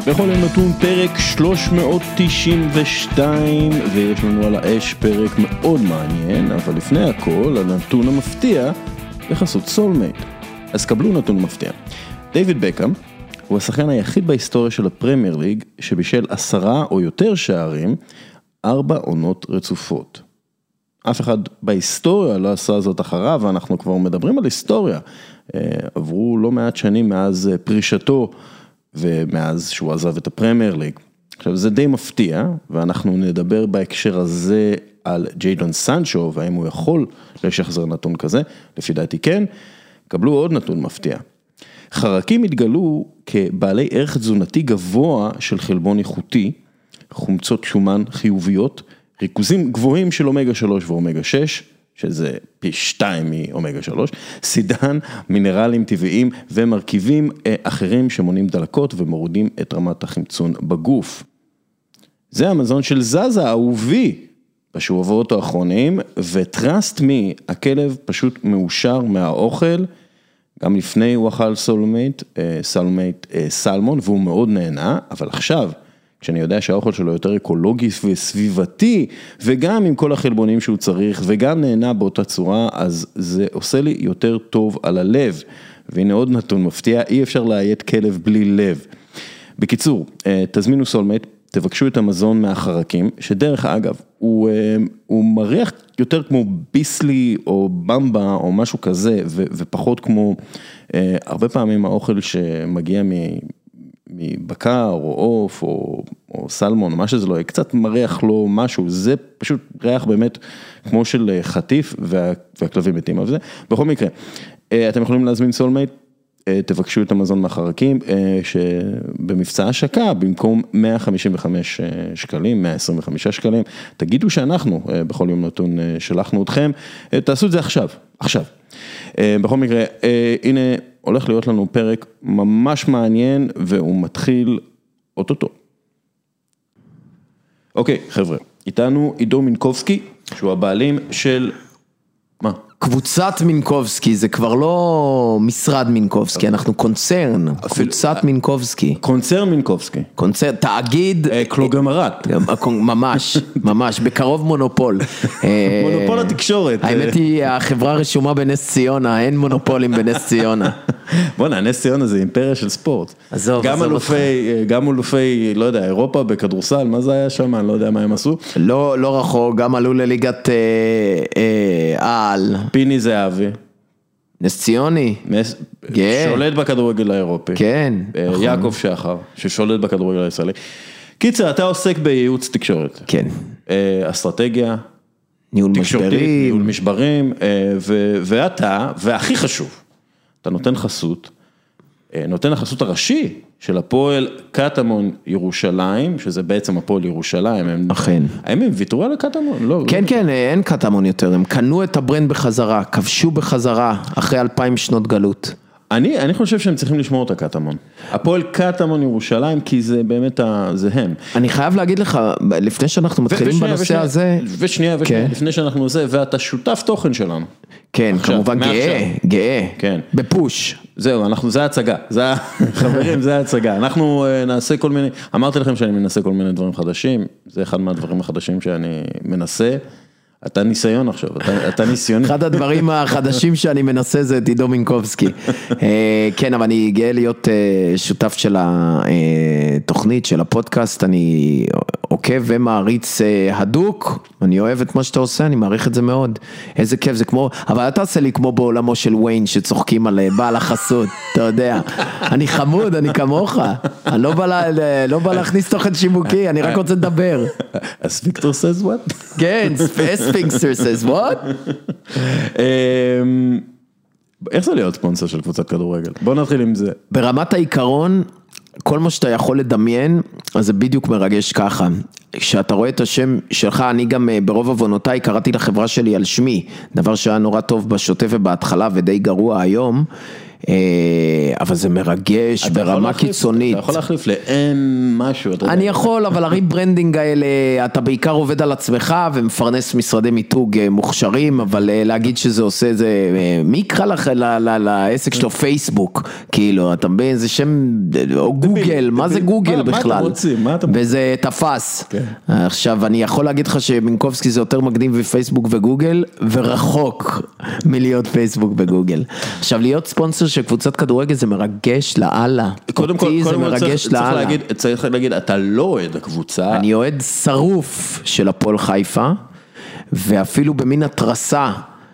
בכל יום נתון פרק 392, ויש לנו על האש פרק מאוד מעניין, אבל לפני הכל, הנתון המפתיע בחסות סולמייט. אז קבלו נתון מפתיע. דיוויד בקהאם הוא השחקן היחיד בהיסטוריה של הפרמייר ליג, שבישל 10 או יותר שערים, 4 עונות רצופות. אף אחד בהיסטוריה לא עשה זאת אחריו, ואנחנו כבר מדברים על היסטוריה. עברו לא מעט שנים מאז פרישתו, ומאז שהוא עזב את הפרמייר ליג. עכשיו זה די מפתיע, ואנחנו נדבר בהקשר הזה על ג'יידון סנצ'ו, והאם הוא יכול לשחזר נתון כזה, לפי דעתי כן. קבלו עוד נתון מפתיע. חרקים התגלו כבעלי ערך תזונתי גבוה של חלבון איכותי, חומצות שומן חיוביות, ריכוזים גבוהים של אומגה 3 ואומגה 6, שזה פי 2 מאומגה 3, סידן, מינרלים טבעיים ומרכיבים אחרים שמונים דלקות ומורידים את רמת החמצון בגוף. זה המזון של זזה, אהובי, בשבועות האחרונים, וטרסט מי, הכלב פשוט מאושר מהאוכל, גם לפני הוא אכל סלמון, והוא מאוד נהנה, אבל עכשיו, כשאני יודע שהאוכל שלו יותר אקולוגי וסביבתי, וגם עם כל החלבונים שהוא צריך, וגם נהנה באותה צורה, אז זה עושה לי יותר טוב על הלב. והנה עוד נתון מפתיע, אי אפשר להיית כלב בלי לב. בקיצור, תזמינו סולמייט, תבקשו את המזון מהחרקים, שדרך אגב, הוא מריח יותר כמו ביסלי או במבה או משהו כזה, ופחות כמו הרבה פעמים האוכל שמגיע מבקר או אוף או סלמון או מה שזה לא, קצת מריח לו משהו, זה פשוט ריח באמת כמו של חטיף והכלבים מתים על זה. בכל מקרה, אתם יכולים להזמין סולמייט, תבקשו את המזון מהחרקים, שבמבצע השקה, במקום 155 שקלים, 125 שקלים, תגידו שאנחנו בכל יום נתון שלחנו אתכם, תעשו את זה עכשיו. בכל מקרה, הנה הולך להיות לנו פרק ממש מעניין, והוא מתחיל אוטוטו. אוקיי, חבר'ה, איתנו עידו מינקובסקי, שהוא הבעלים של מה? קבוצת מינקובסקי, זה כבר לא משרד מינקובסקי, אנחנו קונצרן, קבוצת מינקובסקי. קונצרן מינקובסקי. קונצרן, תאגיד. קלוגמרת. ממש, בקרוב מונופול. מונופול התקשורת. האמת היא, החברה רשומה בנס ציונה, אין מונופולים בנס ציונה. בוא'נה, נס ציונה זה אימפריה של ספורט. גם אלופי, לא יודע, אירופה בכדורסל, מה זה היה שם? אני לא יודע מה הם עשו. לא רחוק, גם עלו לליגת העל. פיני זהבי. נס ציוני. שולט בכדורגל האירופי. כן. יעקב שחר, ששולט בכדורגל הישראלי. קיצר, אתה עוסק בייעוץ תקשורת. כן. אסטרטגיה. ניהול משברים. ניהול משברים, ואתה, והכי חשוב, אתה נותן החסות הראשי של הפועל קטמון ירושלים, שזה בעצם הפועל ירושלים. אכן. האם הם ויתרו על הקטמון? כן, אין קטמון יותר, הם קנו את הברנד בחזרה, כבשו בחזרה, אחרי 2000 שנות גלות. אני חושב שהם צריכים לשמור את הקטמון. הפועל קטמון ירושלים, כי זה באמת, זה הם. אני חייב להגיד לך, לפני שאנחנו מתחילים בנושא הזה. ושנייה, לפני שאנחנו עושה, ואתה שותף תוכן שלנו. כן, כמובן גאה. כן. בפוש. זהו, זה ההצגה. חברים, זה ההצגה. אנחנו נעשה כל מיני, אמרתי לכם שאני מנסה כל מיני דברים חדשים, זה אחד מהדברים החדשים שאני מנסה. אתה ניסיון עכשיו, אתה ניסיון. אחד הדברים החדשים שאני מנסה זה עידו מינקובסקי. כן, אבל אני גאה להיות שותף של התוכנית, של הפודקאסט, אני עוקב ומעריץ הדוק, אני אוהב את מה שאתה עושה, אני מעריך את זה מאוד. איזה כיף, זה כמו, אבל אתה עושה לי כמו בעולמו של וויין, שצוחקים על בעל החסות, אתה יודע. אני חמוד, אני כמוך. אני לא בא להכניס תוכן שיווקי, אני רק רוצה לדבר. הספיקטור says what? כן, ספינקסטר says what? איך זה להיות ספונסר של קבוצת כדורגל? בוא נתחיל עם זה. ברמת העיקרון, כל מה שאתה יכול לדמיין, אז זה בדיוק מרגש ככה. כשאתה רואה את השם שלך, אני גם ברוב עוונותיי קראתי לחברה שלי על שמי, דבר שהיה נורא טוב בשוטף ובהתחלה ודי גרוע היום, אבל זה מרגש ברמה קיצונית. אתה יכול להחליף לאין משהו. אני יכול, אבל הריברנדינג האלה, אתה בעיקר עובד על עצמך ומפרנס משרדי מיתוג מוכשרים, אבל להגיד שזה עושה זה, מי יקרא לך לעסק שלו פייסבוק? כאילו, אתה מבין, זה שם, או גוגל, מה זה גוגל בכלל? מה אתם רוצים? וזה תפס. עכשיו, אני יכול להגיד לך שמינקובסקי זה יותר מקדים בפייסבוק וגוגל, ורחוק מלהיות פייסבוק וגוגל. עכשיו, להיות ספונסר של קבוצת כדורגל זה מרגש לאללה. קודם כל, צריך להגיד, אתה לא אוהד הקבוצה. אני אוהד שרוף של הפועל חיפה, ואפילו במין התרסה,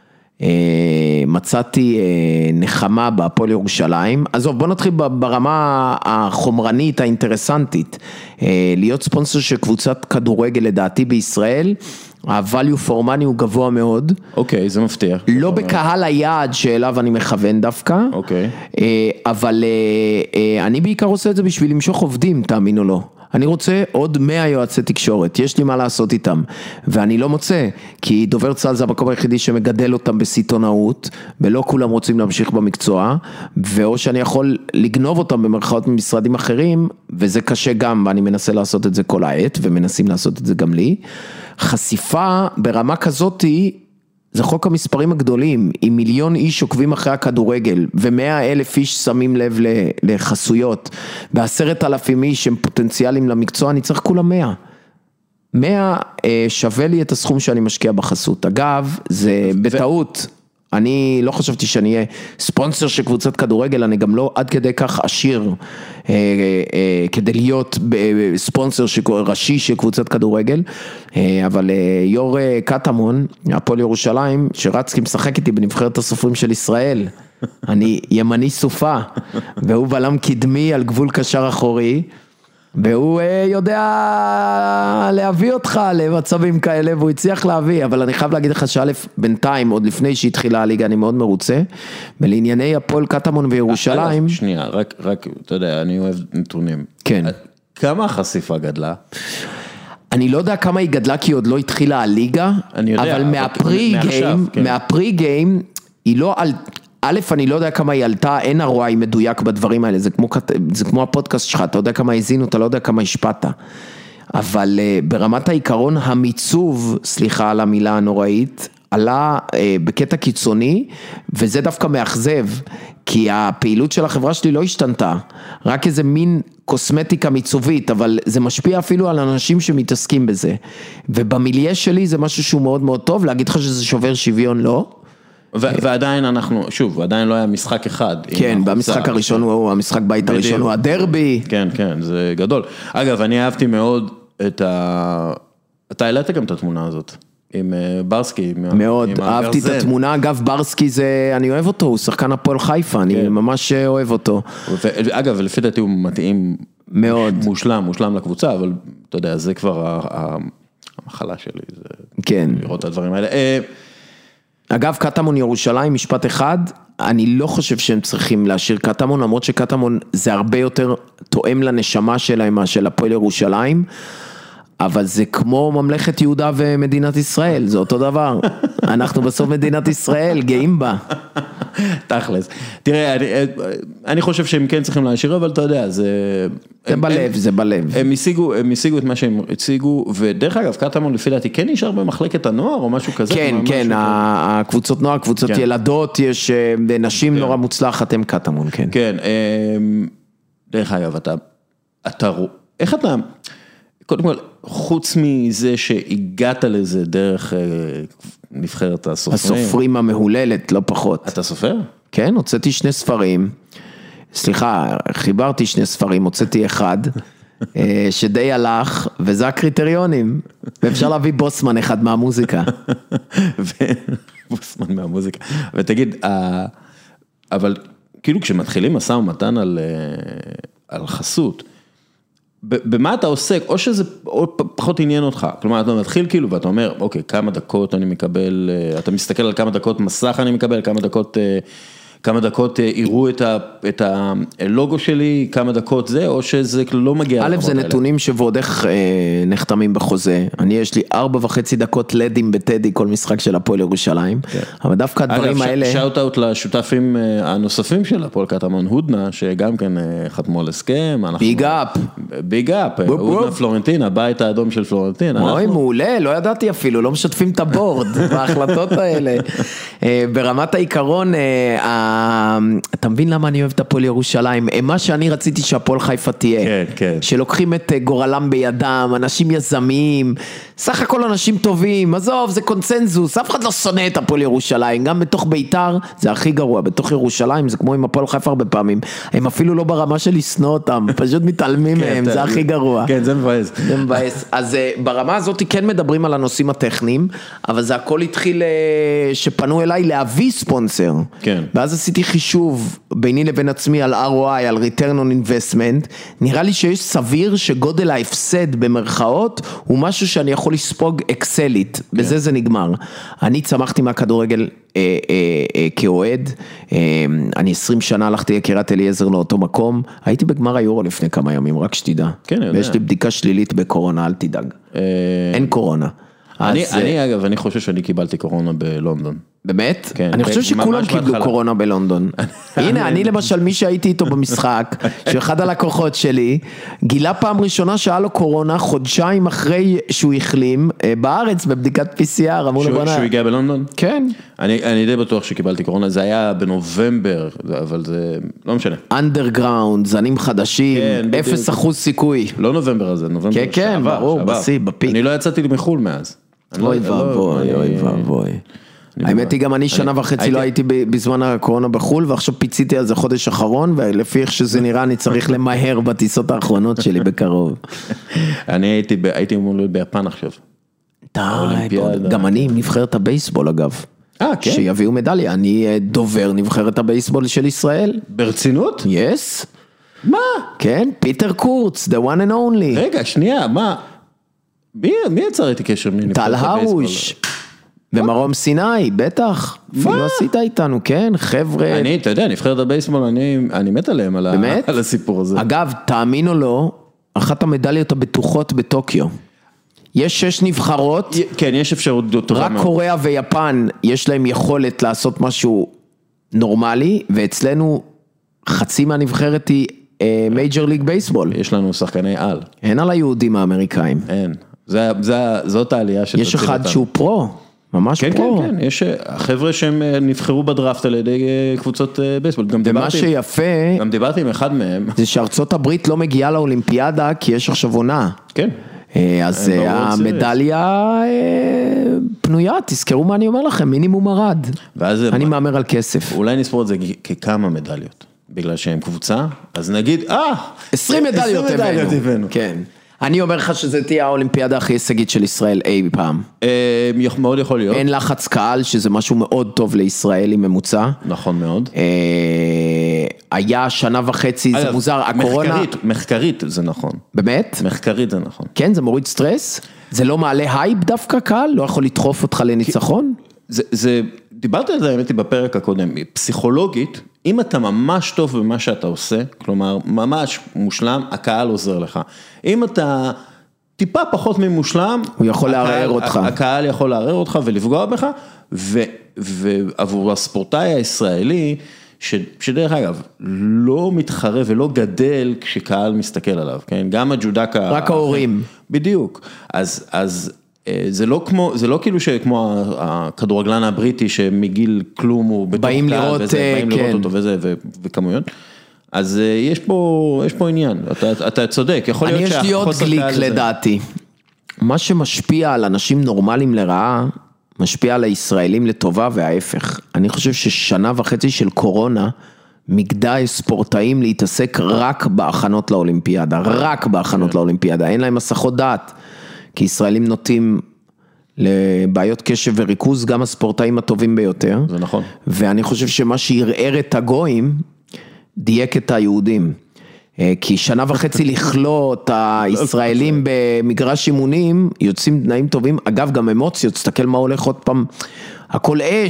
מצאתי נחמה בהפועל ירושלים. עזוב, בוא נתחיל ברמה החומרנית האינטרסנטית. להיות ספונסר של קבוצת כדורגל לדעתי בישראל, ה-value for money הוא גבוה מאוד. אוקיי, זה מפתיע. לא בקהל היעד שאליו אני מכוון דווקא. אוקיי. אבל אני בעיקר עושה את זה בשביל למשוך עובדים, תאמין או לא. אני רוצה עוד 100 יועצי תקשורת, יש לי מה לעשות איתם, ואני לא מוצא, כי דובר צה"ל זה המקום היחידי שמגדל אותם בסיטונאות, ולא כולם רוצים להמשיך במקצוע, ואו שאני יכול לגנוב אותם במרכאות ממשרדים אחרים, וזה קשה גם, ואני מנסה לעשות את זה כל העת, ומנסים לעשות את זה גם לי. חשיפה ברמה כזאת זה חוק המספרים הגדולים, עם 1,000,000 איש עוקבים אחרי הכדורגל, ו100,000 איש שמים לב לחסויות, ב10,000 איש שהם פוטנציאלים למקצוע, אני צריך כולה 100. 100 שווה לי את הסכום שאני משקיע בחסות. אגב, זה בטעות, אני לא חשבתי שאני אהיה ספונסר של קבוצת כדורגל, אני גם לא עד כדי כך עשיר כדי להיות ספונסר ראשי של קבוצת כדורגל, אבל יור קטמון, הפועל ירושלים, שרצקי משחק איתי בנבחרת הסופרים של ישראל, אני ימני סופה, והוא בלם קדמי על גבול קשר אחורי, והוא יודע להביא אותך למצבים כאלה, והוא הצליח להביא, אבל אני חייב להגיד לך שא' בינתיים, עוד לפני שהתחילה הליגה, אני מאוד מרוצה, ולענייני הפועל קטמון וירושלים. שנייה, רק, אתה יודע, אני אוהב נתונים. כן. כמה החשיפה גדלה? אני לא יודע כמה היא גדלה, כי עוד לא התחילה הליגה, אבל מהפרי גיים, היא לא על... א', אני לא יודע כמה היא עלתה, אין הרואי מדויק בדברים האלה, זה כמו הפודקאסט שלך, אתה יודע כמה הזינו, אתה לא יודע כמה השפעת, אבל ברמת העיקרון, המיצוב, סליחה על המילה הנוראית, עלה בקטע קיצוני, וזה דווקא מאכזב, כי הפעילות של החברה שלי לא השתנתה, רק איזה מין קוסמטיקה מיצובית, אבל זה משפיע אפילו על אנשים שמתעסקים בזה, ובמיליה שלי זה משהו שהוא מאוד מאוד טוב, להגיד לך שזה שובר שוויון לא, ועדיין אנחנו, שוב, עדיין לא היה משחק אחד. כן, במשחק הראשון הוא, המשחק בית הראשון הוא הדרבי. כן, כן, זה גדול. אגב, אני אהבתי מאוד אתה העלית גם את התמונה הזאת, עם ברסקי. מאוד, אהבתי את התמונה, אגב, ברסקי זה, אני אוהב אותו, הוא שחקן הפועל חיפה, אני ממש אוהב אותו. אגב, לפי דעתי הוא מתאים מאוד. מושלם לקבוצה, אבל אתה יודע, זה כבר המחלה שלי, זה לראות את הדברים האלה. אגב, קטמון ירושלים, משפט אחד, אני לא חושב שהם צריכים להשאיר קטמון, למרות שקטמון זה הרבה יותר תואם לנשמה שלהם, של הפועל ירושלים, אבל זה כמו ממלכת יהודה ומדינת ישראל, זה אותו דבר. אנחנו בסוף מדינת ישראל, גאים בה. תכלס. תראה, אני חושב שהם כן צריכים להשאיר, אבל אתה יודע, זה בלב, זה בלב. הם השיגו את מה שהם הציגו, ודרך אגב, קטמון לפי דעתי כן נשאר במחלקת הנוער או משהו כזה? כן, כן, הקבוצות נוער, קבוצות ילדות, יש נשים נורא מוצלחת, הם קטמון, כן. כן, דרך אגב, איך אתה, קודם כל, חוץ מזה שהגעת לזה דרך נבחרת הסופרים. הסופרים המהוללת, לא פחות. אתה סופר? כן, הוצאתי 2 ספרים. סליחה, חיברתי 2 ספרים, הוצאתי אחד, שדי הלך, וזה הקריטריונים. ואפשר להביא בוסמן אחד מהמוזיקה. בוסמן מהמוזיקה. ותגיד, אבל כאילו כשמתחילים משא ומתן על חסות, במה אתה עוסק, או שזה פחות עניין אותך, כלומר אתה מתחיל כאילו ואתה אומר, אוקיי, כמה דקות אני מקבל, אתה מסתכל על כמה דקות מסך אני מקבל, כמה דקות כמה דקות יראו את הלוגו שלי, כמה דקות זה, או שזה לא מגיע. א', זה נתונים שעוד איך נחתמים בחוזה. אני יש לי 4.5 דקות לדים בטדי, כל משחק של הפועל ירושלים. אבל דווקא הדברים האלה... אגב, שאוט אאוט לשותפים הנוספים של הפועל קטמון, הודנה, שגם כן חתמו על הסכם. ביג אפ. ביג אפ, הודנה פלורנטין, הבית האדום של פלורנטין. אוי, מעולה, לא ידעתי אפילו, לא משתפים את הבורד בהחלטות האלה. ברמת העיקרון, אתה מבין למה אני אוהב את הפועל ירושלים? מה שאני רציתי שהפועל חיפה תהיה. כן, כן. שלוקחים את גורלם בידם, אנשים יזמים, סך הכל אנשים טובים, עזוב, זה קונצנזוס, אף אחד לא שונא את הפועל ירושלים, גם בתוך ביתר זה הכי גרוע, בתוך ירושלים זה כמו עם הפועל חיפה הרבה פעמים, הם אפילו לא ברמה של לשנוא אותם, פשוט מתעלמים מהם, זה הכי גרוע. כן, זה מבאס. זה מבאס. אז ברמה הזאת כן מדברים על הנושאים הטכניים, אבל זה הכל התחיל שפנו אליי להביא ספונסר. כן. ואז עשיתי חישוב ביני לבין עצמי על ROI, על Return on Investment, נראה לי שיש סביר שגודל ההפסד במרכאות הוא משהו שאני יכול לספוג אקסלית, בזה זה נגמר. אני צמחתי מהכדורגל כאוהד, אני 20 שנה הלכתי לקריית אליעזר לאותו מקום, הייתי בגמר היורו לפני כמה ימים, רק שתדע. כן, ויש לי בדיקה שלילית בקורונה, אל תדאג. אין קורונה. אגב, אני חושב שאני קיבלתי קורונה בלונדון. באמת? כן. אני חושב שכולם קיבלו קורונה בלונדון. הנה, אני למשל, מי שהייתי איתו במשחק, שאחד הלקוחות שלי, גילה פעם ראשונה שהיה לו קורונה, חודשיים אחרי שהוא החלים, בארץ בבדיקת PCR, אמרו לו בונה. שהוא הגיע בלונדון? כן. אני די בטוח שקיבלתי קורונה, זה היה בנובמבר, אבל זה לא משנה. אנדרגראונד, זנים חדשים, 0% סיכוי. לא נובמבר הזה, נובמבר שעבר. כן, כן, ברור, בסי, בפיק. אני לא יצאתי מחול מאז. אוי ואבוי, אוי ואבוי. האמת היא גם אני שנה וחצי לא הייתי בזמן הקורונה בחול, ועכשיו פיציתי על זה חודש אחרון, ולפי איך שזה נראה אני צריך למהר בטיסות האחרונות שלי בקרוב. אני הייתי אמור להיות ביפן עכשיו. גם אני עם נבחרת הבייסבול אגב. כן? שיביאו מדליה, אני דובר נבחרת הבייסבול של ישראל. ברצינות? Yes. מה? כן, פיטר קורץ, the one and only. רגע, שנייה, מה? מי יצר איתי קשר מנבחרת הבייסבול? טל הרוש. ומרום סיני, בטח. אפילו עשית איתנו, כן, חבר'ה. אתה יודע, נבחרת הבייסבול, אני מת עליהם על הסיפור הזה. אגב, תאמין או לא, אחת המדליות הבטוחות בטוקיו. יש 6 נבחרות. כן, יש אפשרות טובה מאוד. רק קוריאה ויפן, יש להם יכולת לעשות משהו נורמלי, ואצלנו חצי מהנבחרת היא מייג'ר ליג בייסבול. יש לנו שחקני על. אין על היהודים האמריקאים. אין. זאת העלייה שתציל אותם. יש אחד שהוא פרו. ממש כן, פרו. כן, כן, יש החבר'ה שהם נבחרו בדראפט על ידי קבוצות בייסבול. ומה שיפה, גם דיברתי עם אחד מהם. זה שארצות הברית לא מגיעה לאולימפיאדה, כי יש עכשיו עונה. כן. אז המדליה פנויה, תזכרו מה אני אומר לכם, מינימום ארד. אני מאמר על כסף. אולי נספור את זה ככמה מדליות, בגלל שהם קבוצה, אז נגיד, 20 מדליות הבאנו. כן. אני אומר לך שזה תהיה האולימפיאדה הכי הישגית של ישראל אי פעם. מאוד יכול להיות. אין לחץ קהל, שזה משהו מאוד טוב לישראל עם ממוצע. נכון מאוד. היה 1.5 שנה, זה מוזר, הקורונה... מחקרית זה נכון. באמת? מחקרית זה נכון. כן, זה מוריד סטרס? זה לא מעלה הייפ דווקא קהל? לא יכול לדחוף אותך לניצחון? דיברתי על זה האמת בפרק הקודם, פסיכולוגית, אם אתה ממש טוב במה שאתה עושה, כלומר ממש מושלם, הקהל עוזר לך. אם אתה טיפה פחות ממושלם, הוא יכול לערער אותך. הקהל יכול לערער אותך ולפגוע בך, ועבור הספורטאי הישראלי, שדרך אגב, לא מתחרה ולא גדל כשקהל מסתכל עליו, כן? גם הג'ודקה... רק ההורים. בדיוק. אז זה לא כאילו שכמו הכדורגלן הבריטי שמגיל כלום הוא בתוך באים לראות, באים לראות אותו וזה וכמויות. אז יש פה עניין, אתה צודק, יכול להיות יש לי עוד גליק לדעתי. מה שמשפיע על אנשים נורמליים לרעה, משפיע על הישראלים לטובה וההפך. אני חושב ששנה וחצי של קורונה, מגדל ספורטאים להתעסק רק בהכנות לאולימפיאדה, רק בהכנות לאולימפיאדה, אין להם מסכות דעת. כי ישראלים נוטים לבעיות קשב וריכוז, גם הספורטאים הטובים ביותר. זה נכון. ואני חושב שמה שערער את הגויים, דייק את היהודים. כי 1.5 שנה לכלוא את הישראלים במגרש אימונים, יוצאים תנאים טובים, אגב גם אמוציות, תסתכל מה הולך עוד פעם, הכל אש,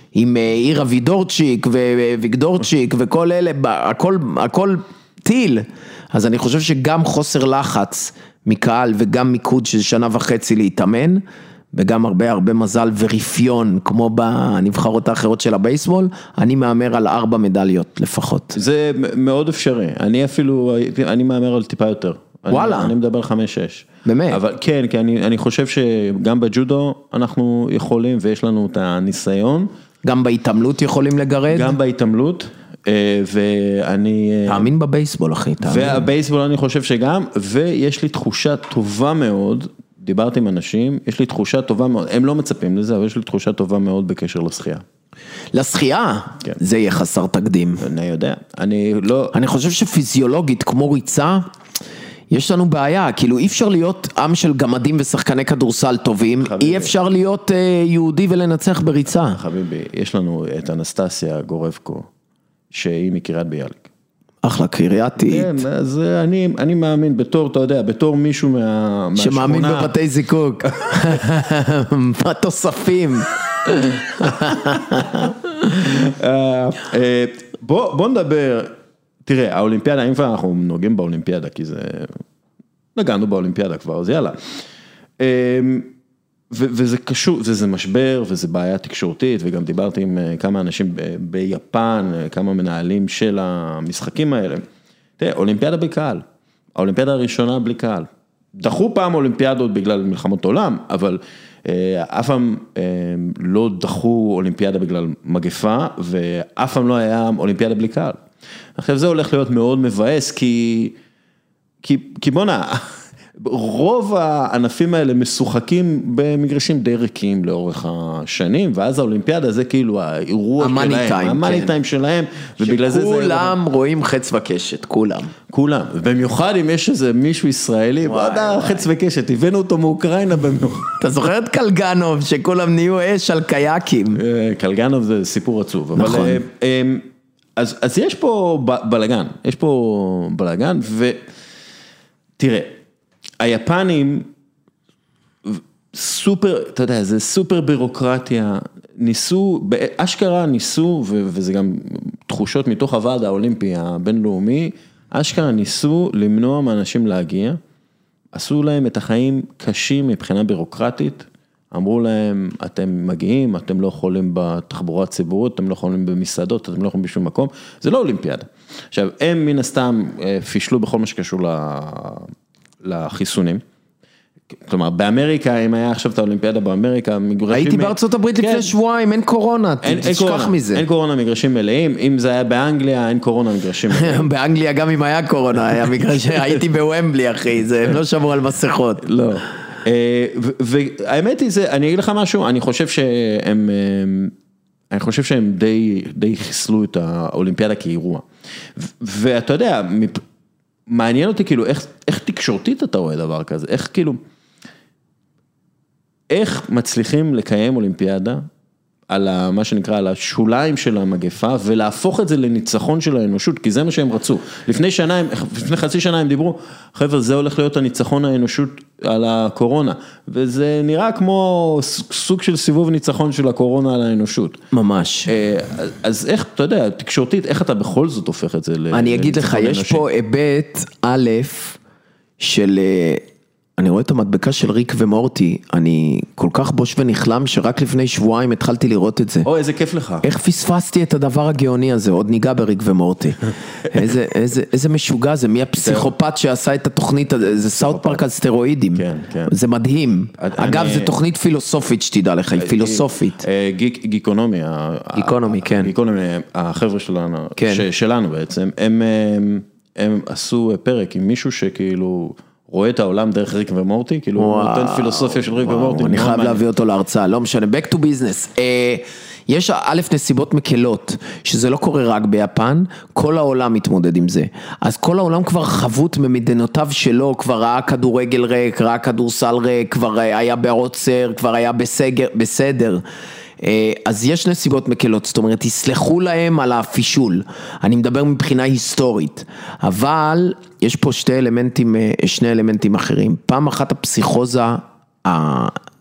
עם עירה וידורצ'יק וויגדורצ'יק וכל אלה, הכל טיל. אז אני חושב שגם חוסר לחץ מקהל וגם מיקוד של שנה וחצי להתאמן, וגם הרבה מזל ורפיון, כמו בנבחרות האחרות של הבייסבול, אני מאמר על 4 מדליות לפחות. זה מאוד אפשרי, אני מאמר על טיפה יותר. וואלה. אני מדבר 5-6. באמת? אבל כן, כי אני חושב שגם בג'ודו אנחנו יכולים, ויש לנו את הניסיון. גם בהתעמלות יכולים לגרד? גם בהתעמלות, ואני... תאמין בבייסבול, אחי, תאמין. והבייסבול אני חושב שגם, ויש לי תחושה טובה מאוד, דיברתי עם אנשים, יש לי תחושה טובה מאוד, הם לא מצפים לזה, אבל יש לי תחושה טובה מאוד בקשר לשחייה. לשחייה? כן. זה יהיה חסר תקדים. אני יודע, אני לא... אני חושב שפיזיולוגית, כמו ריצה, יש לנו בעיה, כאילו אי אפשר להיות עם של גמדים ושחקני כדורסל טובים, אי אפשר להיות יהודי ולנצח בריצה. חביבי, יש לנו את אנסטסיה גורבקו, שהיא מקריית ביאליק. אחלה קרייתית. כן, אז אני מאמין בתור, אתה יודע, בתור מישהו מהשכונה. שמאמין בבתי זיקוק. מה תוספים? בוא נדבר, תראה, האולימפיאדה, אם כבר אנחנו נוגעים באולימפיאדה, כי זה, נגענו באולימפיאדה כבר, אז יאללה. וזה קשור, זה משבר, וזה בעיה תקשורתית, וגם דיברתי עם כמה אנשים ביפן, כמה מנהלים של המשחקים האלה. תראה, אולימפיאדה בלי קהל, האולימפיאדה הראשונה בלי קהל. דחו פעם אולימפיאדות בגלל מלחמות עולם, אבל אף פעם לא דחו אולימפיאדה בגלל מגפה, ואף פעם לא היה אולימפיאדה בלי קהל. עכשיו זה הולך להיות מאוד מבאס, כי בונה, רוב הענפים האלה משוחקים במגרשים די ריקים לאורך השנים, ואז האולימפיאדה זה כאילו האירוע שלהם, המאני טיים שלהם, ובגלל זה שכולם רואים חץ וקשת, כולם. במיוחד אם יש איזה מישהו ישראלי, ועדה חץ וקשת, הבאנו אותו מאוקראינה במיוחד. אתה זוכר את קלגנוב, שכולם נהיו אש על קייקים? קלגנוב זה סיפור עצוב. נכון. אז יש פה בלגן, ותראה, היפנים סופר, אתה יודע, זה סופר בירוקרטיה, אשכרה ניסו, וזה גם תחושות מתוך הוועד האולימפי הבינלאומי, אשכרה ניסו למנוע מאנשים להגיע, עשו להם את החיים קשים מבחינה בירוקרטית, אמרו להם, אתם מגיעים, אתם לא יכולים בתחבורה ציבורית, אתם לא יכולים במסעדות, אתם לא יכולים בשום מקום, זה לא אולימפיאדה. עכשיו, הם מן הסתם פישלו בכל מה שקשור לחיסונים, כלומר, באמריקה, אם היה עכשיו את האולימפיאדה באמריקה, מגרשים... הייתי בארצות הברית לפני שבועיים, אין קורונה, תשכח מזה. אין קורונה, מגרשים מלאים, אם זה היה באנגליה, אין קורונה, מגרשים מלאים. באנגליה גם אם היה קורונה, הייתי בוומבלי, אחי, הם לא שמרו על מסכות. לא. והאמת היא זה, אני אגיד לך משהו, אני חושב שהם די חיסלו את האולימפיאדה כאירוע. ואתה יודע, מעניין אותי כאילו, איך תקשורתית אתה רואה דבר כזה? איך מצליחים לקיים אולימפיאדה, על מה שנקרא, על השוליים של המגפה, ולהפוך את זה לניצחון של האנושות, כי זה מה שהם רצו. לפני חצי שנה הם דיברו, חבר'ה, זה הולך להיות הניצחון האנושות על הקורונה, וזה נראה כמו סוג של סיבוב ניצחון של הקורונה על האנושות. ממש. אז איך, אתה יודע, תקשורתית, איך אתה בכל זאת הופך את זה לניצחון האנושי? אני אגיד לך, יש פה היבט א' של... אני רואה את המדבקה של ריק ומורטי, אני כל כך בוש ונכלם שרק לפני שבועיים התחלתי לראות את זה. או, איזה כיף לך. איך פספסתי את הדבר הגאוני הזה, עוד ניגע בריק ומורטי. איזה משוגע זה, מי הפסיכופת שעשה את התוכנית, זה סאוט פארק על סטרואידים. כן, כן. זה מדהים. אגב, זה תוכנית פילוסופית שתדע לך, היא פילוסופית. גיקונומי. גיקונומי, כן. גיקונומי, החבר'ה שלנו בעצם, הם עשו פרק עם מישהו שכאילו... רואה את העולם דרך ריק ומורטי, כאילו הוא נותן פילוסופיה של ריק ומורטי. אני חייב להביא אותו להרצאה, לא משנה, back to business. יש א' נסיבות מקלות, שזה לא קורה רק ביפן, כל העולם מתמודד עם זה. אז כל העולם כבר חבוט ממדינותיו שלו, כבר ראה כדורגל ריק, ראה כדורסל ריק, כבר היה בעוצר, כבר היה בסדר. אז יש נסיבות מקלות, זאת אומרת, תסלחו להם על הפישול, אני מדבר מבחינה היסטורית, אבל יש פה שני אלמנטים אחרים, פעם אחת הפסיכוזה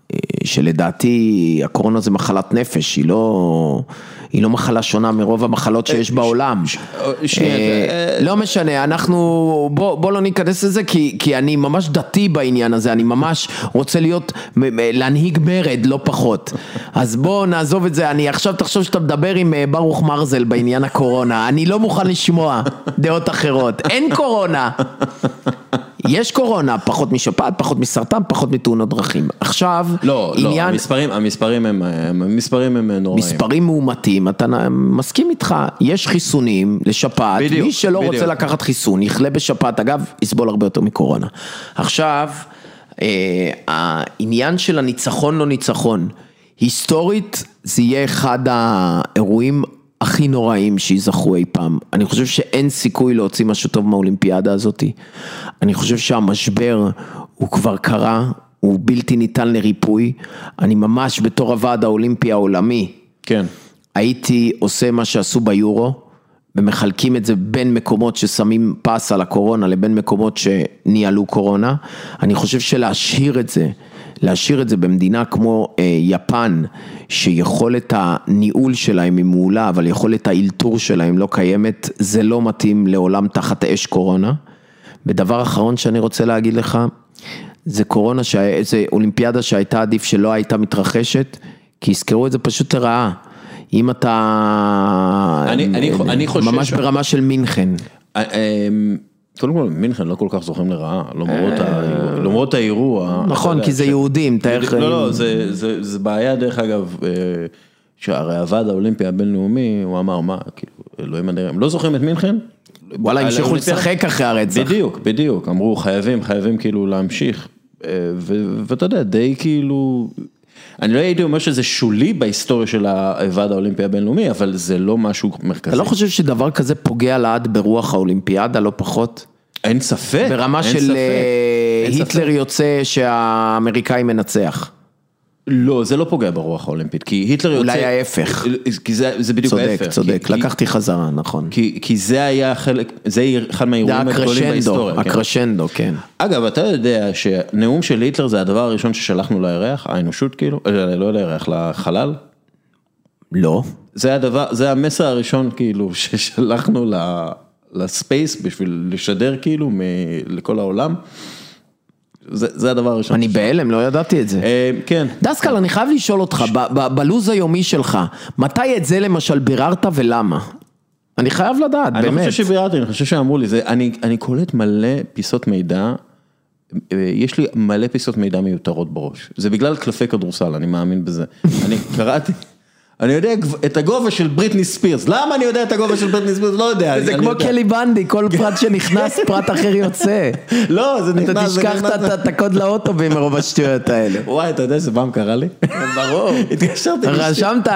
שלדעתי הקורונה זה מחלת נפש, היא לא מחלה שונה מרוב המחלות שיש בעולם. לא משנה, בוא לא ניכנס לזה, כי אני ממש דתי בעניין הזה, אני ממש רוצה להנהיג מרד, לא פחות. אז בוא נעזוב את זה, אני עכשיו תחשוב שאתה מדבר עם ברוך מרזל בעניין הקורונה, אני לא מוכן לשמוע דעות אחרות, אין קורונה. יש קורונה, פחות משפעת, פחות מסרטן, פחות מתאונות דרכים. עכשיו, לא, המספרים הם נוראים. מספרים מאומתים, אתה מסכים איתך, יש חיסונים לשפעת, מי שלא רוצה לקחת חיסון, יחלה בשפעת, אגב, יסבול הרבה יותר מקורונה. עכשיו, העניין של הניצחון לא ניצחון, היסטורית זה יהיה אחד האירועים הכי נוראים שיזכרו אי פעם. אני חושב שאין סיכוי להוציא משהו טוב מהאולימפיאדה הזאת. אני חושב שהמשבר הוא כבר קרה, הוא בלתי ניתן לריפוי. אני ממש בתור הוועד האולימפי העולמי, כן. הייתי עושה מה שעשו ביורו, ומחלקים את זה בין מקומות ששמים פס על הקורונה, לבין מקומות שניהלו קורונה. אני חושב להשאיר את זה במדינה כמו יפן, שיכולת הניהול שלהם היא מעולה, אבל יכולת האלתור שלהם לא קיימת, זה לא מתאים לעולם תחת אש קורונה. ודבר אחרון שאני רוצה להגיד לך, זה אולימפיאדה שהייתה עדיף שלא הייתה מתרחשת, כי הזכרו את זה פשוט לרעה. אם אתה ממש ברמה של מינכן. קודם כל, מינכן לא כל כך זוכרים לרעה, למרות האירוע. נכון, כי זה יהודים. לא, זה בעיה דרך אגב, שהרי הוועד האולימפי הבינלאומי, הוא אמר, מה, כאילו, הם לא זוכרים את מינכן? וואלה, המשיכו לשחק אחרי הרצח. בדיוק, אמרו, חייבים כאילו להמשיך, ואתה יודע, די כאילו, אני לא הייתי אומר שזה שולי בהיסטוריה של הוועד האולימפי הבינלאומי, אבל זה לא משהו מרכזי. אתה לא חושב שדבר כזה פוגע לעד ברוח האולימפיאדה, לא פחות? אין ספק. ברמה של היטלר יוצא שהאמריקאי מנצח. לא, זה לא פוגע ברוח האולימפית, כי היטלר יוצא... אולי ההפך. כי זה בדיוק ההפך. צודק, לקחתי חזרה, נכון. כי זה היה חלק, זה אחד מהאירועים הגדולים בהיסטוריה. הקרשנדו, כן. אגב, אתה יודע שנאום של היטלר זה הדבר הראשון ששלחנו לירח, האנושות כאילו, לא לירח, לחלל? לא. זה המסר הראשון כאילו ששלחנו לספייס בשביל לשדר כאילו לכל העולם. זה הדבר הראשון. אני בהלם, לא ידעתי את זה. כן. דסקל, אני חייב לשאול אותך, בלוז היומי שלך, מתי את זה למשל ביררת ולמה? אני חייב לדעת, באמת. אני חושב שביררתי, אני חושב שאמרו לי, אני קולט מלא פיסות מידע, יש לי מלא פיסות מידע מיותרות בראש. זה בגלל קלפי כדורסל, אני מאמין בזה. אני קראתי... אני יודע את הגובה של בריטני ספירס. למה אני יודע את הגובה של בריטני ספירס? לא יודע. זה כמו קלי בנדי, כל פרט שנכנס, פרט אחר יוצא. לא, זה נכנס. אתה תשכח את הקוד לאוטו במרוב השטויות האלה. וואי, אתה יודע שפעם קרה לי? ברור. התקשרתי לאשתי. רשמת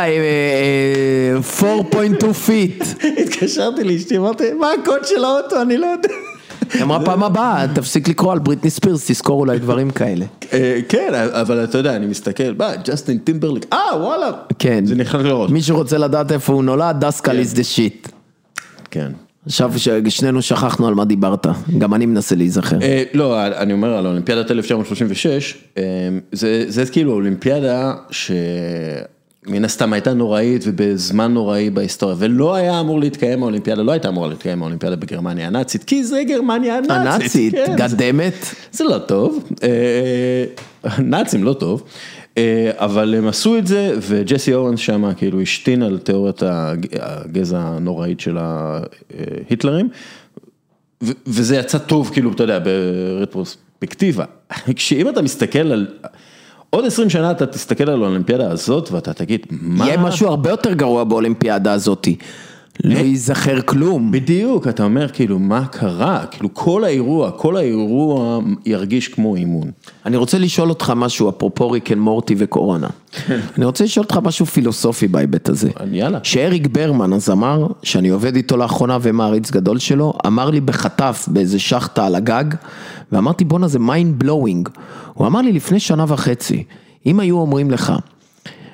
4.2 פיט. התקשרתי לאשתי, אמרתי, מה הקוד של האוטו? אני לא יודע. אמרה פעם הבאה, תפסיק לקרוא על בריטני ספירס, תזכור אולי דברים כאלה. כן, אבל אתה יודע, אני מסתכל, ג'סטין טימברליק, וואלה. כן. זה נכנס לראש. מי שרוצה לדעת איפה הוא נולד, דסקל is the shit. כן. עכשיו שנינו שכחנו על מה דיברת, גם אני מנסה להיזכר. לא, אני אומר על אולימפיאדת 1936, זה כאילו אולימפיאדה מן הסתם הייתה נוראית ובזמן נוראי בהיסטוריה, ולא היה אמור להתקיים האולימפיאדה, לא הייתה אמורה להתקיים האולימפיאדה בגרמניה הנאצית, כי זה גרמניה הנאצית. הנאצית, גדמת. זה לא טוב, נאצים לא טוב, אבל הם עשו את זה, וג'סי אורנס שם כאילו השתין על תיאוריית הגזע הנוראית של ההיטלרים, וזה יצא טוב כאילו, אתה יודע, ברטרוספקטיבה. כשאם אתה מסתכל על... עוד 20 שנה אתה תסתכל על האולימפיאדה הזאת, ואתה תגיד, מה... יהיה משהו הרבה יותר גרוע באולימפיאדה הזאת. לא ייזכר כלום. בדיוק, אתה אומר, כאילו, מה קרה? כאילו, כל האירוע ירגיש כמו אימון. אני רוצה לשאול אותך משהו, אפרופו ריק אנד מורטי וקורונה. אני רוצה לשאול אותך משהו פילוסופי בהיבט הזה. יאללה. שאריק ברמן, הזמר, שאני עובד איתו לאחרונה ומעריץ גדול שלו, אמר לי בחטף באיזה שחטה על הגג, ואמרתי, בונה, זה mind blowing. הוא אמר לי לפני 1.5 שנה, אם היו אומרים לך,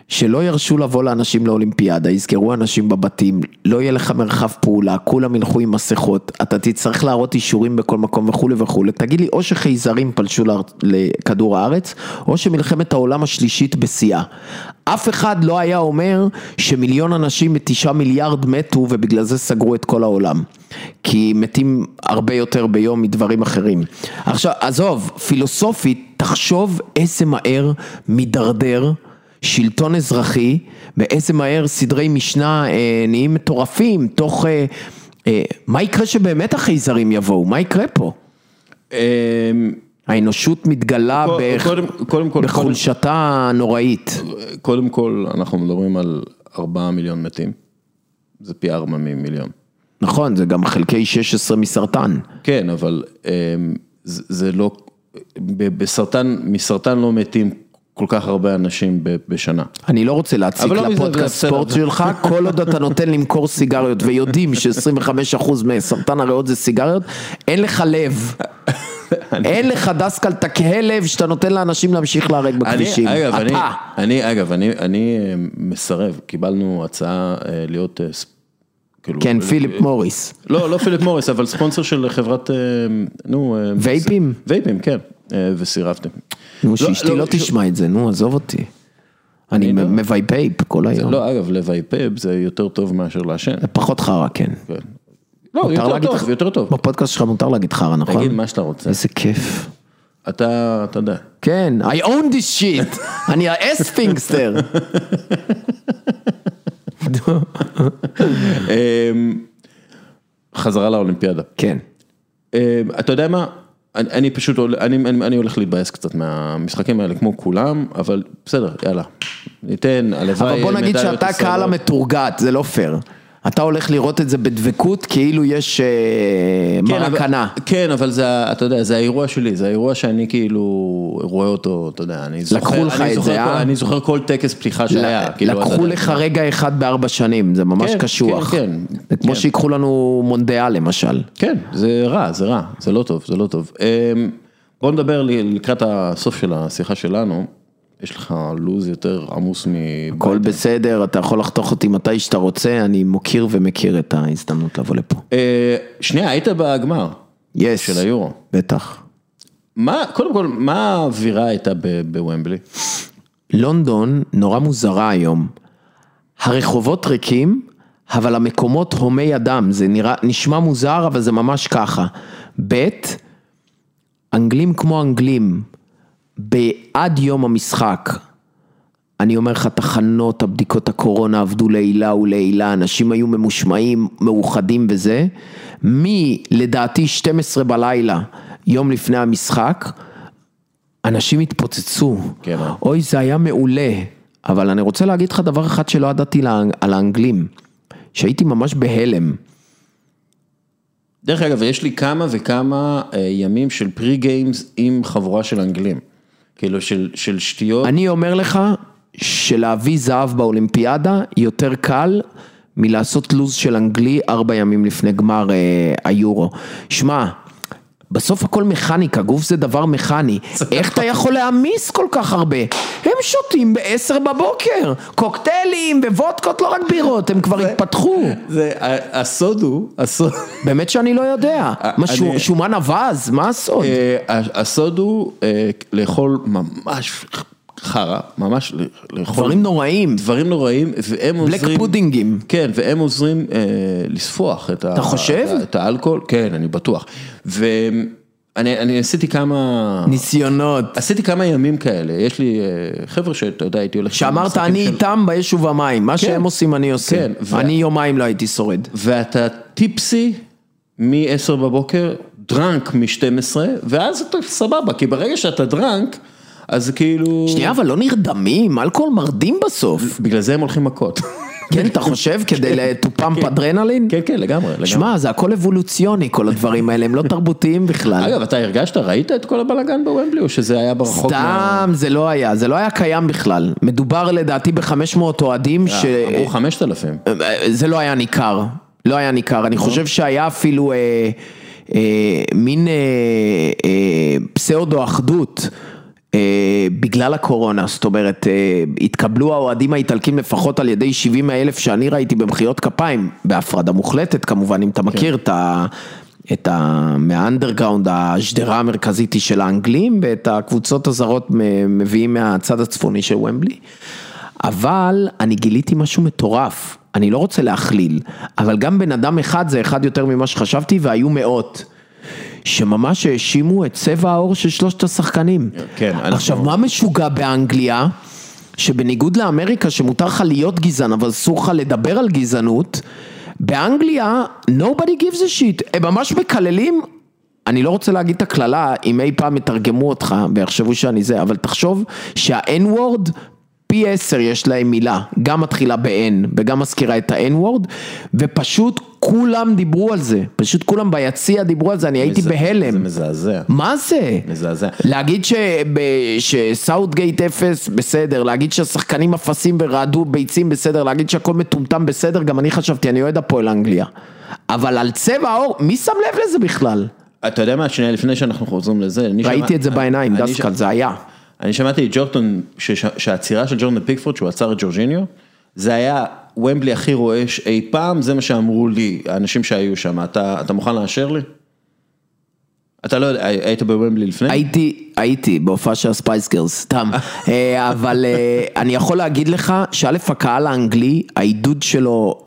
שלא ירשו לבוא לאנשים לאולימפיאדה, יזכרו אנשים בבתים, לא יהיה לך מרחב פעולה, כולם ילכו עם מסכות, אתה תצטרך להראות אישורים בכל מקום וכו' וכו'. תגיד לי, או שחייזרים פלשו לכדור הארץ, או שמלחמת העולם השלישית בשיאה. אף אחד לא היה אומר שמיליון אנשים ב9 מיליארד מתו, ובגלל זה סגרו את כל העולם. כי מתים הרבה יותר ביום מדברים אחרים. עכשיו, עזוב, פילוסופית, תחשוב איזה מהר מדרדר, שלטון אזרחי, ואיזה מהר סדרי משנה נהיים מטורפים, תוך, מה יקרה שבאמת החייזרים יבואו? מה יקרה פה? האנושות מתגלה בחולשתה נוראית. קודם כל, אנחנו מדברים על 4 מיליון מתים. זה פי 4 מיליון. נכון, זה גם חלקי 16 מסרטן. כן, אבל זה לא, מסרטן לא מתים כל כך הרבה אנשים בשנה. אני לא רוצה להציג לפודקאסט ספורט שלך, כל עוד אתה נותן למכור סיגריות, ויודעים ש25% מסרטן הריאות זה סיגריות, אין לך לב. אין לך דסקל תקהלב שאתה נותן לאנשים להמשיך להרג בכבישים. אגב, אני מסרב, קיבלנו הצעה להיות, כן, פיליפ מוריס. לא פיליפ מוריס, אבל ספונסר של חברת, וייפים? וייפים, כן, וסירבתם. נו, שאשתי לא תשמע את זה, נו, עזוב אותי. אני מבייפייפ כל היום. לא, אגב, לבייפייפ זה יותר טוב מאשר לעשן. זה פחות חרא, כן. לא, יותר טוב. בפודקאסט שלך מותר להגיד חרא, נכון? תגיד מה שאתה רוצה. איזה כיף. אתה יודע. כן, I own this shit. אני האספינגסטר. חזרה לאולימפיאדה. כן. אתה יודע מה? אני פשוט, אני הולך להתבאס קצת מהמשחקים האלה, כמו כולם, אבל בסדר, יאללה. ניתן, הלוואי. אבל בוא נגיד שאתה קהל המתורגת, זה לא פייר. אתה הולך לראות את זה בדבקות, כאילו יש מרקנה. כן, אבל זה, אתה יודע, זה האירוע שלי, זה האירוע שאני כאילו רואה אותו, אתה יודע, אני זוכר כל טקס פתיחה שהיה. לקחו לך רגע אחד ב4 שנים, זה ממש קשוח. זה כמו שיקחו לנו מונדיאל למשל. כן, זה רע, זה לא טוב, זה לא טוב. בוא נדבר לקראת הסוף של השיחה שלנו. יש לך לוז יותר עמוס הכל בסדר, אתה יכול לחתוך אותי מתי שאתה רוצה, אני מוקיר ומכיר את ההזדמנות לבוא לפה. שנייה, היית בגמר של היורו. בטח. קודם כל, מה האווירה הייתה בוומבלי? לונדון נורא מוזרה היום. הרחובות ריקים, אבל המקומות הומי אדם, זה נשמע מוזר, אבל זה ממש ככה. אנגלים כמו אנגלים, בעד יום המשחק, אני אומר לך, תחנות, הבדיקות הקורונה עבדו לילה ולילה, אנשים היו ממושמעים, מאוחדים וזה, לדעתי 12 בלילה, יום לפני המשחק, אנשים התפוצצו, כן. אוי זה היה מעולה, אבל אני רוצה להגיד לך דבר אחד שלא ידעתי על האנגלים, שהייתי ממש בהלם. דרך אגב, יש לי כמה וכמה ימים של פרי גיימס עם חבורה של אנגלים. כאילו של שטויות. אני אומר לך שלהביא זהב באולימפיאדה יותר קל מלעשות לוז של אנגלי 4 ימים לפני גמר היורו. שמע, בסוף הכל מכניקה, גוף זה דבר מכני. איך אתה יכול להמיס כל כך הרבה? הם שותים ב10 בבוקר, קוקטיילים ווודקות, לא רק בירות, הם כבר התפתחו. זה, הסוד הוא, באמת שאני לא יודע. שומן אבז, מה הסוד? הסוד הוא לאכול ממש חרה, ממש לאכול. דברים נוראים, והם עוזרים. בלק פודינגים. כן, והם עוזרים לספוח אתה חושב? את האלכוהול. כן, אני בטוח. ואני עשיתי כמה ניסיונות. עשיתי כמה ימים כאלה. יש לי חבר'ה שאתה יודע, הייתי הולך. שאמרת אני איתם בישוב המים. מה שהם עושים אני עושה. אני יומיים לא הייתי שורד. ואתה טיפסי מ-10 בבוקר, דרנק מ-12, ואז אתה סבבה, כי ברגע שאתה דרנק, אז כאילו... שנייה, אבל לא נרדמים, אלכוהול מרדים בסוף. בגלל זה הם הולכים מכות. כן, אתה חושב, כדי לטופמפ אדרנלין? כן, כן, לגמרי. שמע, זה הכל אבולוציוני, כל הדברים האלה, הם לא תרבותיים בכלל. אגב, אתה הרגשת, ראית את כל הבלגן בוומבלי, או שזה היה ברחוב? סתם, זה לא היה, זה לא היה קיים בכלל. מדובר לדעתי ב500 אוהדים ש... אמרו 5,000. זה לא היה ניכר, לא היה ניכר. אני חושב שהיה אפילו מין פסאודו אחדות, בגלל הקורונה, זאת אומרת, התקבלו האוהדים האיטלקים לפחות על ידי 70,000 שאני ראיתי במחיאות כפיים, בהפרדה מוחלטת כמובן, אם אתה מכיר מהאנדרגראונד, השדרה המרכזית של האנגלים, ואת הקבוצות הזרות מביאים מהצד הצפוני של ומבלי, אבל אני גיליתי משהו מטורף, אני לא רוצה להכליל, אבל גם בן אדם אחד זה אחד יותר ממה שחשבתי, והיו מאות, שממש האשימו את צבע האור של שלושת השחקנים. כן, עכשיו, מה משוגע באנגליה, שבניגוד לאמריקה, שמותר לך להיות גזען, אבל אסור לך לדבר על גזענות, באנגליה, nobody gives a shit, הם ממש מקללים, אני לא רוצה להגיד את הכללה, אם אי פעם יתרגמו אותך, ויחשבו שאני זה, אבל תחשוב שה-N-word, פי 10 יש להם מילה, גם מתחילה ב-N, וגם מזכירה את ה-N-word, ופשוט כולם דיברו על זה, פשוט כולם ביציע דיברו על זה, אני הייתי בהלם. זה מזעזע. מה זה? מזעזע. להגיד שסאוטגייט 0 בסדר, להגיד שהשחקנים אפסים ורעדו ביצים בסדר, להגיד שהכל מטומטם בסדר, גם אני חשבתי, אני אוהד הפועל אנגליה. אבל על צבע האור, מי שם לב לזה בכלל? אתה יודע מה, שנייה לפני שאנחנו חוזרים לזה, ראיתי את זה בעיניים, דסקל, זה היה. אני שמעתי את ג'ורטון, שהצירה של ג'ורדן פיקפורד, שהוא עצר את ג'ורג'יניו, זה היה ומבלי הכי רועש אי פעם, זה מה שאמרו לי, האנשים שהיו שם, אתה מוכן לאשר לי? אתה לא יודע, היית בוומבלי לפני? הייתי בהופעה של הספייס גרלס, סתם, אבל אני יכול להגיד לך, שא' הקהל האנגלי, העידוד שלו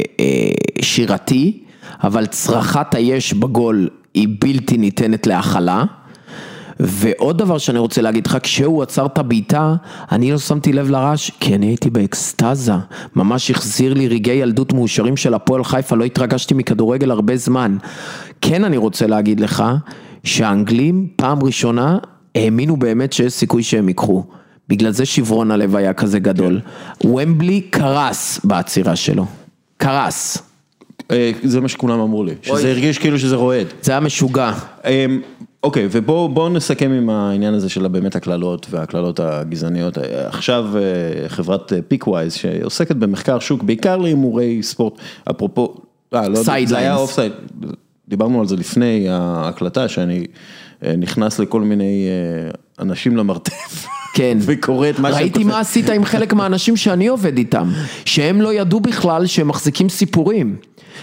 שירתי, אבל צרכת היש בגול היא בלתי ניתנת להכלה, ועוד דבר שאני רוצה להגיד לך, כשהוא עצר את הביתה, אני לא שמתי לב לרעש, כי אני הייתי באקסטאזה, ממש החזיר לי רגעי ילדות מאושרים של הפועל חיפה, לא התרגשתי מכדורגל הרבה זמן. כן, אני רוצה להגיד לך, שהאנגלים פעם ראשונה, האמינו באמת שיש סיכוי שהם ייקחו, בגלל זה שברון הלב היה כזה גדול. ומבלי קרס בעצירה שלו, קרס. זה מה שכולם אמרו לי, שזה הרגיש כאילו שזה רועד. זה היה משוגע. אוקיי, ובואו נסכם עם העניין הזה של באמת הכללות והכללות הגזעניות. עכשיו חברת פיקווייז שעוסקת במחקר שוק, בעיקר להימורי ספורט, אפרופו, זה היה אופסייד, דיברנו על זה לפני ההקלטה, שאני נכנס לכל מיני אנשים למרתף. כן, וקורא את מה ראיתי מה עשית עם חלק מהאנשים שאני עובד איתם, שהם לא ידעו בכלל שהם מחזיקים סיפורים.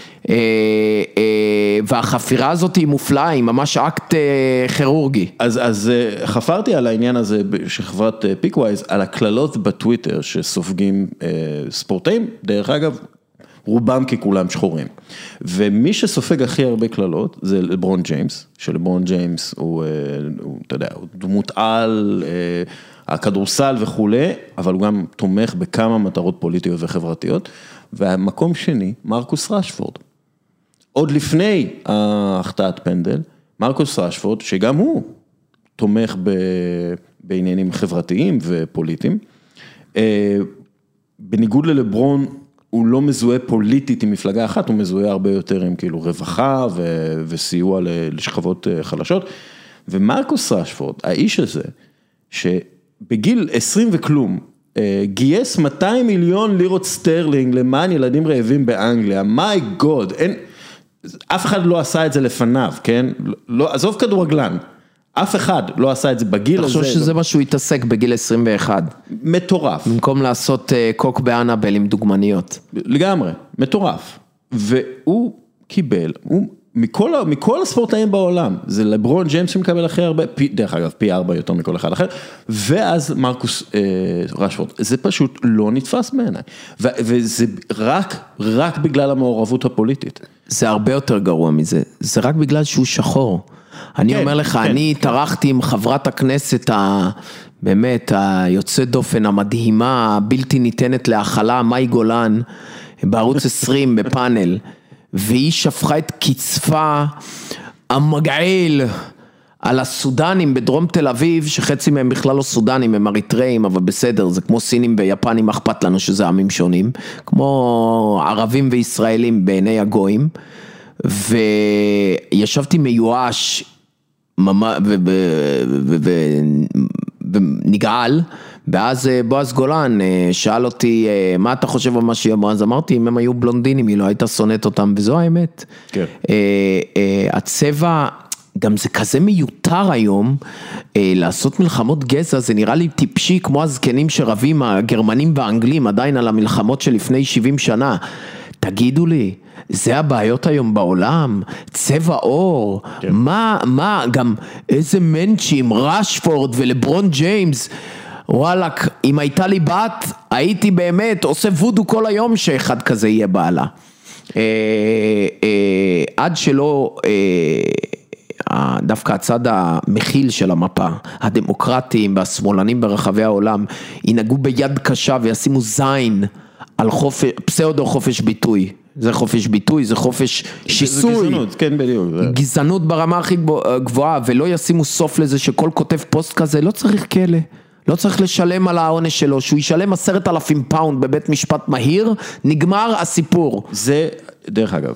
והחפירה הזאת היא מופלאה, היא ממש אקט כירורגי. אז חפרתי על העניין הזה של חברת פיקווייז, על הכללות בטוויטר שסופגים ספורטאים, דרך אגב, רובם ככולם שחורים. ומי שסופג הכי הרבה כללות זה לברון ג'יימס, שלברון ג'יימס הוא, אתה יודע, הוא דמות על הכדורסל וכו', אבל הוא גם תומך בכמה מטרות פוליטיות וחברתיות. והמקום שני, מרקוס רשפורד. עוד לפני ההחטאת פנדל, מרקוס רשפורד, שגם הוא תומך בעניינים חברתיים ופוליטיים, בניגוד ללברון, הוא לא מזוהה פוליטית עם מפלגה אחת, הוא מזוהה הרבה יותר עם כאילו רווחה וסיוע לשכבות חלשות, ומרקוס רשפורד, האיש הזה, שבגיל 20 וכלום, גייס 200 מיליון לירות סטרלינג למען ילדים רעבים באנגליה, מי גוד, אף אחד לא עשה את זה לפניו, כן? לא, עזוב כדורגלן, אף אחד לא עשה את זה בגיל הזה. תחשוב שזה מה שהוא התעסק בגיל 21. מטורף. במקום לעשות קוק באנאבל עם דוגמניות. לגמרי, מטורף. והוא קיבל, מכל הספורטאים בעולם, זה לברון ג'יימס שמקבל הכי הרבה, דרך אגב, פי 4 יותר מכל אחד אחר, ואז מרקוס רשפורד, זה פשוט לא נתפס בעיניי, וזה רק בגלל המעורבות הפוליטית. זה הרבה יותר גרוע מזה, זה רק בגלל שהוא שחור. אני אומר לך, אני התארחתי עם חברת הכנסת באמת היוצאת דופן, המדהימה, הבלתי ניתנת להכלה, מאי גולן, בערוץ 20 בפאנל, והיא שפכה את קצפה המגעיל על הסודנים בדרום תל אביב, שחצי מהם בכלל לא סודנים, הם אריתראים, אבל בסדר, זה כמו סינים ויפנים, אכפת לנו שזה עמים שונים, כמו ערבים וישראלים בעיני הגויים, וישבתי מיואש ונגעל, ואז בועז גולן שאל אותי, מה אתה חושב על מה שהיא אמרה? אז אמרתי, אם הם היו בלונדינים, היא לא הייתה שונאת אותם, וזו האמת. כן. הצבע, גם זה כזה מיותר היום, לעשות מלחמות גזע, זה נראה לי טיפשי, כמו הזקנים שרבים, הגרמנים והאנגלים, עדיין על המלחמות שלפני 70 שנה. תגידו לי, זה הבעיות היום בעולם, צבע אור, כן. מה, גם איזה מנצ'ים, רשפורד ולברון ג'יימס, וואלק, אם הייתה לי בת, הייתי באמת עושה וודו כל היום שאחד כזה יהיה בעלה. עד שלא, דווקא הצד המכיל של המפה, הדמוקרטים והשמאלנים ברחבי העולם, ינהגו ביד קשה וישימו זין על פסאודו חופש ביטוי. זה חופש ביטוי, זה חופש שיסוי. זה גזענות, כן בדיוק. גזענות ברמה הכי גבוהה, ולא ישימו סוף לזה שכל כותב פוסט כזה, לא צריך כלא. לא צריך לשלם על העונש שלו, שהוא ישלם 10,000 פאונד בבית משפט מהיר, נגמר הסיפור. זה, דרך אגב,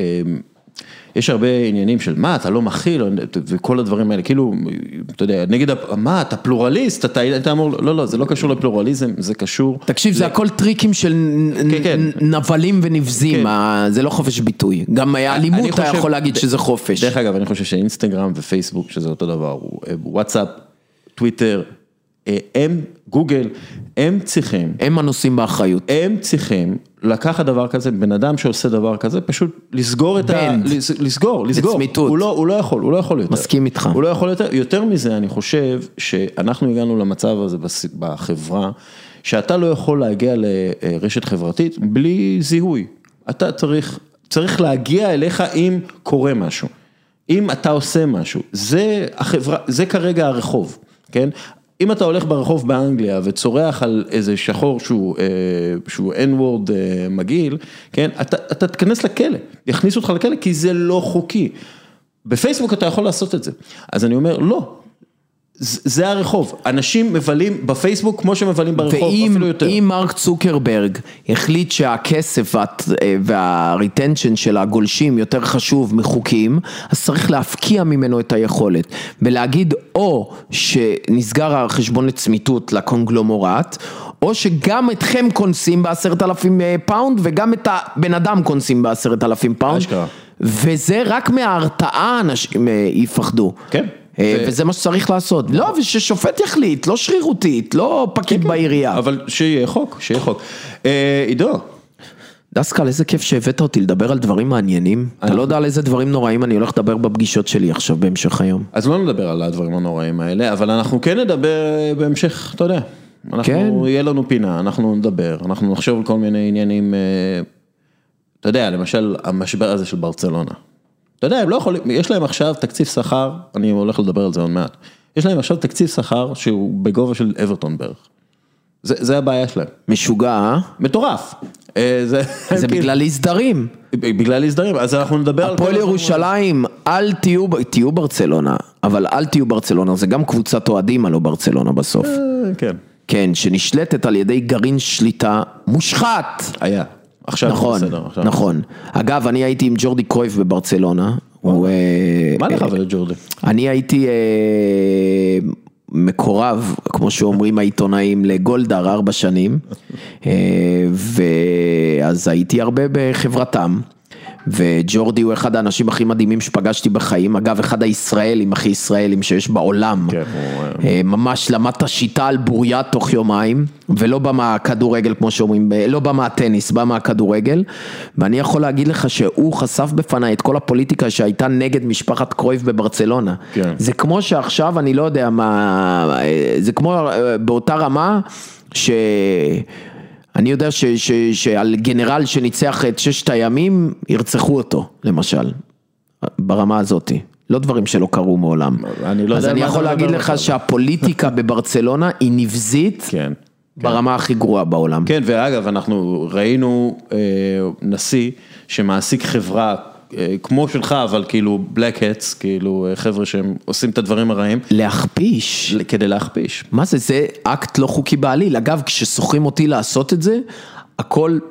יש הרבה עניינים של מה, אתה לא מכיל, וכל הדברים האלה, כאילו, אתה יודע, נגד, מה, אתה פלורליסט, אתה אמור, לא, זה לא קשור לפלורליזם, זה קשור... תקשיב, זה הכל טריקים של נבלים ונבזים, זה לא חופש ביטוי, גם האלימות אתה יכול להגיד שזה חופש. דרך אגב, אני חושב שאינסטגרם ופייסבוק, שזה אותו דבר, וואטסאפ, טוויטר, הם, גוגל, הם צריכים... הם הנושאים באחריות. הם צריכים לקחת דבר כזה, בן אדם שעושה דבר כזה, פשוט לסגור את ה... לסגור. לצמיתות. הוא לא יכול יותר. מסכים איתך. הוא לא יכול יותר. יותר מזה, אני חושב שאנחנו הגענו למצב הזה בחברה, שאתה לא יכול להגיע לרשת חברתית בלי זיהוי. אתה צריך להגיע אליך אם קורה משהו. אם אתה עושה משהו. זה כרגע הרחוב, כן? אם אתה הולך ברחוב באנגליה וצורח על איזה שחור שהוא N-word מגעיל, כן? אתה תכנס לכלא, יכניסו אותך לכלא, כי זה לא חוקי. בפייסבוק אתה יכול לעשות את זה. אז אני אומר, לא. זה הרחוב. אנשים מבלים בפייסבוק כמו שמבלים ברחוב, אפילו יותר. ואם מרק צוקרברג החליט שהכסף והריטנשן של הגולשים יותר חשוב מחוקים, אז צריך להפקיע ממנו את היכולת. ולהגיד או שנסגר החשבון לצמיתות לקונגלומורט, או שגם אתכם קונסים ב10,000 פאונד, וגם את הבן אדם קונסים ב10,000 פאונד. אשכרה. וזה רק מההרתעה אנשים יפחדו. כן. וזה מה שצריך לעשות. לא, וששופט יחליט, לא שרירותית, לא פקיד בעירייה. אבל שיהיה חוק. עידו. דסקל, איזה כיף שהבאת אותי לדבר על דברים מעניינים. אתה לא יודע על איזה דברים נוראים אני הולך לדבר בפגישות שלי עכשיו בהמשך היום. אז לא נדבר על הדברים הנוראים האלה, אבל אנחנו כן נדבר בהמשך, אתה יודע. יהיה לנו פינה, אנחנו נדבר, אנחנו נחשוב על כל מיני עניינים, אתה יודע, למשל המשבר הזה של ברצלונה. אתה יודע, הם לא יכולים, יש להם עכשיו תקציב שכר, אני הולך לדבר על זה עוד מעט, יש להם עכשיו תקציב שכר שהוא בגובה של אברטון בערך. זה הבעיה שלהם. משוגע, מטורף. זה בגלל הסדרים. בגלל הסדרים, אז אנחנו נדבר על... הפועל ירושלים, אל תהיו ברצלונה, אבל אל תהיו ברצלונה, זה גם קבוצת אוהדים, הלא ברצלונה בסוף. כן. כן, שנשלטת על ידי גרעין שליטה מושחת. היה. עכשיו נכון, נכון. אגב, אני הייתי עם ג'ורדי קרויף בברצלונה. מה לך ג'ורדי? אני הייתי מקורב, כמו שאומרים העיתונאים, לגולדהר 4 שנים, ואז הייתי הרבה בחברתם, וג'ורדי הוא אחד האנשים הכי מדהימים שפגשתי בחיים, אגב אחד הישראלים, הכי ישראלים שיש בעולם, ממש למד את השיטה על בוריה תוך יומיים, ולא בא מהכדורגל כמו שאומרים, לא בא מהטניס, בא מהכדורגל, ואני יכול להגיד לך שהוא חשף בפניי את כל הפוליטיקה שהייתה נגד משפחת קרויף בברצלונה, זה כמו שעכשיו אני לא יודע מה, זה כמו באותה רמה אני יודע שעל גנרל שניצח את 6 הימים, ירצחו אותו, למשל, ברמה הזאת. לא דברים שלא קרו מעולם. אז אני יכול להגיד לך שהפוליטיקה בברצלונה היא נבזית ברמה הכי גרועה בעולם. כן, ואגב, אנחנו ראינו נשיא שמעסיק חברה, כמו שלך, אבל כאילו black hats, כאילו חבר'ה שהם עושים את הדברים הרעים. להכפיש. כדי להכפיש. מה זה? זה אקט לא חוקי בעליל. אגב, כשסוחרים אותי לעשות את זה, הכל,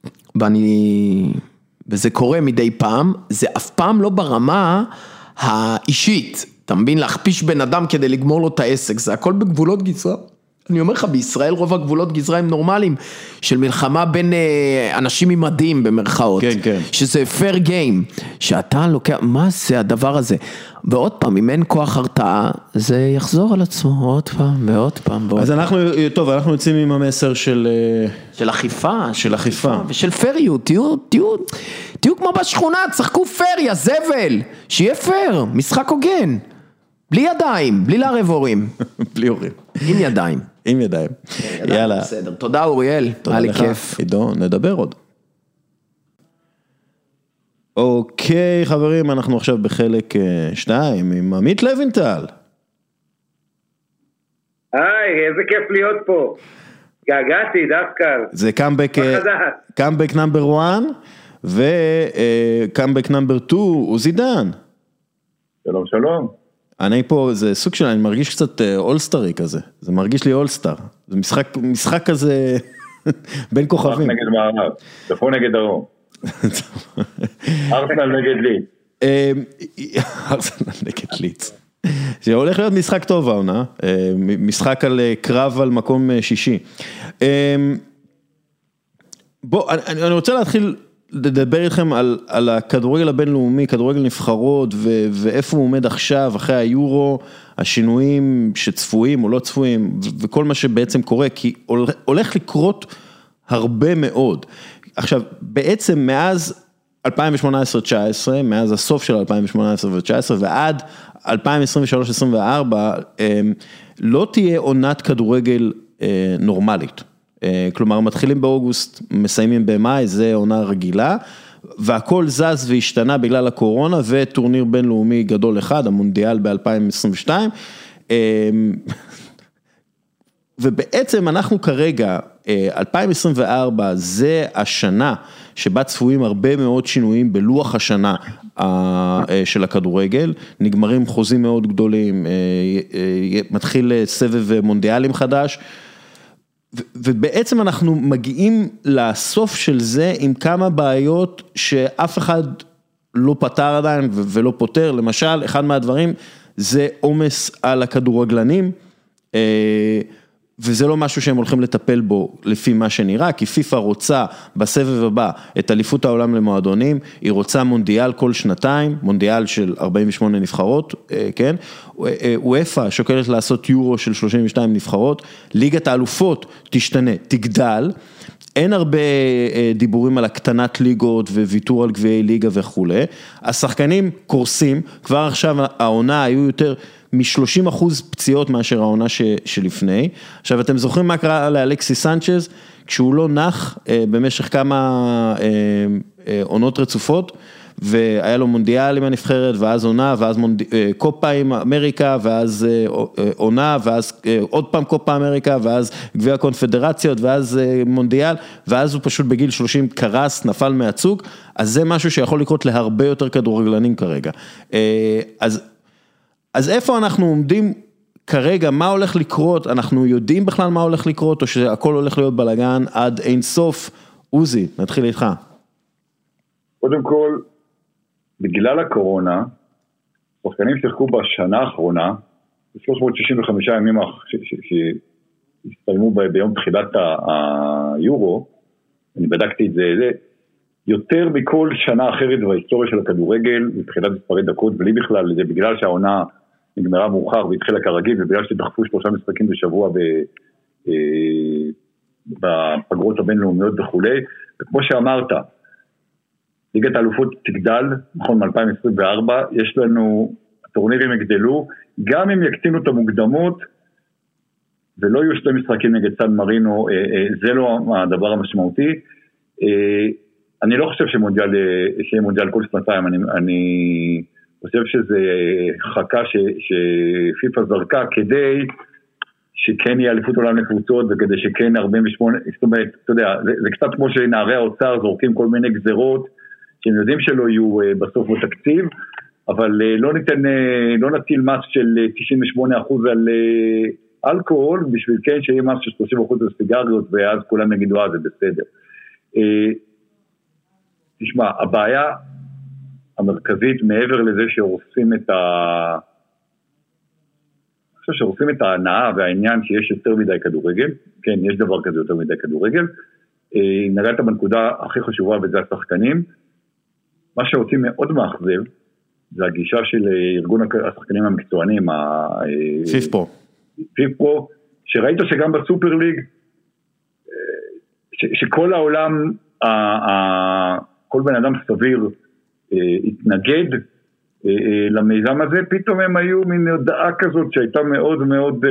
וזה קורה מדי פעם, זה אף פעם לא ברמה האישית. אתה מבין? להכפיש בן אדם כדי לגמור לו את העסק. זה הכל בגבולות גזרה. אני אומר לך, בישראל רוב הגבולות גזרה הם נורמליים, של מלחמה בין אנשים עם מדים במרכאות, כן, כן. שזה fair game, שאתה לוקח, מה זה הדבר הזה? ועוד פעם, אם אין כוח הרתעה, זה יחזור על עצמו עוד פעם ועוד פעם. אז אנחנו יוצאים עם המסר של אכיפה, של אכיפה. ושל פריות, תהיו כמו בשכונה, צחקו פר, יא זבל, שיהיה פר, משחק הוגן. בלי ידיים, בלי לערב הורים. בלי הורים. עם ידיים. עם ידיים. יאללה. בסדר. תודה אוריאל, היה לי כיף. עידו, נדבר עוד. אוקיי חברים, אנחנו עכשיו בחלק 2 עם עמית לוינטל. היי, איזה כיף להיות פה. געגעתי דווקא. זה קאמבק נאמבר 1 וקאמבק נאמבר 2, עוזי דן. שלום שלום. אני פה, זה סוג של, אני מרגיש קצת אולסטרי כזה, זה מרגיש לי אולסטר, זה משחק כזה בין כוכבים. נגד מערב, צפון נגד דרום. ארסנל נגד ליץ. ארסנל נגד ליץ. זה הולך להיות משחק טוב העונה, משחק על קרב על מקום 6. בוא, אני רוצה להתחיל לדבר איתכם על הכדורגל הבינלאומי, כדורגל נבחרות, ואיפה הוא עומד עכשיו, אחרי היורו, השינויים שצפויים או לא צפויים, וכל מה שבעצם קורה, כי הולך לקרות הרבה מאוד. עכשיו, בעצם מאז 2018-2019, מאז הסוף של 2018-2019, ועד 2023-2024, לא תהיה עונת כדורגל נורמלית. כלומר, מתחילים באוגוסט, מסיימים במאי, זה עונה רגילה, והכל זז והשתנה בגלל הקורונה, וטורניר בינלאומי גדול אחד, המונדיאל ב-2022, ובעצם אנחנו כרגע, 2024 זה השנה שבה צפויים הרבה מאוד שינויים בלוח השנה של הכדורגל, נגמרים חוזים מאוד גדולים, מתחיל סבב מונדיאלים חדש, ובעצם אנחנו מגיעים לסוף של זה עם כמה בעיות שאף אחד לא פתר עדיין ולא פותר, למשל אחד מהדברים זה עומס על הכדורגלנים, וזה לא משהו שהם הולכים לטפל בו לפי מה שנראה, כי פיפה רוצה בסבב הבא את אליפות העולם למועדונים, היא רוצה מונדיאל כל שנתיים, מונדיאל של 48 נבחרות, כן? UEFA שוקלת לעשות יורו של 32 נבחרות, ליגת האלופות תשתנה, תגדל, אין הרבה דיבורים על הקטנת ליגות וויתור על גביעי ליגה וכו'. השחקנים קורסים, כבר עכשיו העונה היו יותר מ-30% פציעות מאשר העונה שלפני. עכשיו אתם זוכרים מה קרה לאלכסי סנצ'ז, כשהוא לא נח במשך כמה עונות רצופות, והיה לו מונדיאל עם הנבחרת, ואז עונה, ואז קופה עם אמריקה, ואז עונה, ואז עוד פעם קופה אמריקה, ואז גביע הקונפדרציות, ואז מונדיאל, ואז הוא פשוט בגיל 30 קרס, נפל מהצוג, אז זה משהו שיכול לקרות להרבה יותר כדורגלנים כרגע. אז איפה אנחנו עומדים כרגע, מה הולך לקרות, אנחנו יודעים בכלל מה הולך לקרות, או שהכל הולך להיות בלגן עד אין סוף. עוזי, נתחיל איתך. קודם כל, בגלל הקורונה, שחקנים שיחקו בשנה האחרונה, 365 ימים שהסתיימו ביום תחילת היורו, אני בדקתי את זה, יותר מכל שנה אחרת בהיסטוריה של הכדורגל, מבחינת מספרי דקות, בלי בכלל, זה בגלל שהעונה נגמרה מאוחר והתחילה כרגיל, ובגלל שדחפו 3 משחקים בשבוע בפגרות הבינלאומיות וכו'. וכמו שאמרת, ליגת האלופות תגדל, נכון, מ-2024, יש לנו, הטורנירים יגדלו, גם אם יקטינו את המוקדמות, ולא יהיו 2 משחקים נגד סן מרינו, זה לא הדבר המשמעותי. אני לא חושב שיהיה מונדיאל כל שנתיים, אני חושב שזה חכה שפיפה זרקה כדי שכן יהיה אליפות עולם לקבוצות, וכדי שכן 48, זאת אומרת, אתה יודע, זה קצת כמו שנערי האוצר זורקים כל מיני גזרות, שהם יודעים שלא יהיו בסוף בתקציב, אבל לא נטיל מס של 98% על אלכוהול, בשביל כן שיהיה מס של 30% על סיגריות, ואז כולם יגידו, זה בסדר. תשמע, הבעיה המרכזית מעבר לזה שהורסים את חושב שעושים את ההנאה והעניין שיש יותר מדי כדורגל, כן, יש דבר כזה יותר מדי כדורגל, נגעת בנקודה הכי חשובה וזה השחקנים, מה שעושים מאוד מאכזב, זה הגישה של ארגון השחקנים המקצוענים, פיפפרו, שראית שגם בסופר ליג, שכל העולם, כל בן אדם סביר התנגד למיזם הזה, פתאום הם היו מין הודעה כזאת שהייתה מאוד מאוד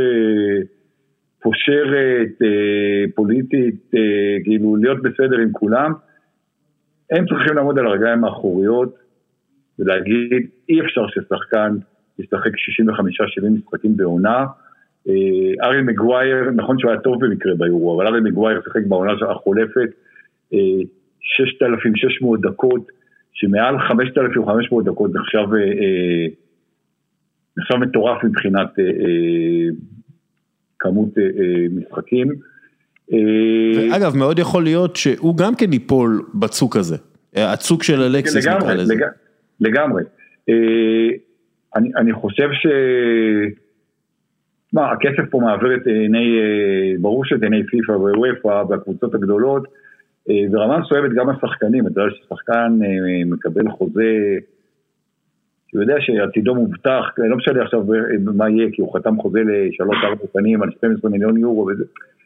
פושרת, פוליטית, כאילו להיות בסדר עם כולם. הם צריכים לעמוד על הרגליים האחוריות ולהגיד, אי אפשר ששחקן ישחק 65-70 משחקים בעונה. ארי מגווייר, נכון שהוא היה טוב במקרה ביורו, אבל ארי מגווייר שחק בעונה החולפת 6,600 דקות, שמעל 5,500 דקות נחשב מטורף מבחינת כמות משחקים. ואגב, מאוד יכול להיות שהוא גם כן ייפול בצוק הזה, הצוק של אלקסיס נקרא לזה. לגמרי. אני חושב הכסף פה מעביר את עיני, ברור שאת עיני פיפה וויפה והקבוצות הגדולות, ברמה מסוימת גם השחקנים, אתה יודע ששחקן מקבל חוזה, הוא יודע שעתידו מובטח, לא משנה עכשיו מה יהיה, כי הוא חתם חוזה ל3-4 שנים על 12 מיליון יורו וזה.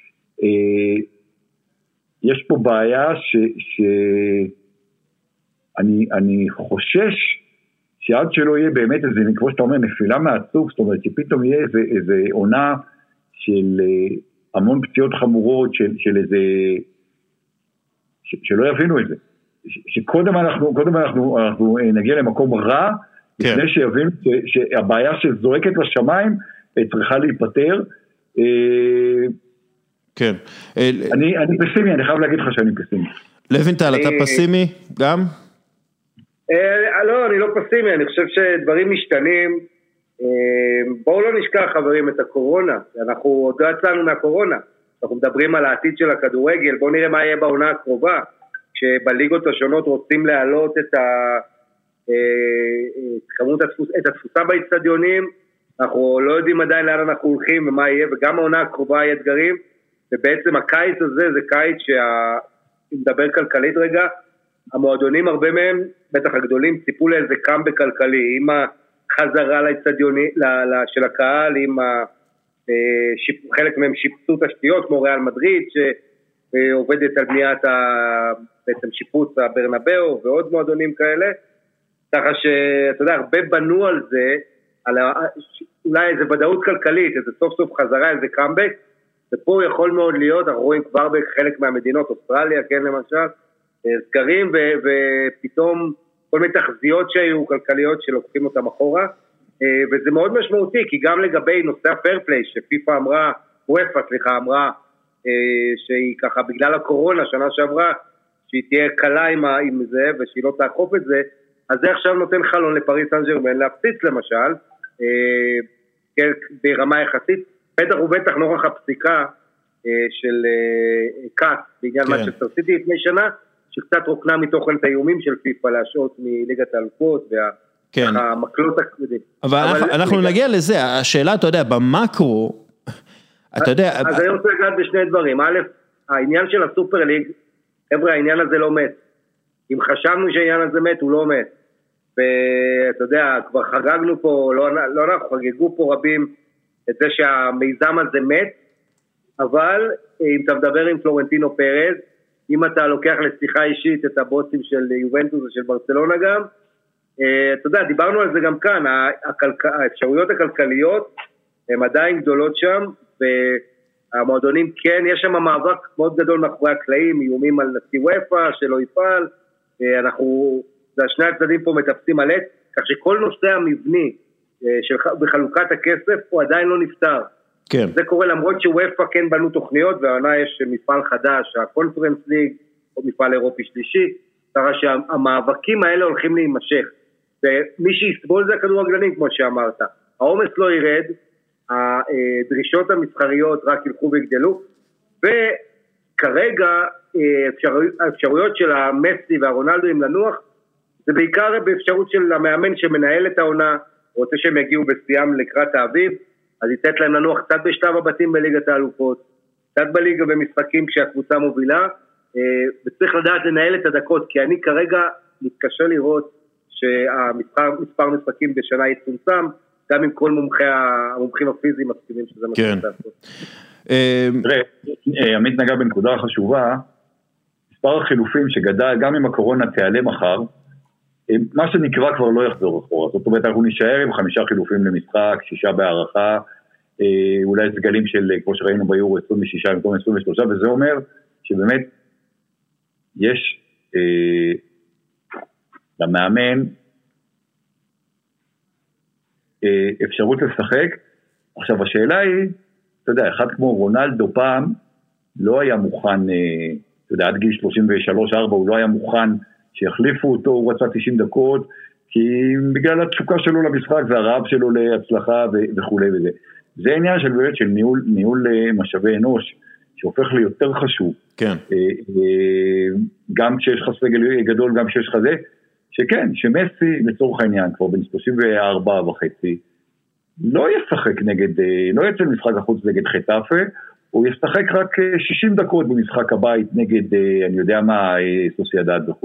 יש פה בעיה שאני חושש שעד שלא יהיה באמת איזה, כמו שאתה אומר, נפילה מהצוק, זאת אומרת שפתאום יהיה איזה עונה של המון פציעות חמורות, של איזה, שלא יבינו את זה. שקודם אנחנו נגיע למקום רע, לפני שיבינו שהבעיה שזורקת לשמיים צריכה להיפטר. כן. אני פסימי, אני חייב להגיד לך שאני פסימי. לוינטל, אתה פסימי גם? לא, אני לא פסימי, אני חושב שדברים משתנים. בואו לא נשכח חברים את הקורונה, אנחנו עוד לא יצאנו מהקורונה, אנחנו מדברים על העתיד של הכדורגל, בואו נראה מה יהיה בעונה הקרובה, כשבליגות השונות רוצים להעלות את התפוסה באצטדיונים, אנחנו לא יודעים עדיין לאן אנחנו הולכים ומה יהיה, וגם העונה הקרובה היא אתגרים, ובעצם הקיץ הזה זה קיץ אם נדבר כלכלית רגע, המועדונים הרבה מהם, בטח הגדולים, ציפו לאיזה קאמבק כלכלי, עם החזרה לאצטדיונים של הקהל, עם חלק מהם שיפצו תשתיות כמו ריאל מדריד, שעובדת על בניית בעצם שיפוץ הברנבאו ועוד מועדונים כאלה, ככה שאתה יודע, הרבה בנו על זה, על אולי איזה ודאות כלכלית, איזה סוף סוף חזרה, איזה קאמבק, ופה יכול מאוד להיות, אנחנו רואים כבר בחלק מהמדינות, אוסטרליה, כן למשל, סגרים ופתאום כל מיני תחזיות שהיו כלכליות שלוקחים אותם אחורה, וזה מאוד משמעותי, כי גם לגבי נושא הפיירפליי, שפיפה אמרה, וופא אמרה, שהיא ככה בגלל הקורונה, שנה שעברה, שהיא תהיה קלה עם זה, ושהיא לא תאכוף את זה, אז זה עכשיו נותן חלון לפריס סן ז'רמן להפציץ למשל, ברמה יחסית, בטח ובטח נוכח הפסיקה של קאט, בעניין מצ'סטר סיטי לפני שנה, שקצת רוקנה מתוכן את האיומים של פיפה להשעות מליגת האלופות והמקלות הכבדים. אבל אנחנו נגיע לזה, השאלה, אתה יודע, במקרו, אתה יודע... אז אני רוצה לגעת בשני דברים. א', העניין של הסופר ליג, חבר'ה, העניין הזה לא מת. אם חשבנו שהעניין הזה מת, הוא לא מת. ואתה יודע, כבר חגגנו פה, לא אנחנו, חגגו פה רבים את זה שהמיזם הזה מת, אבל אם אתה מדבר עם פלורנטינו פרז, אם אתה לוקח לשיחה אישית את הבוסים של יובנטוס ושל ברצלונה גם, אתה יודע, דיברנו על זה גם כאן, האפשרויות הכלכליות הן עדיין גדולות שם, והמועדונים כן, יש שם מאבק מאוד גדול מאחורי הקלעים, איומים על נשיא וופא שלא יפעל, שני הצדדים פה מטפסים על עץ, כך שכל נושא המבני בחלוקת הכסף הוא עדיין לא נפתר. כן. זה קורה למרות שוופא כן בנו תוכניות, והעונה יש מפעל חדש, הקונפרנס ליג, או מפעל אירופי שלישי, ככה שהמאבקים האלה הולכים להימשך. ומי שיסבול זה הכדורגלנים, כמו שאמרת. העומס לא ירד, הדרישות המסחריות רק ילכו ויגדלו, וכרגע האפשרויות של המסי והרונלדוים לנוח, זה בעיקר באפשרות של המאמן שמנהל את העונה, רוצה שהם יגיעו בשיאם לקראת האביב, אז ייתת להם לנוח קצת בשלב הבתים בליגת האלופות, קצת בליגה במשחקים כשהקבוצה מובילה, וצריך לדעת לנהל את הדקות, כי אני כרגע מתקשה לראות שהמספר משחקים בשנה יצומצם, גם עם כל המומחים הפיזיים מסכימים שזה מה שצריך לעשות. תראה, עמית נגע בנקודה חשובה, מספר החילופים שגדל, גם אם הקורונה תיעלם מחר, מה שנקבע כבר לא יחזור אחורה, זאת אומרת אנחנו נשאר עם 5 חילופים למשחק, 6 בהערכה, אולי סגלים של, כמו שראינו ביורו, 26 במקום 23, וזה אומר שבאמת יש למאמן אפשרות לשחק. עכשיו השאלה היא, אתה יודע, אחד כמו רונלדו פעם לא היה מוכן, אתה יודע, עד גיל 33-4 הוא לא היה מוכן שיחליפו אותו, הוא רצה 90 דקות, כי בגלל התשוקה שלו למשחק והרעב שלו להצלחה וכו' וזה. זה העניין של באמת של ניהול משאבי אנוש, שהופך ליותר חשוב. כן. גם כשיש לך סגל גדול, גם כשיש לך זה, שכן, שמסי לצורך העניין, כבר בין 34.5, לא ישחק נגד, לא יצא למשחק החוץ נגד חטאפה, הוא ישחק רק 60 דקות במשחק הבית נגד, אני יודע מה, סוסיידד וכו'.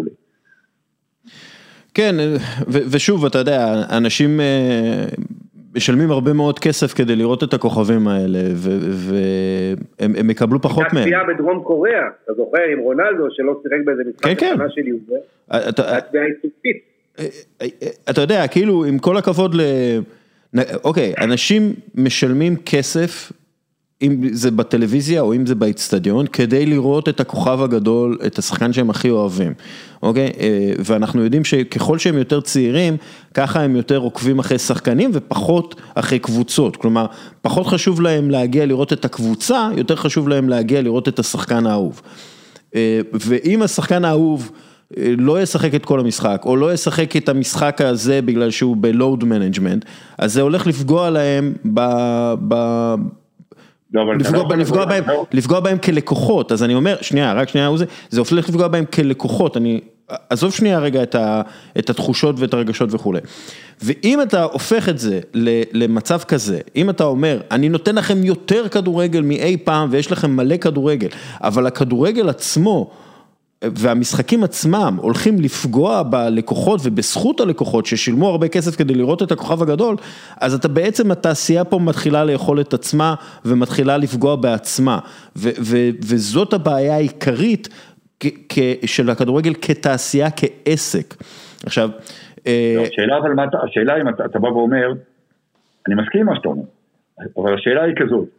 כן, ושוב, אתה יודע, אנשים משלמים הרבה מאוד כסף כדי לראות את הכוכבים האלה, והם יקבלו פחות מהם. הייתה צפייה בדרום קוריאה, אתה זוכר, עם רונלדו, שלא שיחק באיזה משחק השנה שלי, הצפייה איסופית. אתה יודע, כאילו, עם כל הכבוד אוקיי, אנשים משלמים כסף, אם זה בטלוויזיה או אם זה באצטדיון, כדי לראות את הכוכב הגדול, את השחקן שהם הכי אוהבים, אוקיי? ואנחנו יודעים שככל שהם יותר צעירים, ככה הם יותר עוקבים אחרי שחקנים ופחות אחרי קבוצות, כלומר, פחות חשוב להם להגיע לראות את הקבוצה, יותר חשוב להם להגיע לראות את השחקן האהוב. ואם השחקן האהוב לא ישחק את כל המשחק, או לא ישחק את המשחק הזה בגלל שהוא ב-load management, אז זה הולך לפגוע להם לפגוע בהם כלקוחות. אז אני אומר, רק שנייה, זה הופך לפגוע בהם כלקוחות. עזוב שנייה רגע את התחושות ואת הרגשות וכו'. ואם אתה הופך את זה למצב כזה, אם אתה אומר, אני נותן לכם יותר כדורגל מאי פעם, ויש לכם מלא כדורגל, אבל הכדורגל עצמו, והמשחקים עצמם הולכים לפגוע בלקוחות ובזכות הלקוחות ששילמו הרבה כסף כדי לראות את הכוכב הגדול, אז אתה בעצם, התעשייה פה מתחילה לאכול את עצמה ומתחילה לפגוע בעצמה, וזאת הבעיה העיקרית של הכדורגל כתעשייה, כעסק. עכשיו, השאלה אם אתה בא ואומר, אני מסכים מה שאתה אומר, אבל השאלה היא כזאת,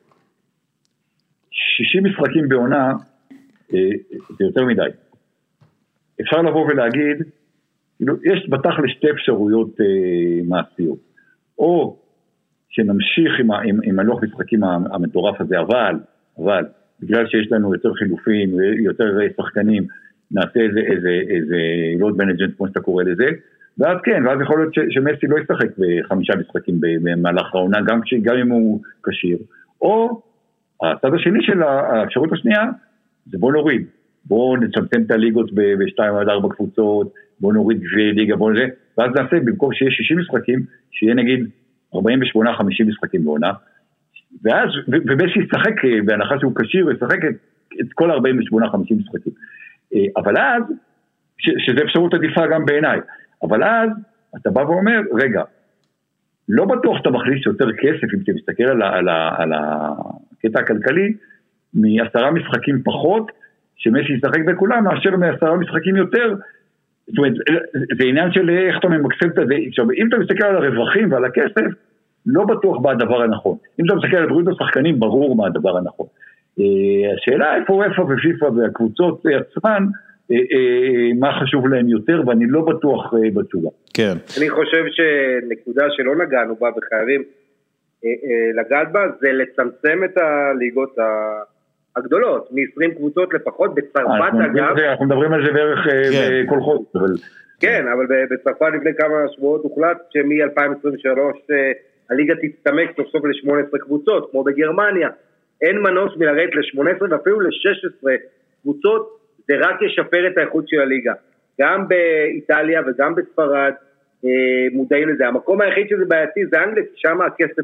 60 משחקים בעונה, זה יותר מדי. אפשר לבוא ולהגיד, יש בתכל'ס 2 אפשרויות מעשיות. או שנמשיך עם הלוח משחקים המטורף הזה, אבל, בגלל שיש לנו יותר חילופים ויותר שחקנים, נעשה איזה load management כמו שאתה קורא לזה, ואז כן, ואז יכול להיות שמסי לא ישחק ב5 משחקים במהלך העונה, גם אם הוא קשיר. או הצד השני של האפשרות השנייה, זה בוא נוריד. בואו נצמצם את הליגות ב2-4 קבוצות, בואו נוריד גביעי ליגה, ואז נעשה, במקום שיהיה 60 משחקים, שיהיה נגיד 48-50 משחקים בעונה, ואז, ובאמת ישחק, בהנחה שהוא קשיר, ישחק את כל 48-50 משחקים. אבל אז, שזה אפשרות עדיפה גם בעיניי, אבל אז, אתה בא ואומר, רגע, לא בטוח שאתה מחליט יותר כסף, אם אתה מסתכל על הקטע הכלכלי, מ10 משחקים פחות, שמסי ישחק בכולם, מאשר מ10 משחקים יותר, זאת אומרת, זה עניין של איך אתה ממקסם את זה, אם אתה מסתכל על הרווחים ועל הכסף, לא בטוח מה הדבר הנכון, אם אתה מסתכל על בריאות השחקנים, ברור מה הדבר הנכון. השאלה איפה ופיפה והקבוצות עצמן, מה חשוב להם יותר, ואני לא בטוח בתשובה. כן. אני חושב שנקודה שלא נגענו בה וחייבים לגעת בה, זה לצמצם את הליגות הגדולות, מ-20 קבוצות לפחות, בצרפת אגב. אנחנו מדברים על זה בערך כל חודש. כן, אבל בצרפת לפני כמה שבועות הוחלט שמ-2023 הליגה תצטמק סוף ל-18 קבוצות, כמו בגרמניה. אין מנוס מלרדת ל-18 ואפילו ל-16 קבוצות, זה רק ישפר את האיכות של הליגה. גם באיטליה וגם בספרד מודעים לזה. המקום היחיד שזה בעייתי זה אנגליה, שם הכסף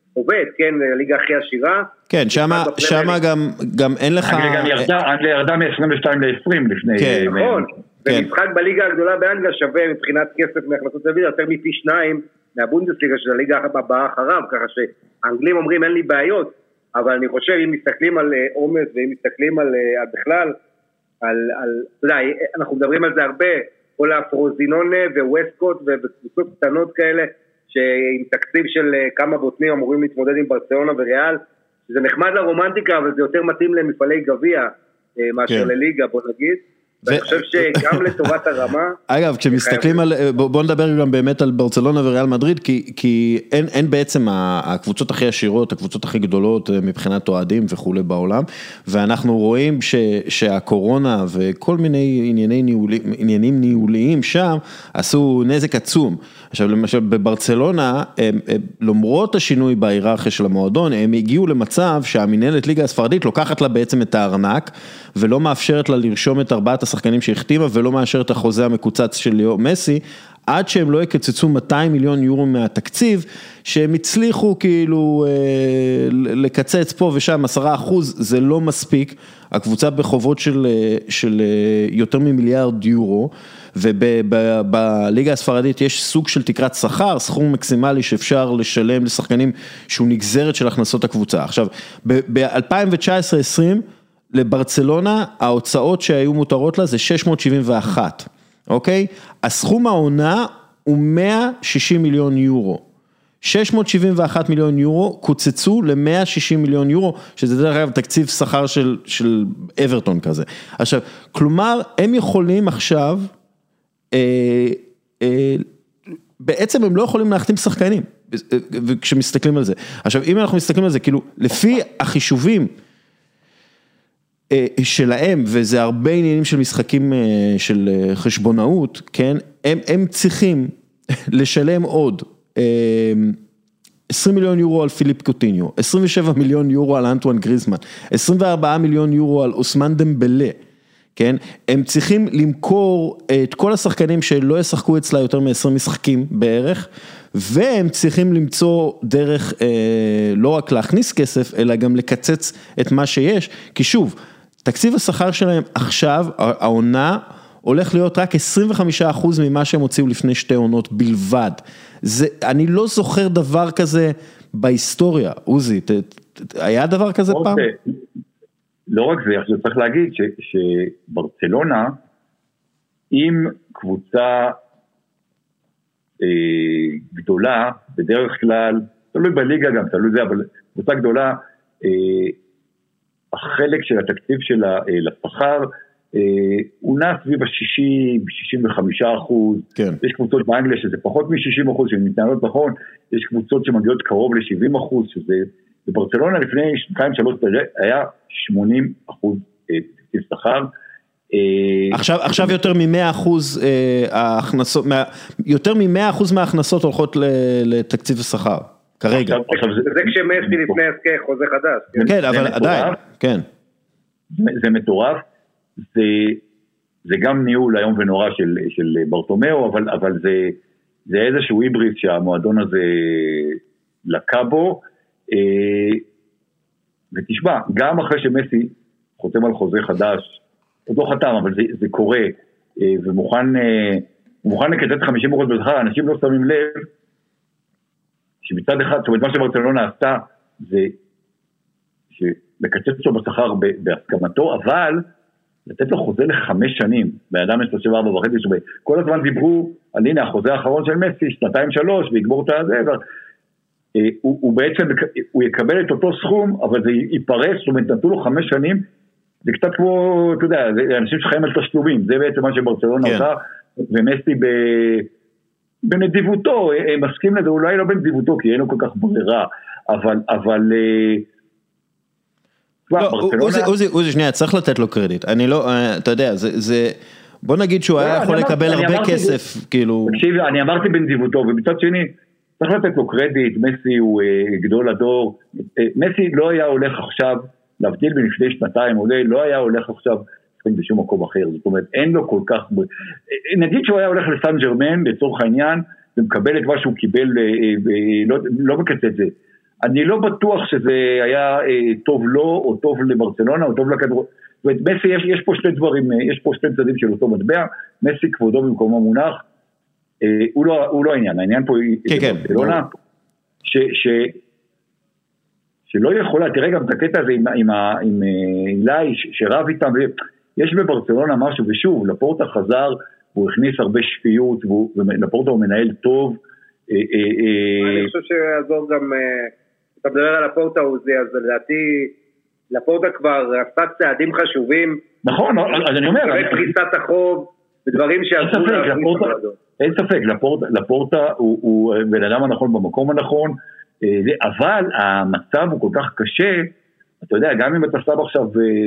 עובד, כן, הליגה הכי עשירה. כן, שמה גם אין לך... אנגליה ירדה מ-22 ל-20 לפני... כן, נכון. ומשחק בליגה הגדולה באנגליה שווה מבחינת כסף מהכנסות טלוויזיה יותר מפי 2 מהבונדסליגה של הליגה הבאה אחריו, ככה שהאנגלים אומרים אין לי בעיות, אבל אני חושב אם מסתכלים על אומץ ואם מסתכלים על בכלל, אנחנו מדברים על זה הרבה, כל הפרוזינונה וווסטקוט וקבוצות קטנות כאלה, שעם תקציב של כמה בוטנים אמורים להתמודד עם ברצלונה וריאל, זה נחמד לרומנטיקה, אבל זה יותר מתאים למפעלי גביע מאשר לליגה, בוא נגיד. ואני חושב שגם לטובת הרמה... אגב, כשמסתכלים על... בוא נדבר גם באמת על ברצלונה וריאל מדריד, כי אין בעצם הקבוצות הכי עשירות, הקבוצות הכי גדולות מבחינת אוהדים וכו' בעולם, ואנחנו רואים שהקורונה וכל מיני עניינים ניהוליים שם, עשו נזק עצום. עכשיו, למשל, בברצלונה, למרות השינוי בהיררכיה של המועדון, הם הגיעו למצב שהמנהלת ליגה הספרדית לוקחת לה בעצם את הארנק, ולא מאפשרת לה לרשום את 4 השחקנים שהחתימה, ולא מאשר את החוזה המקוצץ של ליאו מסי, עד שהם לא יקצצו 200 מיליון יורו מהתקציב, שהם הצליחו כאילו לקצץ פה ושם 10%, זה לא מספיק, הקבוצה בחובות של יותר ממיליארד יורו, ובליגה הספרדית יש סוג של תקרת שכר, סכום מקסימלי שאפשר לשלם לשחקנים שהוא נגזרת של הכנסות הקבוצה. עכשיו, ב-2019-2020, לברצלונה, ההוצאות שהיו מותרות לה זה 671, אוקיי? הסכום העונה הוא 160 מיליון יורו. 671 מיליון יורו קוצצו ל-160 מיליון יורו, שזה דרך אגב תקציב שכר של אברטון כזה. עכשיו, כלומר, הם יכולים עכשיו, בעצם הם לא יכולים להחתים שחקנים, וכשמסתכלים על זה. עכשיו, אם אנחנו מסתכלים על זה, כאילו, לפי החישובים, שלהם, וזה הרבה עניינים של משחקים של חשבונאות, כן, הם צריכים לשלם עוד 20 מיליון יורו על פיליפ קוטיניו, 27 מיליון יורו על אנטואן גריזמן, 24 מיליון יורו על אוסמן דמבלה, כן, הם צריכים למכור את כל השחקנים שלא ישחקו אצלה יותר מ-20 משחקים בערך, והם צריכים למצוא דרך לא רק להכניס כסף, אלא גם לקצץ את מה שיש, כי שוב, תקציב השכר שלהם עכשיו, העונה, הולך להיות רק 25% ממה שהם הוציאו לפני 2 עונות בלבד. אני לא זוכר דבר כזה בהיסטוריה, עוזי, היה דבר כזה פעם? לא רק זה, עכשיו צריך להגיד שברצלונה, אם קבוצה גדולה, בדרך כלל, תלוי בליגה גם, תלוי זה, אבל קבוצה גדולה, החלק של התקציב שלה לשכר, הוא נע סביב ה-60-65%, כן. יש קבוצות באנגליה שזה פחות מ-60%, שהן מתנהלות נכון, יש קבוצות שמגיעות קרוב ל-70%, שזה בברצלונה לפני 2-3 היה 80% תקציב שכר. עכשיו יותר מ-100% ההכנסות, יותר מ-100% מההכנסות הולכות לתקציב השכר. כרגע. זה כשמסי לפני חוזה חדש. כן, אבל עדיין, כן. זה מטורף, זה גם ניהול היום ונורא של ברטומאו, אבל זה איזשהו היבריס שהמועדון הזה לקה בו, ותשמע, גם אחרי שמסי חותם על חוזה חדש, עוד לא חתם, אבל זה קורה, ומוכן לקצץ 50% בשכר, אנשים לא שמים לב, שמצד אחד, זאת אומרת, מה שברצלונה עשתה, זה לקצץ אותו בשכר בהסכמתו, אבל לתת לו חוזה ל5 שנים, באדם יש 34.5, כל הזמן דיברו על הנה החוזה האחרון של מסי, 2-3, ויגבור את הזה, הוא בעצם, הוא יקבל את אותו סכום, אבל זה ייפרס, זאת אומרת, נתנו לו 5 שנים, זה קצת כמו, אתה יודע, זה אנשים שחיים על תשלומים, זה בעצם מה שברצלונה עושה, ומסי בנדיבותו, מסכים לזה, אולי לא בנדיבותו, כי אין לו כל כך ברירה, אבל עוזי, שנייה, צריך לתת לו קרדיט, אני לא, אתה יודע, זה, בוא נגיד שהוא היה יכול לקבל הרבה כסף, כאילו. תקשיב, אני אמרתי בנדיבותו, ובצד שני, צריך לתת לו קרדיט, מסי הוא גדול הדור, מסי לא היה הולך עכשיו, להבדיל בלפני 2 אולי, לא היה הולך עכשיו, בשום מקום אחר, זאת אומרת, אין לו כל כך, נגיד שהוא היה הולך לסן ג'רמן, לצורך העניין, ומקבל את מה שהוא קיבל, לא מקצת זה, אני לא בטוח שזה היה טוב לו, או טוב לברצלונה, או טוב לכדורגל. זאת אומרת, מסי, יש פה שני דברים, יש פה שני צדדים של אותו מטבע, מסי כבודו במקומו מונח, הוא לא העניין פה היא ברצלונה, שלא יכולה, תראה גם את הקטע הזה עם אילי שרב איתם, יש בברצלונה משהו, ושוב, לפורטה חזר, הוא הכניס הרבה שפיות, ולפורטה הוא מנהל טוב. אני חושב שיעזור גם, אתה מדבר על לפורטה, אז לדעתי, לפורטה כבר עשה צעדים חשובים. נכון, אז אני אומר. פריסת החוב, ודברים שעזרו להכניס אותו. אין ספק, לפורטה הוא בן אדם הנכון במקום הנכון, אבל המצב הוא כל כך קשה, אתה יודע, גם אם אתה שם עכשיו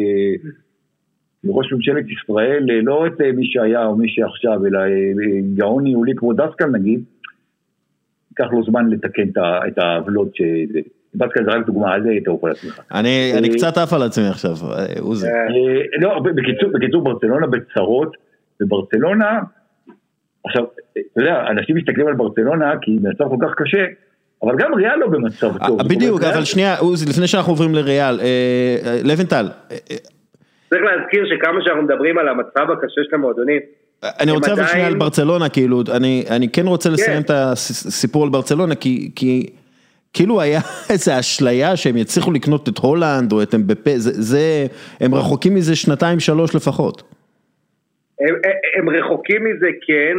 ראש ממשלת ישראל, לא את מי שהיה או מי שעכשיו, אלא גאון ניהולי כמו דסקל נגיד, ייקח לו זמן לתקן את העוולות דסקל זה רק דוגמה, על זה אתה יכול לעצמך. אני קצת עף על עצמי עכשיו, עוזי. לא, בקיצור ברצלונה בצרות, וברצלונה, עכשיו, אתה יודע, אנשים מסתכלים על ברצלונה כי מצב כל כך קשה, אבל גם ריאל לא במצב טוב. בדיוק, אבל שנייה, עוזי, לפני שאנחנו עוברים לריאל, לבנטל. צריך להזכיר שכמה שאנחנו מדברים על המצב הקשה של המועדונים. אני רוצה אבל שנייה על ברצלונה, כאילו, אני כן רוצה לסיים את הסיפור על ברצלונה, כי כאילו היה איזו אשליה שהם יצליחו לקנות את הולנד, או את אמבפה, הם רחוקים מזה 2-3 לפחות. הם רחוקים מזה כן,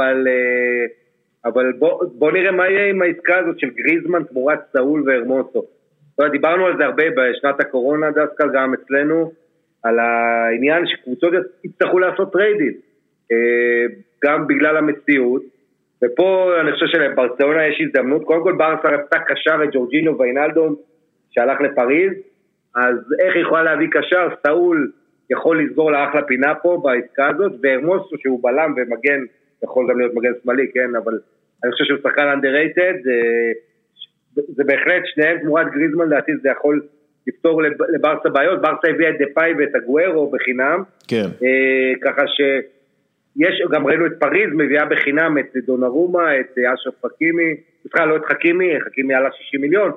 אבל בוא נראה מה יהיה עם העסקה הזאת של גריזמן תמורת סאול והרמוסו. דיברנו על זה הרבה בשנת הקורונה דסקל גם אצלנו, על העניין שקבוצות יצטרכו לעשות טריידים, גם בגלל המציאות, ופה אני חושב שלברצלונה יש הזדמנות, קודם כל ברסה רצתה קשר את ג'ורג'יניו ואינלדום שהלך לפריז, אז איך היא יכולה להביא קשר? סאול יכול לסגור לאחלה פינה פה בעסקה הזאת, והרמוסו שהוא בלם ומגן, יכול גם להיות מגן שמאלי, כן, אבל אני חושב שהוא שחקן underrated, זה בהחלט שניהם תמורת גריזמן, לדעתי זה יכול לפתור לברסה בעיות, ברסה הביאה את דפאי ואת הגוארו בחינם, כן. ככה שיש, גם ראינו את פריז, מביאה בחינם את דונרומה, את אשרף חכימי, בכלל לא את חכימי עלה 60 מיליון,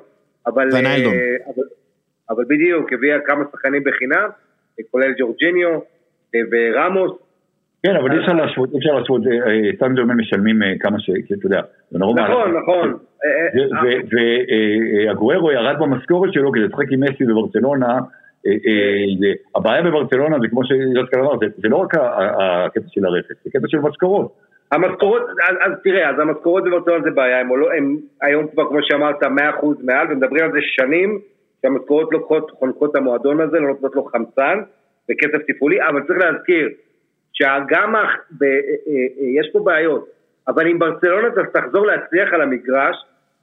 אבל בדיוק, הביאה כמה שחקנים בחינם, כולל ג'ורג'יניו ורמוס. כן, אבל אי אפשר להשוות, סתם דומן משלמים כמה אתה יודע, נכון. והגוארו ירד במשכורת שלו כדי לשחק עם מסי בברצלונה, הבעיה בברצלונה זה כמו שדסקל אמר, זה לא רק הקטע של הרכס, זה קטע של משכורות. המשכורות, אז תראה, אז המשכורות בברצלונה זה בעיה, הם היום כבר כמו שאמרת 100% מעל, ומדברים על זה שנים, שהמשכורות חונקות את המועדון הזה, לא נותנות לו חמצן, וכסף תפעולי, אבל צריך להזכיר, שגם יש פה בעיות, אבל אם ברצלונה תחזור להצליח על המגרש,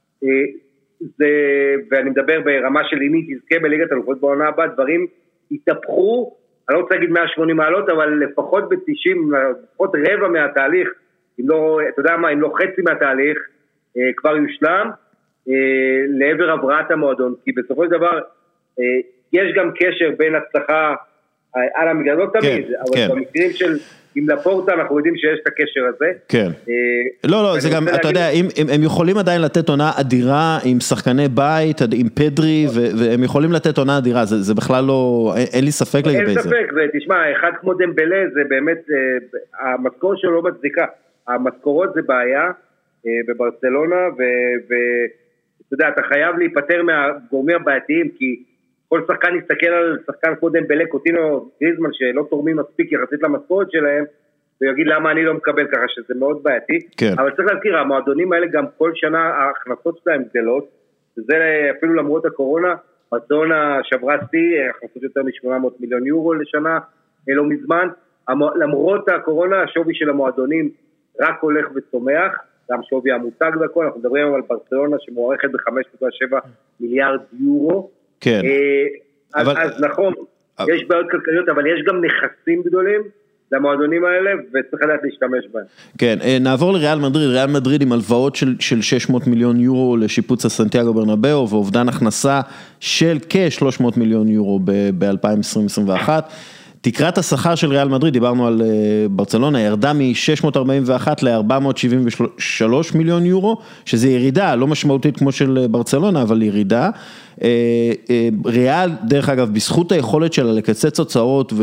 ואני מדבר ברמה של אם היא תזכה בליגת האלופות בעונה הבאה, דברים התהפכו, אני לא רוצה להגיד 180 מעלות, אבל לפחות ב-90, לפחות רבע מהתהליך, אם לא, אתה יודע מה, אם לא חצי מהתהליך, כבר יושלם, לעבר הבראת המועדון, כי בסופו של דבר, יש גם קשר בין הצלחה על המגרש, לא תמיד, אבל במקרים של עם לפורטה אנחנו יודעים שיש את הקשר הזה. כן. לא, זה גם, אתה יודע, הם יכולים עדיין לתת עונה אדירה עם שחקני בית, עם פדרי, והם יכולים לתת עונה אדירה, זה בכלל לא, אין לי ספק לגבי זה. אין ספק, ותשמע, אחד כמו דמבלה, זה באמת, המשכורת שלו לא מצדיקה. המשכורות זה בעיה בברצלונה, ואתה יודע, אתה חייב להיפטר מהגורמים הבעייתיים, כי כל שחקן יסתכל על שחקן כמו דמבלה, קוטינו, גריזמן, שלא תורמים מספיק יחסית למשכורת שלהם, ויגיד למה אני לא מקבל ככה, שזה מאוד בעייתי. כן. אבל צריך להזכיר, המועדונים האלה גם כל שנה, ההכנסות שלהם גדלות, וזה אפילו למרות הקורונה, ברצלונה שברה שיא, הכנסות יותר מ-800 מיליון יורו לשנה, לא מזמן, למרות הקורונה, השווי של המועדונים רק הולך וצומח, גם שווי המותג והכל, אנחנו מדברים על ברצלונה שמוערכת ב-5.7 מיליארד יורו, כן. אז נכון, יש בעיות כלכליות, אבל יש גם נכסים גדולים למועדונים האלה, וצריך לדעת להשתמש בהם. כן, נעבור לריאל מדריד, ריאל מדריד עם הלוואות של 600 מיליון יורו לשיפוץ הסנטיאגו ברנבאו, ואובדן הכנסה של כ-300 מיליון יורו ב-2021. תקרת השכר של ריאל מדריד, דיברנו על ברצלונה, ירדה מ-641 ל-473 מיליון יורו, שזה ירידה, לא משמעותית כמו של ברצלונה, אבל ירידה. ריאל, דרך אגב, בזכות היכולת שלה לקצץ הוצאות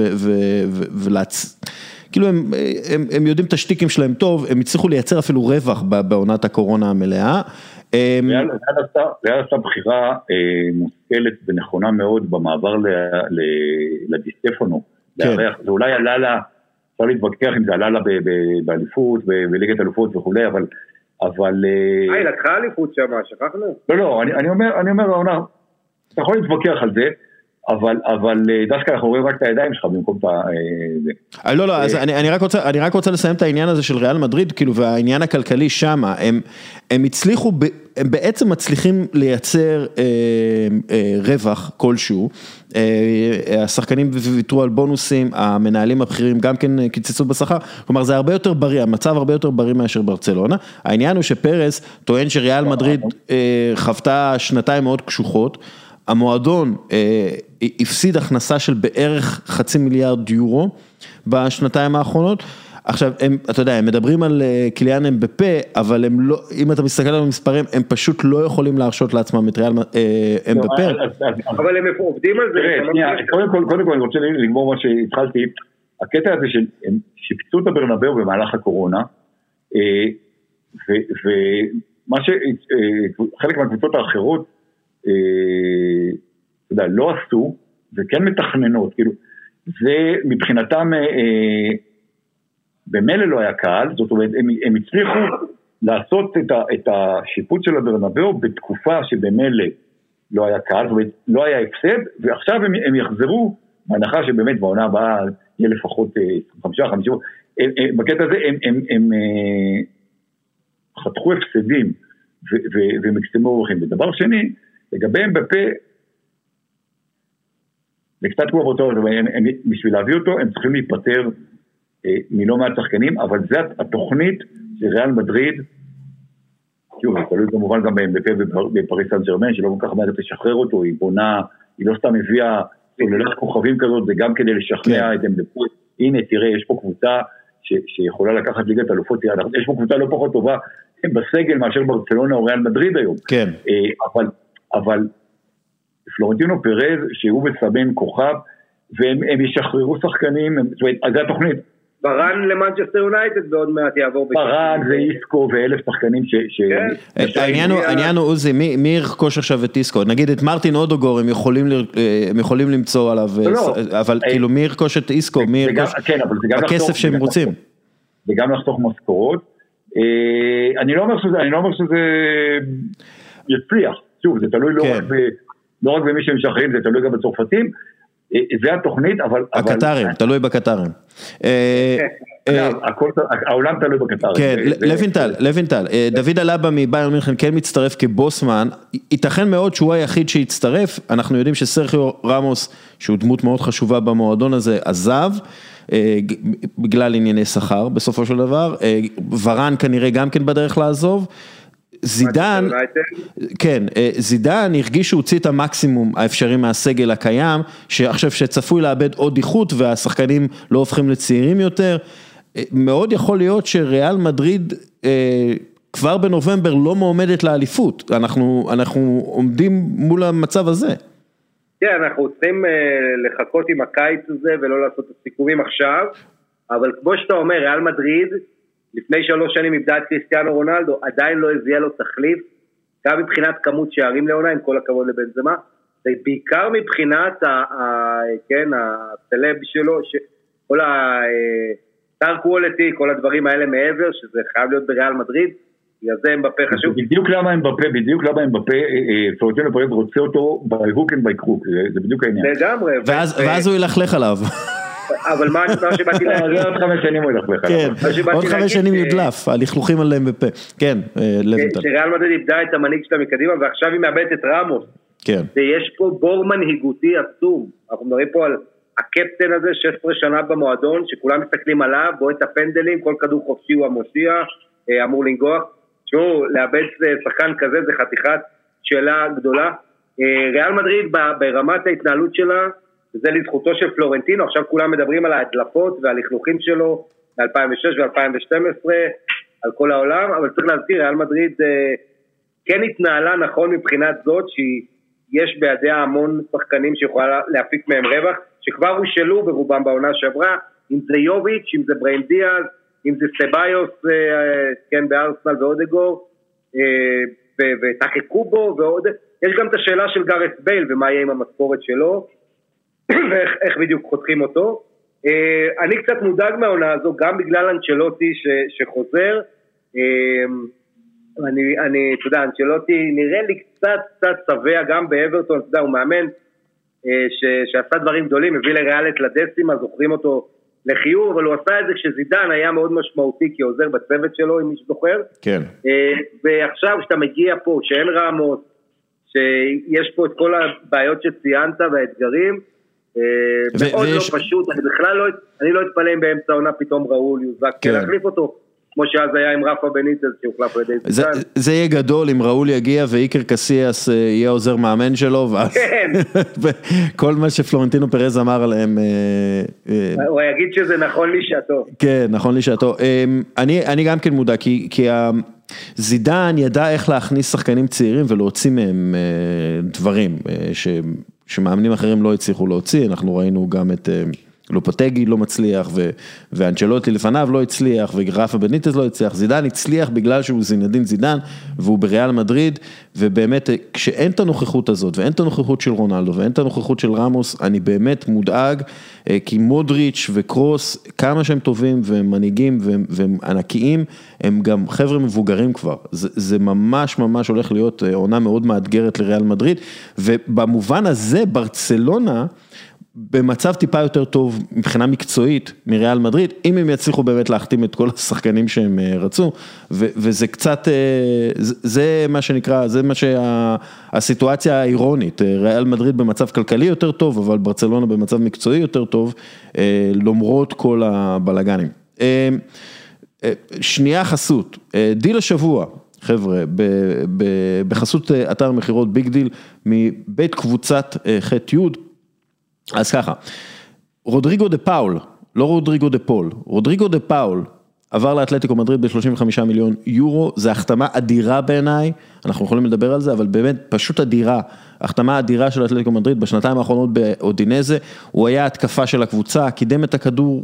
כאילו הם יודעים את השטיקים שלהם טוב, הם הצליחו לייצר אפילו רווח בעונת הקורונה המלאה. ריאל עשה בחירה מושכלת ונכונה מאוד במעבר לדיסטפנו, זה אולי עלה לה, אפשר להתווכח אם זה עלה לה באליפות, בליגת אלופות וכו', אבל... היא לקחה אליפות שם, שכחנו? לא, אני אומר, העונה, אתה יכול להתווכח על זה, אבל דווקא אנחנו רואים רק את הידיים שלך במקום את זה. לא, אז אני רק רוצה לסיים את העניין הזה של ריאל מדריד, כאילו, והעניין הכלכלי שם, הם הצליחו, הם בעצם מצליחים לייצר רווח כלשהו, השחקנים ויתרו על בונוסים, המנהלים הבכירים גם כן קיצצו בשכר, כלומר זה הרבה יותר בריא, המצב הרבה יותר בריא מאשר ברצלונה, העניין הוא שפרס טוען שריאל מדריד חוותה שנתיים מאוד קשוחות, המועדון הפסיד הכנסה של בערך 500 מיליון יורו בשנתיים האחרונות, עכשיו, אתה יודע, הם מדברים על קיליאן אמבפה, אבל הם לא, אם אתה מסתכל על המספרים, הם פשוט לא יכולים להרשות לעצמם את ריאל אמבפה. אבל הם עובדים על זה. קודם כל, אני רוצה לגמור מה שהתחלתי, הקטע הזה שהם שיפצו את הברנבאו במהלך הקורונה, ומה שחלק מהקבוצות האחרות, אתה יודע, לא עשו, וכן מתכננות, כאילו, זה מבחינתם, במילא לא היה קהל, זאת אומרת, הם הצליחו לעשות את השיפוט של הברנבאו בתקופה שבמילא לא היה קהל, זאת אומרת, לא היה הפסד, ועכשיו הם יחזרו, בהנחה שבאמת בעונה הבאה יהיה לפחות 5-50, בקטע הזה הם חתכו הפסדים ומקסמו אורחים. ודבר שני, לגבי אמבפה, זה קצת כמו באותו, בשביל להביא אותו, הם צריכים להיפטר מלא מעט שחקנים, אבל זה התוכנית של ריאל מדריד, שוב, זה תלוי כמובן גם באמבפה בפריס סן ז'רמן, שלא כל כך מעט לשחרר אותו, היא בונה, היא לא סתם הביאה סוללת כוכבים כזאת, זה גם כדי לשכנע את אמבפה, הנה תראה, יש פה קבוצה שיכולה לקחת ליגת אלופות, יש פה קבוצה לא פחות טובה בסגל מאשר ברצלונה או ריאל מדריד היום, כן. אבל פלורנטינו פרז, שהוא מסמן כוכב, והם ישחררו שחקנים, זאת אומרת, אז זה התוכנית. ברן למנצ'סטר יונייטד ועוד מעט יעבור. ברן זה איסקו ואלף שחקנים העניין הוא עוזי, מי ירכוש עכשיו את איסקו? נגיד את מרטין אודוגור, הם יכולים למצוא עליו, אבל כאילו מי ירכוש את איסקו? מי ירכוש הכסף שהם רוצים? זה גם לחתוך משכורות. אני לא אומר שזה יצליח, שוב, זה תלוי לא רק במי שמשחררים, זה תלוי גם בצרפתים, זה התוכנית, אבל... הקטרים, תלוי בקטרים. העולם תלוי בקטרים. כן, לוינטל, דוד אלבה מביירן מינכן כן מצטרף כבוסמן, ייתכן מאוד שהוא היחיד שיצטרף, אנחנו יודעים שסרחיו רמוס, שהוא דמות מאוד חשובה במועדון הזה, עזב, בגלל ענייני שכר בסופו של דבר, ורן כנראה גם כן בדרך לעזוב, זידן, כן, זידן הרגיש שהוא הוציא את המקסימום האפשרי מהסגל הקיים, שעכשיו שצפוי לאבד עוד איכות והשחקנים לא הופכים לצעירים יותר, מאוד יכול להיות שריאל מדריד כבר בנובמבר לא מועמדת לאליפות, אנחנו עומדים מול המצב הזה. כן, אנחנו צריכים לחכות עם הקיץ הזה ולא לעשות את הסיכומים עכשיו, אבל כמו שאתה אומר, ריאל מדריד, לפני 3 שנים איבדה את קריסטיאנו רונלדו, עדיין לא הביאה לו תחליף, גם מבחינת כמות שערים לעונה, עם כל הכבוד לבנזמה, ובעיקר מבחינת הסלב שלו, כל ה-star quality, כל הדברים האלה מעבר, שזה חייב להיות בריאל מדריד, בגלל זה אמבפה חשוב. בדיוק למה אמבפה, פלורנטינו פרז רוצה אותו by hook and by crook, זה בדיוק העניין. לגמרי. ואז הוא ילכלך עליו. אבל מה שבאתי להגיד? עוד 5 שנים הוא ילכלך עליו. כן, עוד 5 שנים יודלף, הלכלוכים עליהם בפה. כן, לוינטל. שריאל מדריד איבדה את המנהיג שלה מקדימה, ועכשיו היא מאבדת את רמוס. כן. ויש פה בור מנהיגותי עצום. אנחנו מדברים פה על הקפטן הזה, 16 שנה במועדון, שכולם מסתכלים עליו, בוא את הפנדלים, כל כדור חופשי הוא המושיע, אמור לנגוח. תשמעו, לאבד שחקן כזה, זה חתיכת שאלה גדולה. ריאל מדריד ברמת ההתנהלות שלה, וזה לזכותו של פלורנטינו, עכשיו כולם מדברים על ההדלפות והלכלוכים שלו ב-2006 ו-2012 על כל העולם, אבל צריך להזכיר, ריאל מדריד כן התנהלה נכון מבחינת זאת, שיש בידיה המון שחקנים שיכולה להפיק מהם רווח, שכבר הושלו ברובם בעונה שעברה, אם זה יוביץ', אם זה בריין דיאז, אם זה סבאיוס, כן, בארסנל ואודגור, ותחקו בו, ועוד, יש גם את השאלה של גארת' בייל, ומה יהיה עם המשכורת שלו, ואיך בדיוק חותכים אותו. אני קצת מודאג מהעונה הזו, גם בגלל אנצ'לוטי שחוזר, אתה יודע, אנצ'לוטי נראה לי קצת צבע, גם באברטון, אתה יודע, הוא מאמן, שעשה דברים גדולים, הביא לריאלית לדסימה, זוכרים אותו לחיוב, אבל הוא עשה את זה כשזידן היה מאוד משמעותי, כי עוזר בצוות שלו, אם מי שזוכר. כן. ועכשיו, כשאתה מגיע פה, שאין רמות, שיש פה את כל הבעיות שציינת והאתגרים, מאוד לא פשוט, אני לא אתפלא אם באמצע העונה פתאום ראול יוזק, כי להחליף אותו, כמו שאז היה עם רפה בניטז שהוחלף על ידי זידן. זה יהיה גדול אם ראול יגיע ואיקר קסיאס יהיה עוזר מאמן שלו, כן. כל מה שפלורנטינו פרז אמר עליהם. הוא יגיד שזה נכון לי שעתו. כן, נכון לי שעתו. אני גם כן מודע, כי זידן ידע איך להכניס שחקנים צעירים ולהוציא מהם דברים שמאמנים אחרים לא הצליחו להוציא, אנחנו ראינו גם את לופוטגי לא מצליח, ואנצ'לוטי לפניו לא הצליח, ורפה בניטז לא הצליח, זידן הצליח בגלל שהוא זינדין זידן, והוא בריאל מדריד, ובאמת כשאין את הנוכחות הזאת, ואין את הנוכחות של רונלדו, ואין את הנוכחות של רמוס, אני באמת מודאג, כי מודריץ' וקרוס, כמה שהם טובים, והם מנהיגים, והם ענקיים, הם גם חבר'ה מבוגרים כבר, זה ממש ממש הולך להיות עונה מאוד מאתגרת לריאל מדריד, ובמובן הזה ברצלונה, במצב טיפה יותר טוב מבחינה מקצועית מריאל מדריד, אם הם יצליחו באמת להחתים את כל השחקנים שהם רצו, וזה קצת, זה מה שנקרא, זה מה שהסיטואציה האירונית, ריאל מדריד במצב כלכלי יותר טוב, אבל ברצלונה במצב מקצועי יותר טוב, למרות כל הבלגנים. שנייה חסות, דיל השבוע, חבר'ה, בחסות אתר מחירות ביג דיל, מבית קבוצת ח' י' אז ככה, רודריגו דה פאול, לא רודריגו דה פול, רודריגו דה פאול עבר לאתלטיקו מדריד ב-35 מיליון יורו, זה החתמה אדירה בעיניי, אנחנו יכולים לדבר על זה, אבל באמת פשוט אדירה, החתמה אדירה של אתלטיקו מדריד בשנתיים האחרונות באודינזה, הוא היה התקפה של הקבוצה, קידם את הכדור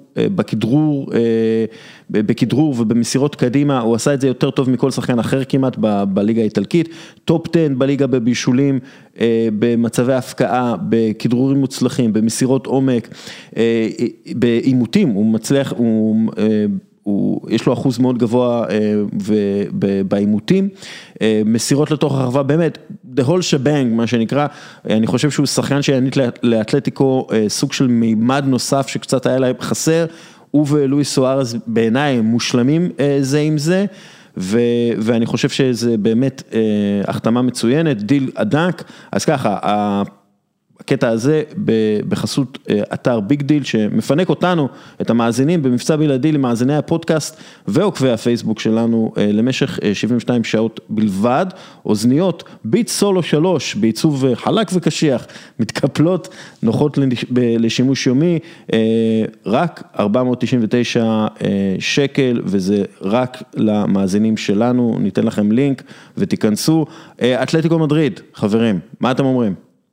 בכדרור ובמסירות קדימה, הוא עשה את זה יותר טוב מכל שחקן אחר כמעט בליגה האיטלקית, טופ 10 בליגה בבישולים, במצבי הפקעה, בכדרורים מוצלחים, במסירות עומק, באימותים, הוא מצליח, יש לו אחוז מאוד גבוה באימותים, מסירות לתוך הרחבה, באמת, the whole shebang, מה שנקרא, אני חושב שהוא שחקן שיענית לאתלטיקו סוג של מימד נוסף שקצת היה להם חסר, הוא ולואיס סוארז בעיניי מושלמים זה עם זה, ואני חושב שזה באמת החתמה מצוינת, דיל ענק, אז ככה, הקטע הזה בחסות אתר ביג דיל שמפנק אותנו, את המאזינים, במבצע בלעדי למאזיני הפודקאסט ועוקבי הפייסבוק שלנו למשך 72 שעות בלבד, אוזניות ביט סולו 3 בעיצוב חלק וקשיח, מתקפלות, נוחות לשימוש יומי, רק 499 שקל, וזה רק למאזינים שלנו, ניתן לכם לינק ותיכנסו. אתלטיקו מדריד, חברים, מה אתם אומרים?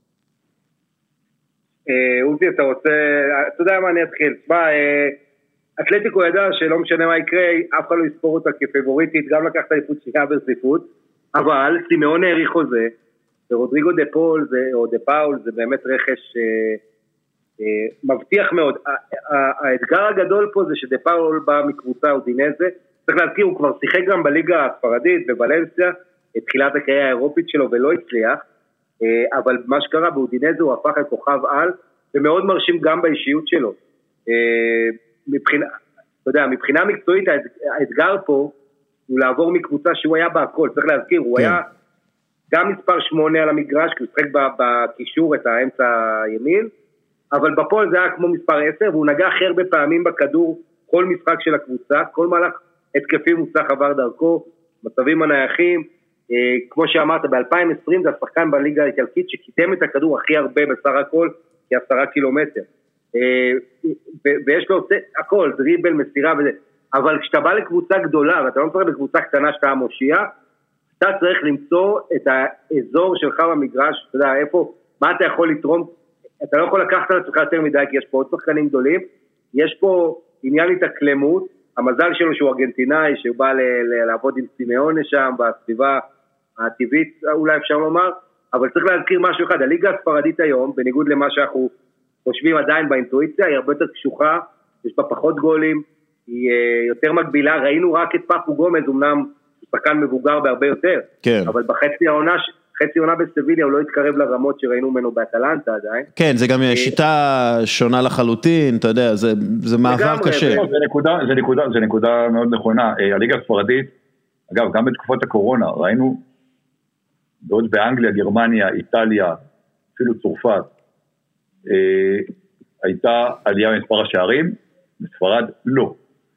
עוזי, אתה רוצה, אתה יודע מה, אני אתחיל. אתלטיקו ידע שלא משנה מה יקרה, אף אחד לא יספור אותה כפייבוריטית, גם לקחת אליפות שנייה ברציפות, אבל סימאון העריך חוזה, ורודריגו דה פול או דה פאול זה באמת רכש מבטיח מאוד. האתגר הגדול פה זה שדה פאול בא מקבוצה אודינזה, צריך להזכיר, הוא כבר שיחק גם בליגה הספרדית בוולנסיה, את תחילת הקריירה האירופית שלו ולא הצליח, אבל מה שקרה באודינזה הוא הפך לכוכב על, ומאוד מרשים גם באישיות שלו. מבחינה מקצועית, האתגר פה הוא לעבור מקבוצה שהוא היה בהכל, צריך להזכיר, הוא היה גם מספר 8 על המגרש, כי הוא שחק בקישור את האמצע הימין, אבל בפועל זה היה כמו מספר 10, והוא נגע הכי הרבה פעמים בכדור, כל משחק של הקבוצה, כל מהלך התקפי מוצלח עבר דרכו, מצבים הנייחים, כמו שאמרת, ב-2020 זה השחקן בליגה האיטלקית שקידם את הכדור הכי הרבה בסך הכל, כ10 קילומטר. ויש לו הכל, דריבל, מסירה וזה. אבל כשאתה בא לקבוצה גדולה, ואתה לא משחק בקבוצה קטנה שאתה המושיע, אתה צריך למצוא את האזור שלך במגרש, אתה יודע, איפה, מה אתה יכול לתרום, אתה לא יכול לקחת על עצמך יותר מדי, כי יש פה עוד שחקנים גדולים, יש פה עניין התאקלמות, המזל שלו שהוא ארגנטינאי, שהוא בא לעבוד עם סימאונה שם, בסביבה הטבעית, אולי אפשר לומר, אבל צריך להזכיר משהו אחד, הליגה הספרדית היום, בניגוד למה שאנחנו חושבים עדיין באינטואיציה, היא הרבה יותר קשוחה, יש בה פחות גולים, היא יותר מגבילה, ראינו רק את פאפו גומז, אמנם שחקן מבוגר בהרבה יותר, כן. אבל חצי עונה בסביליה הוא לא התקרב לרמות שראינו ממנו באטלנטה עדיין. כן, זה גם שיטה שונה לחלוטין, אתה יודע, זה מעבר קשה. זה נקודה מאוד נכונה. הליגה הספרדית, אגב, גם בתקופת הקורונה, ראינו, בעוד באנגליה, גרמניה, איטליה, אפילו צרפת, הייתה עלייה במספר השערים, בספרד לא.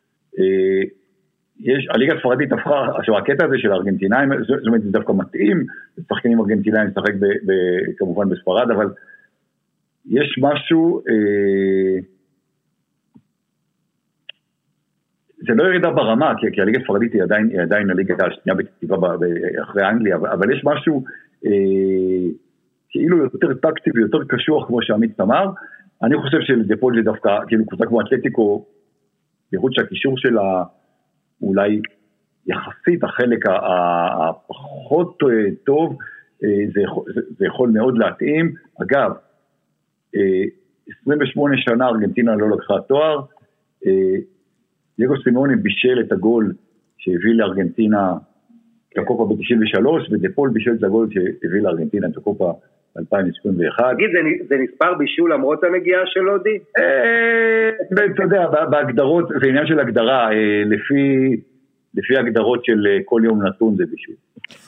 הליגה הספרדית הפכה, עכשיו הקטע הזה של הארגנטינאים, זאת אומרת, זה דווקא מתאים, שחקנים ארגנטינאים לשחק כמובן בספרד, אבל יש משהו, זה לא ירידה ברמה, כי הליגה הספרדית היא עדיין הליגה השנייה בכתיבה אחרי אנגליה, אבל יש משהו כאילו יותר טקטי ויותר קשוח, כמו שעמית אמר. אני חושב שלדפול זה דווקא, כאילו קבוצה כמו אתלטיקו, בייחוד שהקישור שלה אולי יחסית החלק הפחות טוב, זה יכול מאוד להתאים. אגב, 28 שנה ארגנטינה לא לקחה תואר, דייגו סימאונה בישל את הגול שהביא לארגנטינה את הקופה ב-93, ודפול בישל את הגול שהביא לארגנטינה את הקופה ב-2021. תגיד, זה נספר בישול למרות הנגיעה של אודי? אתה יודע, בהגדרות, זה עניין של הגדרה, לפי הגדרות של כל יום נתון זה בישול.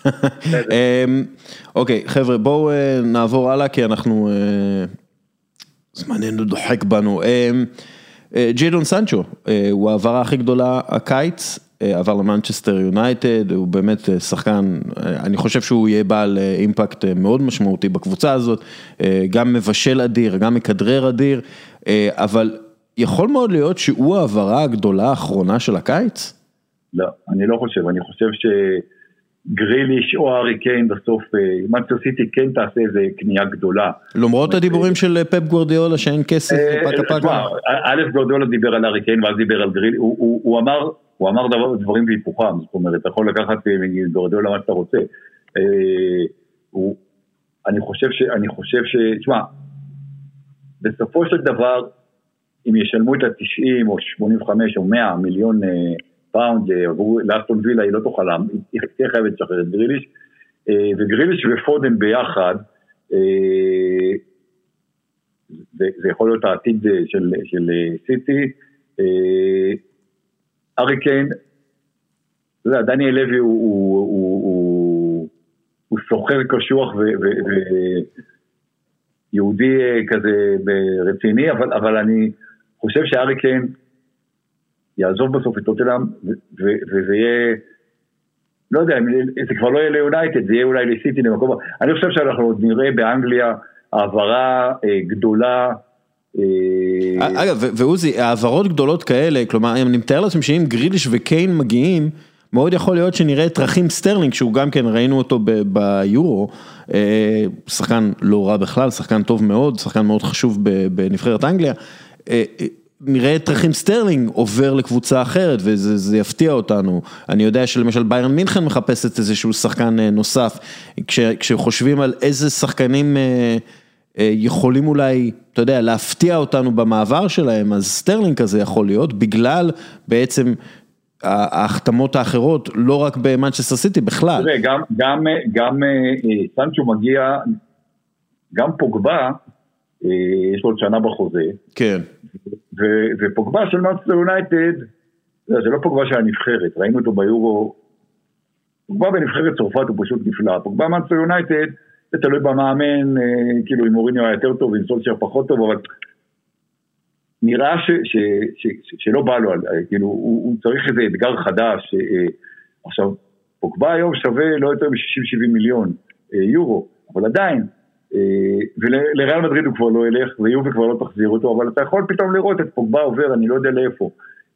אוקיי, חבר'ה, בואו נעבור הלאה, כי אנחנו, זמננו דוחק בנו. ג'ידון סנצ'ו, הוא העברה הכי גדולה הקיץ, עבר למנצ'סטר יונייטד, הוא באמת שחקן, אני חושב שהוא יהיה בעל אימפקט מאוד משמעותי בקבוצה הזאת, גם מבשל אדיר, גם מקדרר אדיר, אבל יכול מאוד להיות שהוא העברה הגדולה האחרונה של הקיץ? לא, אני לא חושב, אני חושב שגריליש או הארי קיין בסוף, מנצ'סטר סיטי כן תעשה איזה קנייה גדולה. למרות הדיבורים של פפ גוארדיולה שאין כסף פקה פקה. א' גוארדיולה דיבר על הארי קיין ואז דיבר על גריליש, הוא אמר דברים והיפוכם, זאת אומרת, אתה יכול לקחת גוארדיולה מה שאתה רוצה. אני חושב תשמע, בסופו של דבר, אם ישלמו את ה-90 או 85 או 100 מיליון פאונד עבור לאסטון וילה, היא לא תוכל, היא תהיה חייבת לשחרר את גריליש, וגריליש ופודן ביחד, זה יכול להיות העתיד של סיטי, הארי קיין, דניאל לוי הוא סוחר קשוח ויהודי כזה רציני, אבל אני חושב שהארי קיין יעזוב בסוף את טוטנהאם, וזה יהיה, לא יודע, זה כבר לא יהיה ליונייטד, זה יהיה אולי לסיטי למקום, אני חושב שאנחנו עוד נראה באנגליה העברה גדולה. אגב, ועוזי, העברות גדולות כאלה, כלומר, אני מתאר לעצמי שאם גריליש וקיין מגיעים, מאוד יכול להיות שנראה את רכים סטרלינג, שהוא גם כן ראינו אותו ביורו, שחקן לא רע בכלל, שחקן טוב מאוד, שחקן מאוד חשוב בנבחרת אנגליה, נראה את רכים סטרלינג עובר לקבוצה אחרת, וזה יפתיע אותנו. אני יודע שלמשל ביירן מינכן מחפשת איזשהו שחקן נוסף, כשחושבים על איזה שחקנים יכולים אולי, אתה יודע, להפתיע אותנו במעבר שלהם, אז סטרלינג כזה יכול להיות, בגלל בעצם ההחתמות האחרות, לא רק במנצ'סטר סיטי, בכלל. גם סנצ'ו מגיע, גם פוגבה, יש לו עוד שנה בחוזה. כן. ופוגבה של מנצ'סטר יונייטד, זה לא פוגבה של הנבחרת, ראינו אותו ביורו, פוגבה בנבחרת צרפת הוא פשוט נפלא, פוגבה מנצ'סטר יונייטד, זה תלוי במאמן, כאילו עם מוריניו היה יותר טוב, עם סולשר פחות טוב, אבל נראה שלא בא לו, כאילו הוא צריך איזה אתגר חדש, עכשיו, פוגבה היום שווה לא יותר מ-60-70 מיליון יורו, אבל עדיין, ולריאל מדריד הוא כבר לא ילך, ויובי כבר לא תחזיר אותו, אבל אתה יכול פתאום לראות את פוגבה עובר, אני לא יודע לאיפה.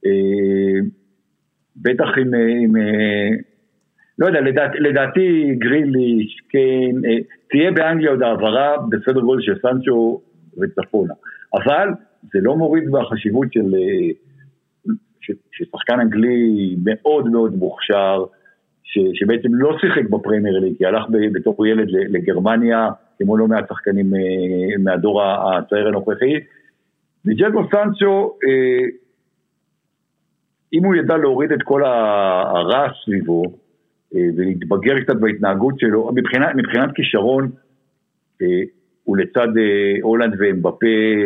בטח עם לא יודע, לדעתי גריליש, כן, תהיה באנגליה עוד העברה בסדר גודל של סנצ'ו וצפונה. אבל זה לא מוריד בחשיבות של ששחקן אנגלי מאוד מאוד מוכשר, שבעצם לא שיחק בפרמייר ליג, כי הלך בתור ילד לגרמניה, כמו לא מעט שחקנים מהדור הצעיר הנוכחי. וג'דו סנצ'ו, אם הוא ידע להוריד את כל הרעש סביבו, ולהתבגר קצת בהתנהגות שלו, מבחינת כישרון, הוא לצד הולנד ואמבפה,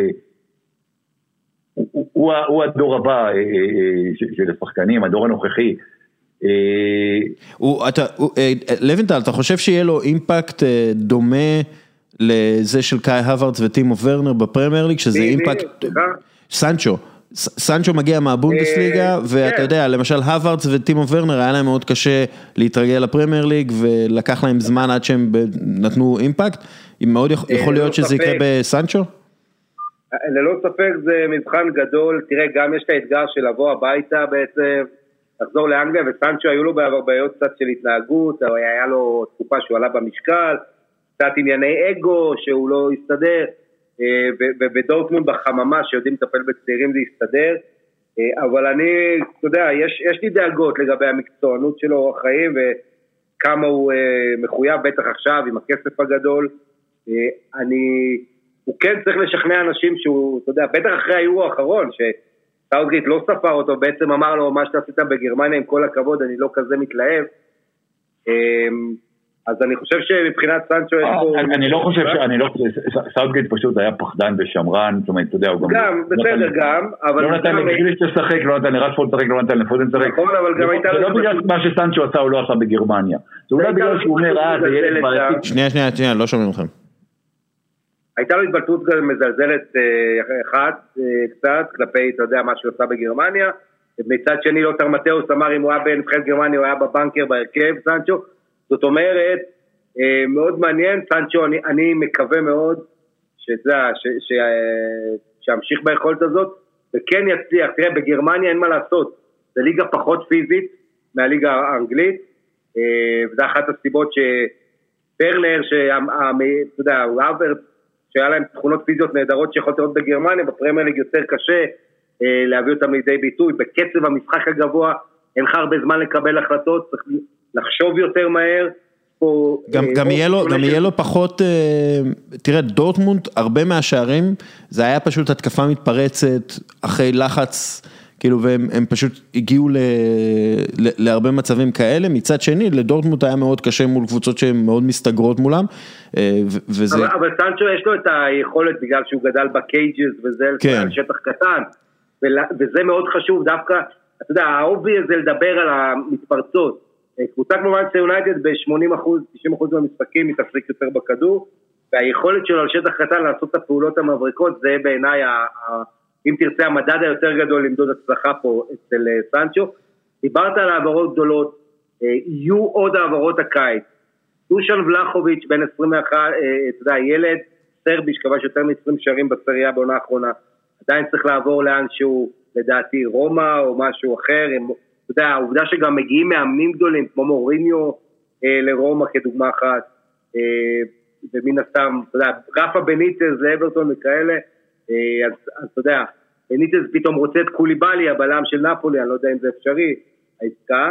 הוא הדור הבא של השחקנים, הדור הנוכחי. לוינטל, אתה חושב שיהיה לו אימפקט דומה לזה של קאי הווארדס וטימו ורנר בפרמייר ליג, שזה אימפקט... סנצ'ו מגיע מהבונדסליגה, ואתה יודע, למשל הווארדס וטימו ורנר היה להם מאוד קשה להתרגל לפרמייר ליג, ולקח להם זמן עד שהם נתנו אימפקט. מאוד יכול להיות שזה יקרה בסנצ'ו? ללא ספק זה מבחן גדול. תראה, גם יש את האתגר של לבוא הביתה בעצם, לחזור לאנגליה, וסנצ'ו היו לו בעיות קצת של התנהגות, היה לו תקופה שהוא עלה במשקל, קצת ענייני אגו שהוא לא הסתדר, ובדורטמונד בחממה שיודעים לטפל בצעירים זה יסתדר, אבל אני, אתה יודע, יש לי דאגות לגבי המקצוענות שלו, אורח חיים, וכמה הוא מחויב, בטח עכשיו עם הכסף הגדול. הוא כן צריך לשכנע אנשים שהוא, אתה יודע, בטח אחרי היורו האחרון, סאוטגייט לא ספר אותו, בעצם אמר לו, מה שאתה עשית בגרמניה, עם כל הכבוד, אני לא כזה מתלהב. אז אני חושב שמבחינת סנצ'ו יש פה... אני לא חושב, סאוטגייט פשוט היה פחדן ושמרן, זאת אומרת, אתה יודע, הוא גם... בסדר, גם, אבל... לא נתן לגריליש לשחק, לא נתן לרשפורד לשחק, לא נתן לפודן לשחק. נכון, אבל גם הייתה... זה לא בגלל מה שסנצ'ו עשה, הוא לא עשה בגרמניה. זה אולי בגלל שהוא אומר, זה ילד בעייתי. שנייה, לא שומעים לכם. הייתה לו התבלטות מזלזלת קצת, כלפי, אתה יודע, מה שהוא עשה בגרמניה. מצד שני, לוטר מתאוס אמר, אם הוא היה בנבחרת גרמניה, הוא היה בבנקר בהרכב, סנצ'ו. זאת אומרת, מאוד מעניין, סנצ'ו, אני מקווה מאוד שימשיך ביכולת הזאת, וכן יצליח. תראה, בגרמניה אין מה לעשות, זה ליגה פחות פיזית מהליגה האנגלית, וזה אחת הסיבות שפרלר, אתה יודע, הוא אברט, שהיה להם תכונות פיזיות נהדרות שיכולת לראות בגרמניה, בפרמייר ליג יותר קשה להביא אותם לידי ביטוי, בקצב המשחק הגבוה, אין לך הרבה זמן לקבל החלטות, צריך לחשוב יותר מהר. גם יהיה לו פחות, תראה, דורטמונד, הרבה מהשערים, זה היה פשוט התקפה מתפרצת, אחרי לחץ, כאילו, והם פשוט הגיעו להרבה מצבים כאלה. מצד שני, לדורטמונד היה מאוד קשה מול קבוצות שהן מאוד מסתגרות מולם, אבל סנצ'ו יש לו את היכולת, בגלל שהוא גדל בקייג'ס וזה, על שטח קטן, וזה מאוד חשוב, דווקא, אתה יודע, האובי זה לדבר על המתפרצות. קבוצה כמו מנצ'סטר יונייטד ב-80%, 90% מהמשחקים מתחזיק יותר בכדור, והיכולת שלו על שטח קטן לעשות את הפעולות המבריקות, זה בעיניי, אם תרצה, המדד היותר גדול למדוד הצלחה פה אצל סנצ'ו. דיברת על העברות גדולות, יהיו עוד העברות הקיץ. דושן ולחוביץ' בן 21, אתה יודע, ילד סרבי שכבש יותר מ-20 שערים בסריה בעונה האחרונה, עדיין צריך לעבור לאן שהוא, לדעתי, רומא או משהו אחר. אתה יודע, העובדה שגם מגיעים מאמנים גדולים, כמו מוריניו לרומא כדוגמה אחת, ומן הסתם, אתה יודע, רפה בניטז לאברטון וכאלה, אז אתה יודע, בניטז פתאום רוצה את קוליבאלי, הבלם של נפולי, אני לא יודע אם זה אפשרי, העסקה,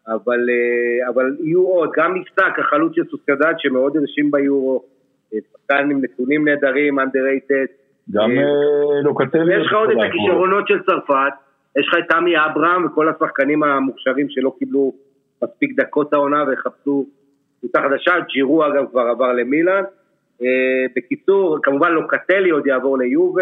אבל יהיו עוד, גם נפסק, החלוץ של סוסיידד שמאוד הרשים ביורו, שחקן עם נתונים נהדרים, underrated, גם לוקטלי. יש לך עוד את הכישרונות של צרפת, יש לך את תמי אברהם וכל השחקנים המוכשרים שלא קיבלו מספיק דקות העונה וחפשו קבוצה חדשה, ג'ירו אגב כבר עבר למילאן, בקיצור, כמובן לוקטלי עוד יעבור ליובה,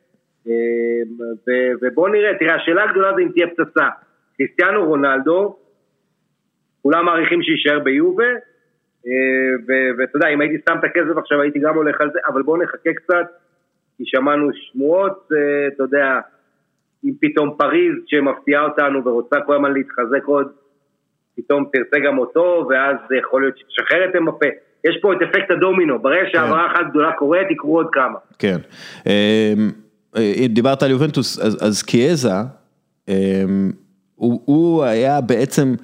ובוא נראה, תראה, השאלה הגדולה זה אם תהיה פצצה, קריסטיאנו רונלדו, כולם מעריכים שישאר ביובה, ואתה יודע, אם הייתי שם את הכסף עכשיו הייתי גם הולך על זה, אבל בואו נחכה קצת, כי שמענו שמועות, אתה יודע, אם פתאום פריז שמפתיעה אותנו ורוצה כל הזמן להתחזק עוד, פתאום תרצה גם אותו, ואז זה יכול להיות שתשחרר את אמבפה. יש פה את אפקט הדומינו, ברגע שהעברה אחת גדולה קורית, יקרו עוד כמה. כן. דיברת על יובנטוס, אז קיאזה, הוא היה בעצם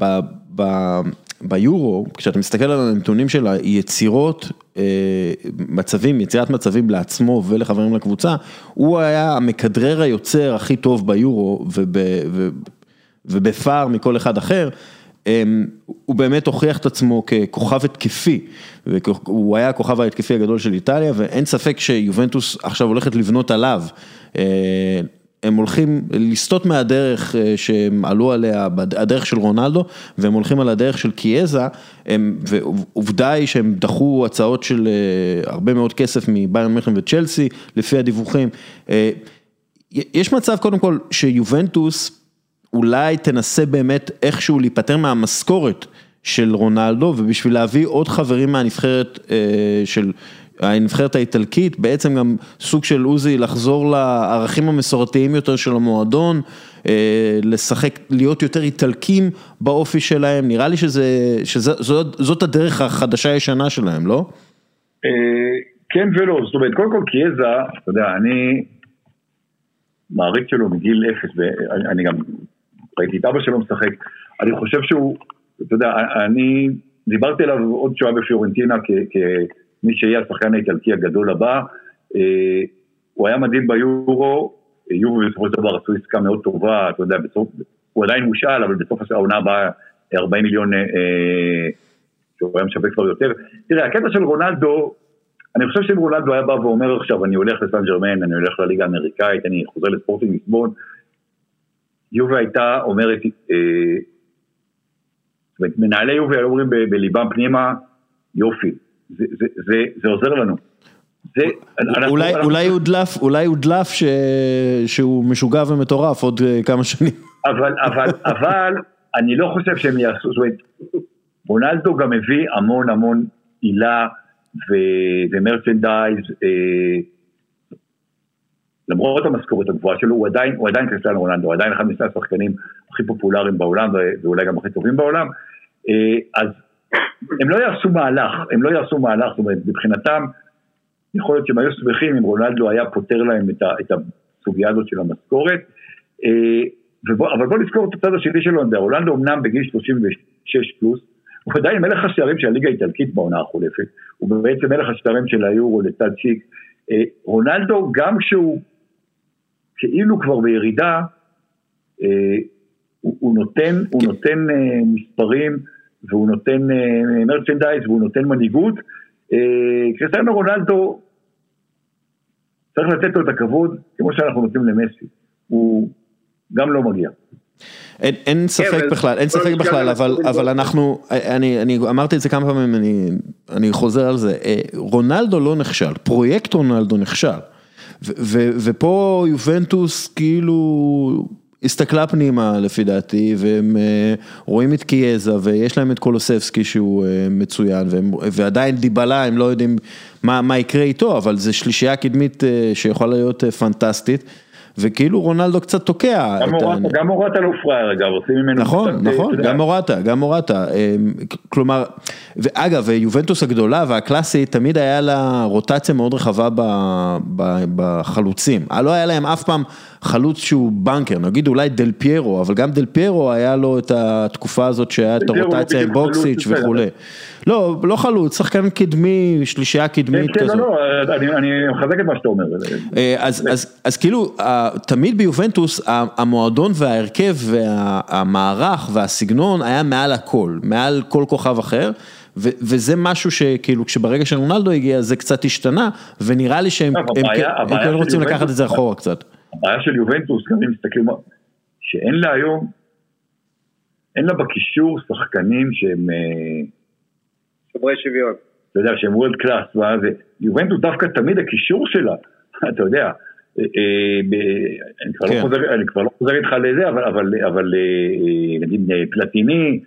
ביורו, כשאתה מסתכל על הנתונים של היצירות, יצירת מצבים לעצמו ולחברים לקבוצה, הוא היה המכדרר היוצר הכי טוב ביורו, ובפער מכל אחד אחר, הוא באמת הוכיח את עצמו ככוכב התקפי, הוא היה הכוכב ההתקפי הגדול של איטליה, ואין ספק שיובנטוס עכשיו הולכת לבנות עליו, הם הולכים לסטות מהדרך שהם עלו עליה, הדרך של רונלדו, והם הולכים על הדרך של קיאזה, ועובדה היא שהם דחו הצעות של הרבה מאוד כסף מביירן מינכן וצ'לסי, לפי הדיווחים. יש מצב קודם כל שיובנטוס אולי תנסה באמת איכשהו להיפטר מהמשכורת של רונלדו, ובשביל להביא עוד חברים מהנבחרת של הנבחרת האיטלקית, בעצם גם סוג של עוזי לחזור לערכים המסורתיים יותר של המועדון, לשחק, להיות יותר איטלקים באופי שלהם, נראה לי שזאת הדרך החדשה הישנה שלהם, לא? כן ולא, זאת אומרת, קודם כל קיאזה, אתה יודע, אני מעריץ שלו מגיל 0, ואני גם ראיתי את אבא שלו משחק, אני חושב שהוא, אתה יודע, אני דיברתי עליו עוד שעה בפיורנטינה, מי שיהיה השחקן האיטלקי הגדול הבא, הוא היה מדהים ביורו, יורו בסופו של דבר עשו עסקה מאוד טובה, אתה יודע, הוא עדיין מושאל, אבל בסוף העונה הבאה 40 מיליון, שהוא היה משווה כבר יותר. תראה, הקטע של רונלדו, אני חושב שאם רונלדו היה בא ואומר עכשיו, אני הולך לסן ג'רמן, אני הולך לליגה האמריקאית, אני חוזר לספורטינג ליסבון, יובה הייתה אומרת, מנהלי יובה היו אומרים בליבם פנימה, יופי, זה עוזר לנו. אולי הוא דלף שהוא משוגע ומטורף עוד כמה שנים. אבל אני לא חושב שהם יעשו, זאת אומרת, רונלדו גם מביא המון עילה ומרצ'נדייז, למרות המשכורת הגבוהה שלו, הוא עדיין קריסטיאנו רונלדו, הוא עדיין אחד משני השחקנים הכי פופולריים בעולם, ואולי גם הכי טובים בעולם, אז הם לא יעשו מהלך, זאת אומרת, מבחינתם, יכול להיות שהם היו שמחים אם רונלדו היה פותר להם את הסוגיה הזאת של המשכורת, אבל בוא נזכור את הצד השני שלו, רונלדו אמנם בגיל 36 פלוס, הוא עדיין מלך השערים של הליגה האיטלקית בעונה החולפת, הוא בעצם מלך השערים של היורו לצד צ'יק, רונלדו גם כשהוא כאילו כבר בירידה, הוא נותן מספרים, והוא נותן מרצ'נדייז, והוא נותן מנהיגות, קריסטיאנו רונלדו צריך לתת לו את הכבוד, כמו שאנחנו נותנים למסי, הוא גם לא מגיע. אין ספק בכלל, אבל אני אמרתי את זה כמה פעמים, אני חוזר על זה, רונלדו לא נכשל, פרויקט רונלדו נכשל, ופה יובנטוס כאילו הסתכלה פנימה לפי דעתי, והם רואים את קיאזה, ויש להם את קולוסבסקי שהוא מצוין, ועדיין דיבלה, הם לא יודעים מה יקרה איתו, אבל זה שלישייה קדמית שיכולה להיות פנטסטית, וכאילו רונלדו קצת תוקע. גם מורטה לא פרייר, אגב, עושים ממנו... נכון, גם מורטה. כלומר, ואגב, יובנטוס הגדולה והקלאסית, תמיד היה לה רוטציה מאוד רחבה בחלוצים. לא היה להם אף פעם חלוץ שהוא בנקר, נגיד אולי דל פיירו, אבל גם דל פיירו היה לו את התקופה הזאת שהיה את הרוטציה עם בוקסיץ' וכו'. לא חלוץ, שחקן קדמי, שלישייה קדמית כזאת. לא, אני מחזק את מה שאתה אומר. אז כאילו, תמיד ביובנטוס, המועדון וההרכב והמערך והסגנון היה מעל הכל, מעל כל כוכב אחר, וזה משהו שכאילו, כשברגע שרונלדו הגיע, זה קצת השתנה, ונראה לי שהם כן רוצים לקחת את זה אחורה קצת. הבעיה של יובנטוס, גם אם מסתכלים, שאין לה היום, אין לה בקישור שחקנים שהם... שוברי שוויון. אתה יודע, שהם וורד קלאס, יובנטוס דווקא תמיד הקישור שלה, אתה יודע, אני כבר לא חוזר איתך לזה, אבל נגיד פלטיני,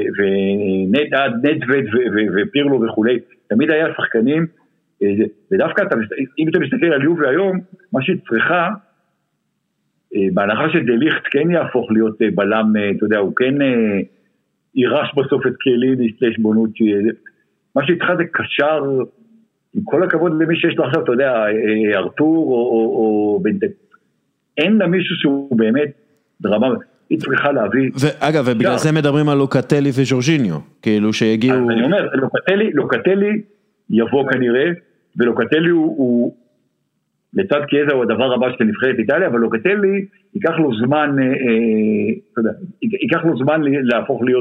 ונדווד ופירלו וכולי, תמיד היה שחקנים, ודווקא אם אתה מסתכל על יובי היום, מה שהיא צריכה, בהנחה שדליכט כן יהפוך להיות בלם, אתה יודע, הוא כן יירש בסוף את קליני סלש בונוצ'י, מה שאיתך זה קשר, עם כל הכבוד למי שיש לו עכשיו, אתה יודע, ארתור או בנטק, אין לה מישהו שהוא באמת דרמה, היא צריכה להביא. ואגב, ובגלל זה מדברים על לוקטלי וז'ורג'יניו, כאילו שהגיעו... אני אומר, לוקטלי יבוא כנראה, ולוקטלי הוא לצד קיאזה הוא הדבר הבא של נבחרת איטליה, אבל לוקטלי ייקח לו זמן, אתה יודע, ייקח לו זמן להפוך להיות,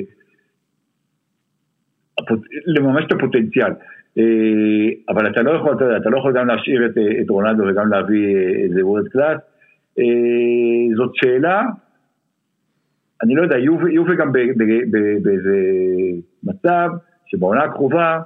לממש את הפוטנציאל. אבל אתה לא יכול גם להשאיר את רונלדו וגם להביא איזה וורד קלאס. זאת שאלה, אני לא יודע, יובה גם באיזה מצב שבעונה הקרובה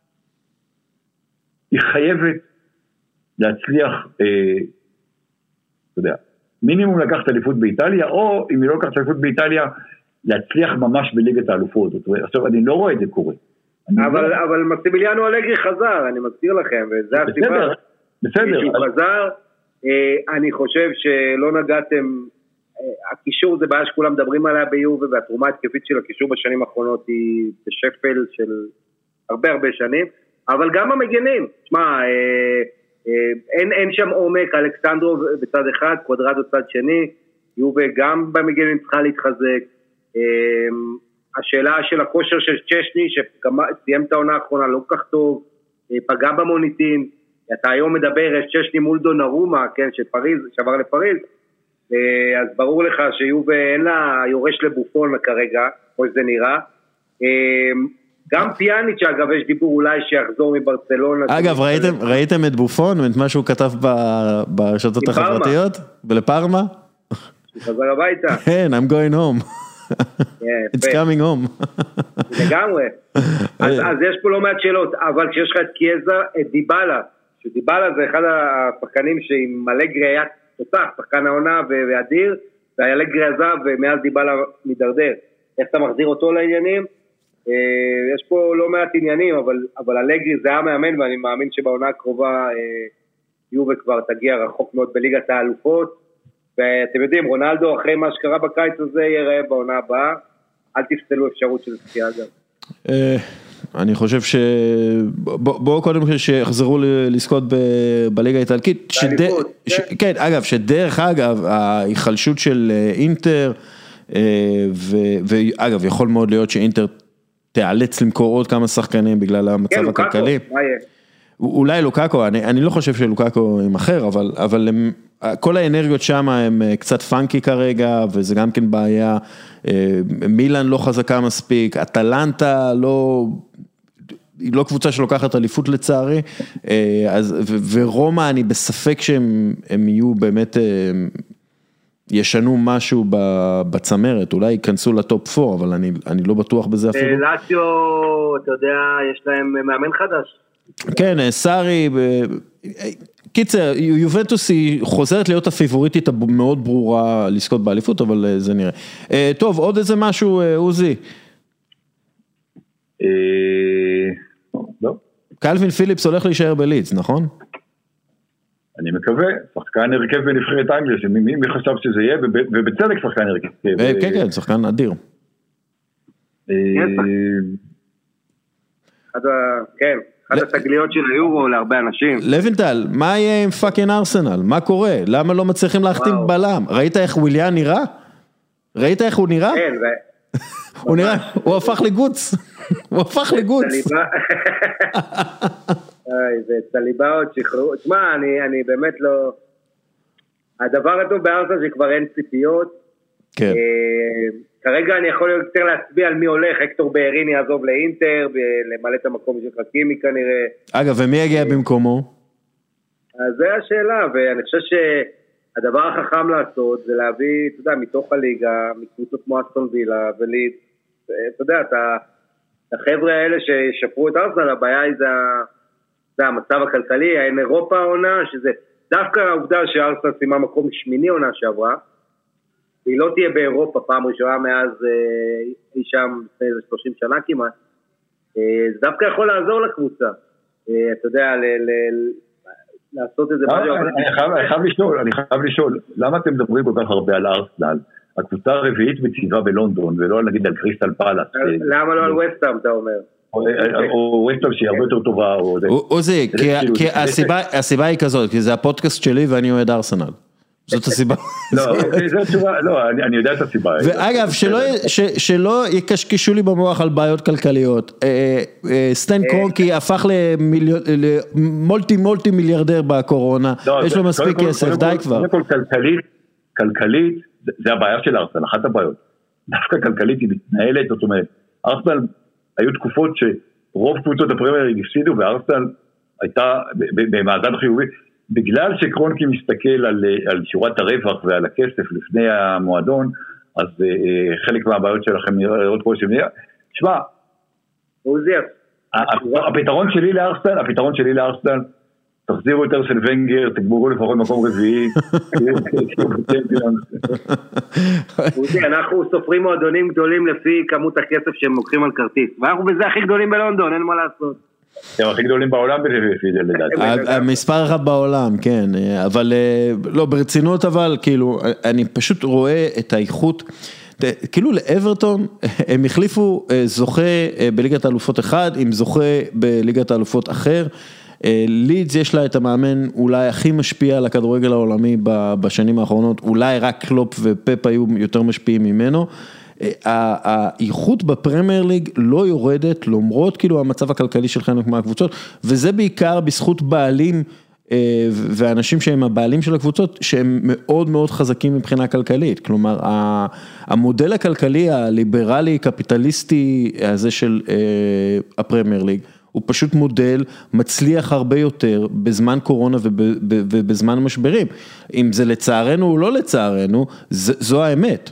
היא חייבת להצליח, אתה יודע, מינימום לקחת אליפות באיטליה, או אם היא לא לקחת אליפות באיטליה, להצליח ממש בליגת האלופות. עכשיו, אני לא רואה את זה קורה. אבל מקסימיליאנו אלגרי חזר, אני מזכיר לכם, וזה הסיבה. בסדר. שהוא חזר, אני חושב שלא נגעתם, הקישור זה בעיה שכולם מדברים עליה ביובה, והתרומה התקפית של הקישור בשנים האחרונות היא בשפל של הרבה שנים, אבל גם המגנים, תשמע, אין שם עומק, אלכסנדרו בצד אחד, קוודרדו צד שני, יובה גם במגנים צריכה להתחזק, השאלה של הכושר של צ'שני, שסיים את העונה האחרונה לא כך טוב, פגע במוניטין, אתה היום מדבר, יש צ'שני מול דונרומה, כן, שעבר לפריז, אז ברור לך שיובה אין לה יורש לבופון כרגע, כמו שזה נראה, גם פיאניץ' אגב, יש דיבור אולי שיחזור מברצלונה. אגב, ראיתם את בופון, את מה שהוא כתב ברשתות החברתיות? ולפרמה? הוא חזר הביתה. כן, I'm going home. It's coming home. לגמרי. אז יש פה לא מעט שאלות, אבל כשיש לך את קיאזה, את דיבאלה, שדיבאלה זה אחד השחקנים שעם אלגרי היה תותח, שחקן העונה ואדיר, והאלגרי עזב ומאז דיבאלה מדרדר. איך אתה מחזיר אותו לעניינים? יש פה לא מעט עניינים, אבל אלגרי זה היה מאמן, ואני מאמין שבעונה הקרובה יובה כבר תגיע רחוק מאוד בליגת האלופות, ואתם יודעים, רונלדו אחרי מה שקרה בקיץ הזה יראה בעונה הבאה, אל תפסלו אפשרות של ספייה גם. אני חושב בואו קודם שיחזרו לזכות בליגה האיטלקית, כן, אגב, שדרך אגב, ההיחלשות של אינטר, ואגב, יכול מאוד להיות שאינטר תיאלץ למכור עוד כמה שחקנים בגלל המצב הכלכלי. אולי לוקאקו, אני לא חושב שלוקאקו עם אחר, אבל כל האנרגיות שם הם קצת פאנקי כרגע, וזה גם כן בעיה, מילאן לא חזקה מספיק, אטלנטה היא לא קבוצה שלוקחת אליפות לצערי, ורומא אני בספק שהם יהיו באמת, ישנו משהו בצמרת, אולי ייכנסו לטופ 4, אבל אני לא בטוח בזה אפילו. לאציו, אתה יודע, יש להם מאמן חדש. כן, סארי, קיצר, יובנטוס היא חוזרת להיות הפיבוריטית המאוד ברורה לזכות באליפות, אבל זה נראה. טוב, עוד איזה משהו, עוזי? לא. קלווין פיליפס הולך להישאר בליץ, נכון? אני מקווה, שחקן הרכב בנבחרת אנגליה, שמי חשב שזה יהיה, ובצדק שחקן הרכב. כן, כן, שחקן אדיר. כן. אחת התגליות של היורו להרבה אנשים. לוינטל, מה יהיה עם פאקינג ארסנל? מה קורה? למה לא מצליחים להחתים בלם? ראית איך וויליאן נראה? ראית איך הוא נראה? כן, הוא נראה, הוא הפך לגוץ. הוא הפך לגוץ. זה צליבאות שחררו. תשמע, אני באמת לא... הדבר הטוב בארסנל שכבר אין ציפיות. כן. כרגע אני יכול יותר להצביע על מי הולך, הקטור באריני יעזוב לאינטר, למלא את המקום של חכימי כנראה. אגב, ומי יגיע במקומו? אז זה השאלה, ואני חושב שהדבר החכם לעשות, זה להביא, אתה יודע, מתוך הליגה, מקבוצות כמו אסטון וילה, וליד, אתה יודע, החבר'ה האלה ששפרו את ארסנל, הבעיה היא זה המצב הכלכלי, אין אירופה העונה, שזה דווקא העובדה שארסנל סיימה מקום שמיני עונה שעברה, והיא לא תהיה באירופה פעם ראשונה מאז היא שם לפני 30 שנה כמעט, זה דווקא יכול לעזור לקבוצה, אתה יודע, לעשות את זה. אני חייב לשאול, למה אתם מדברים כל כך הרבה על ארסנל? הקבוצה הרביעית בצבעה בלונדון, ולא נגיד על קריסטל פלאס. למה לא על וסטהאם אתה אומר? או וסטהאם שהיא הרבה יותר טובה, או זה, כי הסיבה היא כזאת, כי זה הפודקאסט שלי ואני אוהד ארסנל. זאת הסיבה. לא, אני יודע את הסיבה. ואגב, שלא יקשקשו לי במוח על בעיות כלכליות. סטן קרונקי הפך למולטי מיליארדר בקורונה. יש לו מספיק כסף, די כבר. כלכלית, זה הבעיה של ארסנל, אחת הבעיות. דווקא כלכלית היא מתנהלת, זאת אומרת, ארסנל היו תקופות שרוב קבוצות הפרמייר ליג הפסידו, וארסנל הייתה במאזן חיובי. בגלל שקרונקי מסתכל על שורת הרווח ועל הכסף לפני המועדון, אז חלק מהבעיות שלכם נראות פה שמניה. תשמע, הפתרון שלי לארסנל, תחזירו יותר של ונגר, תגמרו לפחות מקום רביעי. אנחנו סופרים מועדונים גדולים לפי כמות הכסף שהם לוקחים על כרטיס, ואנחנו בזה הכי גדולים בלונדון, אין מה לעשות. הם הכי גדולים בעולם לפי זה לדעתי. המספר אחד בעולם, כן, אבל לא, ברצינות אבל, כאילו, אני פשוט רואה את האיכות, כאילו לאברטון, הם החליפו זוכה בליגת האלופות אחד, עם זוכה בליגת האלופות אחר, לידס יש לה את המאמן אולי הכי משפיע על הכדורגל העולמי בשנים האחרונות, אולי רק קלופ ופפ היו יותר משפיעים ממנו, האיכות בפרמייר ליג לא יורדת, למרות כאילו המצב הכלכלי של חלק מהקבוצות, וזה בעיקר בזכות בעלים, ואנשים שהם הבעלים של הקבוצות, שהם מאוד מאוד חזקים מבחינה כלכלית, כלומר, המודל הכלכלי הליברלי, קפיטליסטי הזה של הפרמייר ליג, הוא פשוט מודל מצליח הרבה יותר בזמן קורונה ובזמן משברים, אם זה לצערנו או לא לצערנו, זו האמת.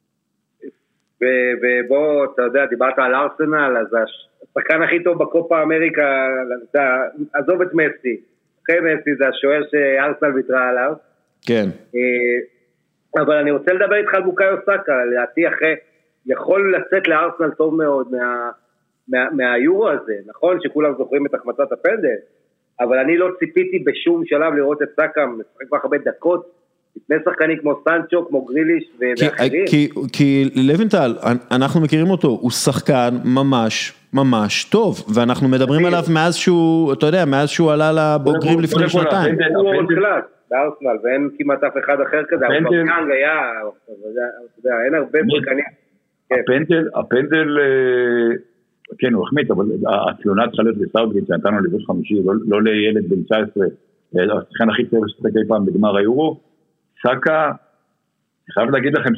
ובוא, אתה יודע, דיברת על ארסנל, אז השחקן הכי טוב בקופה אמריקה, עזוב את מסי, אחרי מסי זה השוער שארסנל ויתרה עליו. כן. אבל אני רוצה לדבר איתך על בוקאיו סאקה, לדעתי אחרי, יכול לצאת לארסנל טוב מאוד מהיורו הזה, נכון שכולם זוכרים את החמצת הפנדל, אבל אני לא ציפיתי בשום שלב לראות את סאקה, משחק כבר הרבה דקות, לפני שחקנים כמו סטנצ'ו, כמו גריליש ואחרים. כי לוינטל, אנחנו מכירים אותו, הוא שחקן ממש טוב, ואנחנו מדברים עליו מאז שהוא, אתה יודע, מאז שהוא עלה לבוגרים לפני שנתיים. הוא עוד קלאס בארסנל, ואין כמעט אף אחד אחר כזה, אבל קנג היה, אין הרבה שחקנים. הפנדל, כן, הוא החמיץ, אבל התלונה צריכה להיות לסאוטגייט, שנתנו לבוש חמישי, לא לילד בן 19, השחקן הכי טוב שתקי פעם בגמר היורו, סאקה, אני חייב להגיד לכם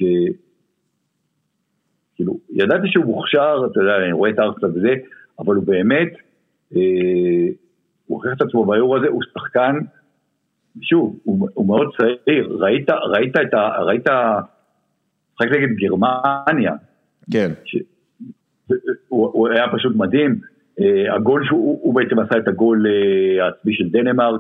כאילו, ידעתי שהוא מוכשר, אתה יודע, אני רואה את ארסנל וזה, אבל הוא באמת, הוא הוכיח את עצמו ביורו הזה, הוא שחקן, שוב, הוא מאוד צעיר, ראית, שחק נגד גרמניה, כן. הוא היה פשוט מדהים, הגול שהוא בעצם עשה את הגול העצמי של דנמרק,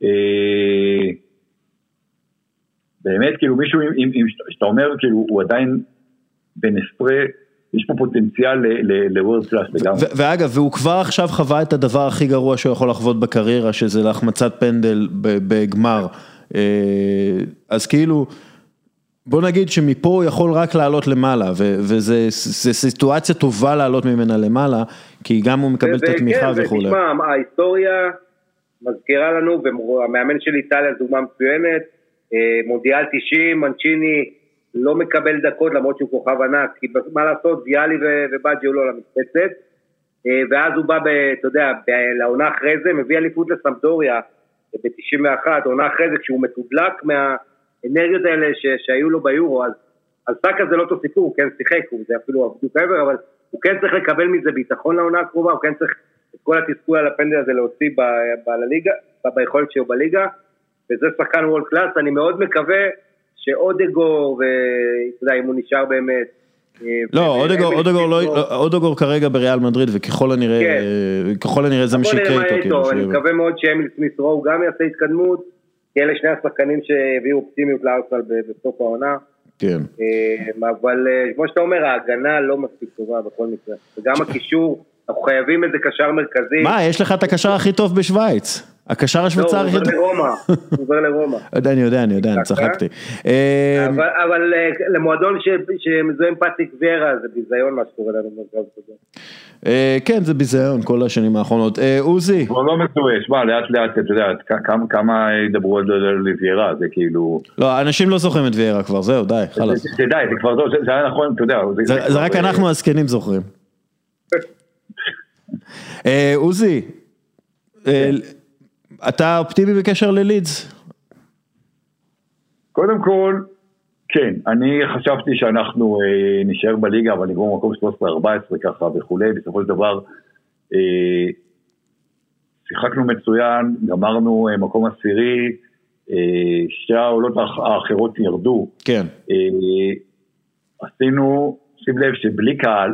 באמת, כאילו מישהו, שאתה אומר, כאילו הוא עדיין בנספרה, יש פה פוטנציאל לוורד קלאס לגמרי. ואגב, והוא כבר עכשיו חווה את הדבר הכי גרוע שהוא יכול לחוות בקריירה, שזה להחמצת פנדל בגמר. אז כאילו, בוא נגיד שמפה הוא יכול רק לעלות למעלה, וזו סיטואציה טובה לעלות ממנה למעלה, כי גם הוא מקבל את התמיכה וכו'. ותשמע, ההיסטוריה מזכירה לנו, והמאמן של איטליה זו דוגמה מצוינת, מונדיאל 90, מנצ'יני לא מקבל דקות למרות שהוא כוכב ענק, כי מה לעשות, ויאלי ובאג'יו לא למשפצת, ואז הוא בא, אתה יודע, לעונה אחרי זה, מביא אליפות לסמפדוריה ב-91, עונה אחרי זה, כשהוא מתודלק מהאנרגיות האלה שהיו לו ביורו, אז סאקה זה לא אותו סיפור, הוא כן שיחק, זה אפילו עבדות עבר, אבל הוא כן צריך לקבל מזה ביטחון לעונה הקרובה, הוא כן צריך את כל התסכול על הפנדל הזה להוציא בליגה, ביכולת שלו בליגה, וזה שחקן וולד קלאס, אני מאוד מקווה שאודגור, ואתה יודע, אם הוא נשאר באמת. לא, אודגור כרגע בריאל מדריד, וככל הנראה זה מה שיקרה איתו. אני מקווה מאוד שאמיל סמית רו גם יעשה התקדמות, כי אלה שני השחקנים שהביאו אופטימיות לארסנל בסוף העונה. כן. אבל כמו שאתה אומר, ההגנה לא מספיק טובה בכל מקרה. וגם הקישור, אנחנו חייבים איזה קשר מרכזי. מה, יש לך את הקשר הכי טוב בשוויץ. הקשר השוויצרי. הוא עובר לרומא. אני יודע, אני צחקתי. אבל למועדון שמזוהה עם פטריק ויארה, זה ביזיון מה שקורה לנו במרכז הזה. כן, זה ביזיון כל השנים האחרונות. עוזי. הוא לא מזוהה, שמע, לאט לאט, אתה יודע, כמה ידברו על ויארה, זה כאילו... לא, אנשים לא זוכרים את ויארה כבר, זהו, די, חלאס. זה די, זה כבר, זה היה נכון, אתה יודע. זה רק אנחנו הזקנים זוכרים. עוזי, אתה אופטימי בקשר ללידס? קודם כל, כן, אני חשבתי שאנחנו נשאר בליגה, אבל נגמור מקום 13-14 ככה וכולי, בסופו של דבר שיחקנו מצוין, גמרנו מקום עשירי, שתי העולות האחרות ירדו. כן. עשינו, שים לב שבלי קהל,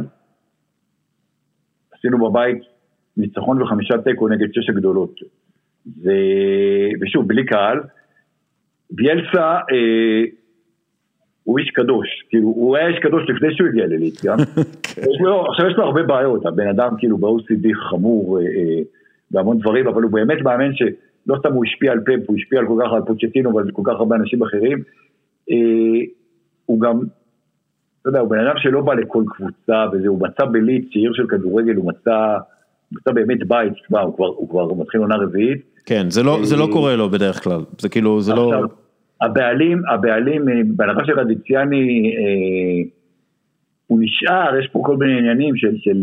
עשינו בבית ניצחון ו5 תיקו נגד 6 הגדולות. ושוב, בלי קהל, ביאלסה הוא איש קדוש, כאילו הוא היה איש קדוש לפני שהוא הגיע לליץ, גם. עכשיו יש לו הרבה בעיות, הבן אדם כאילו ב-OCD חמור בהמון דברים, אבל הוא באמת מאמן שלא סתם הוא השפיע על פאפ, הוא השפיע על כל כך על פוצ'טינו ועל כל כך הרבה אנשים אחרים, הוא גם, אתה יודע, הוא בן אדם שלא בא לכל קבוצה, הוא מצא בליץ, שעיר של כדורגל, הוא מצא באמת בית, הוא כבר מתחיל עונה רביעית. כן, זה לא קורה לו בדרך כלל, זה כאילו, זה לא... הבעלים, בהנחה של רדיציאני, הוא נשאר, יש פה כל מיני עניינים של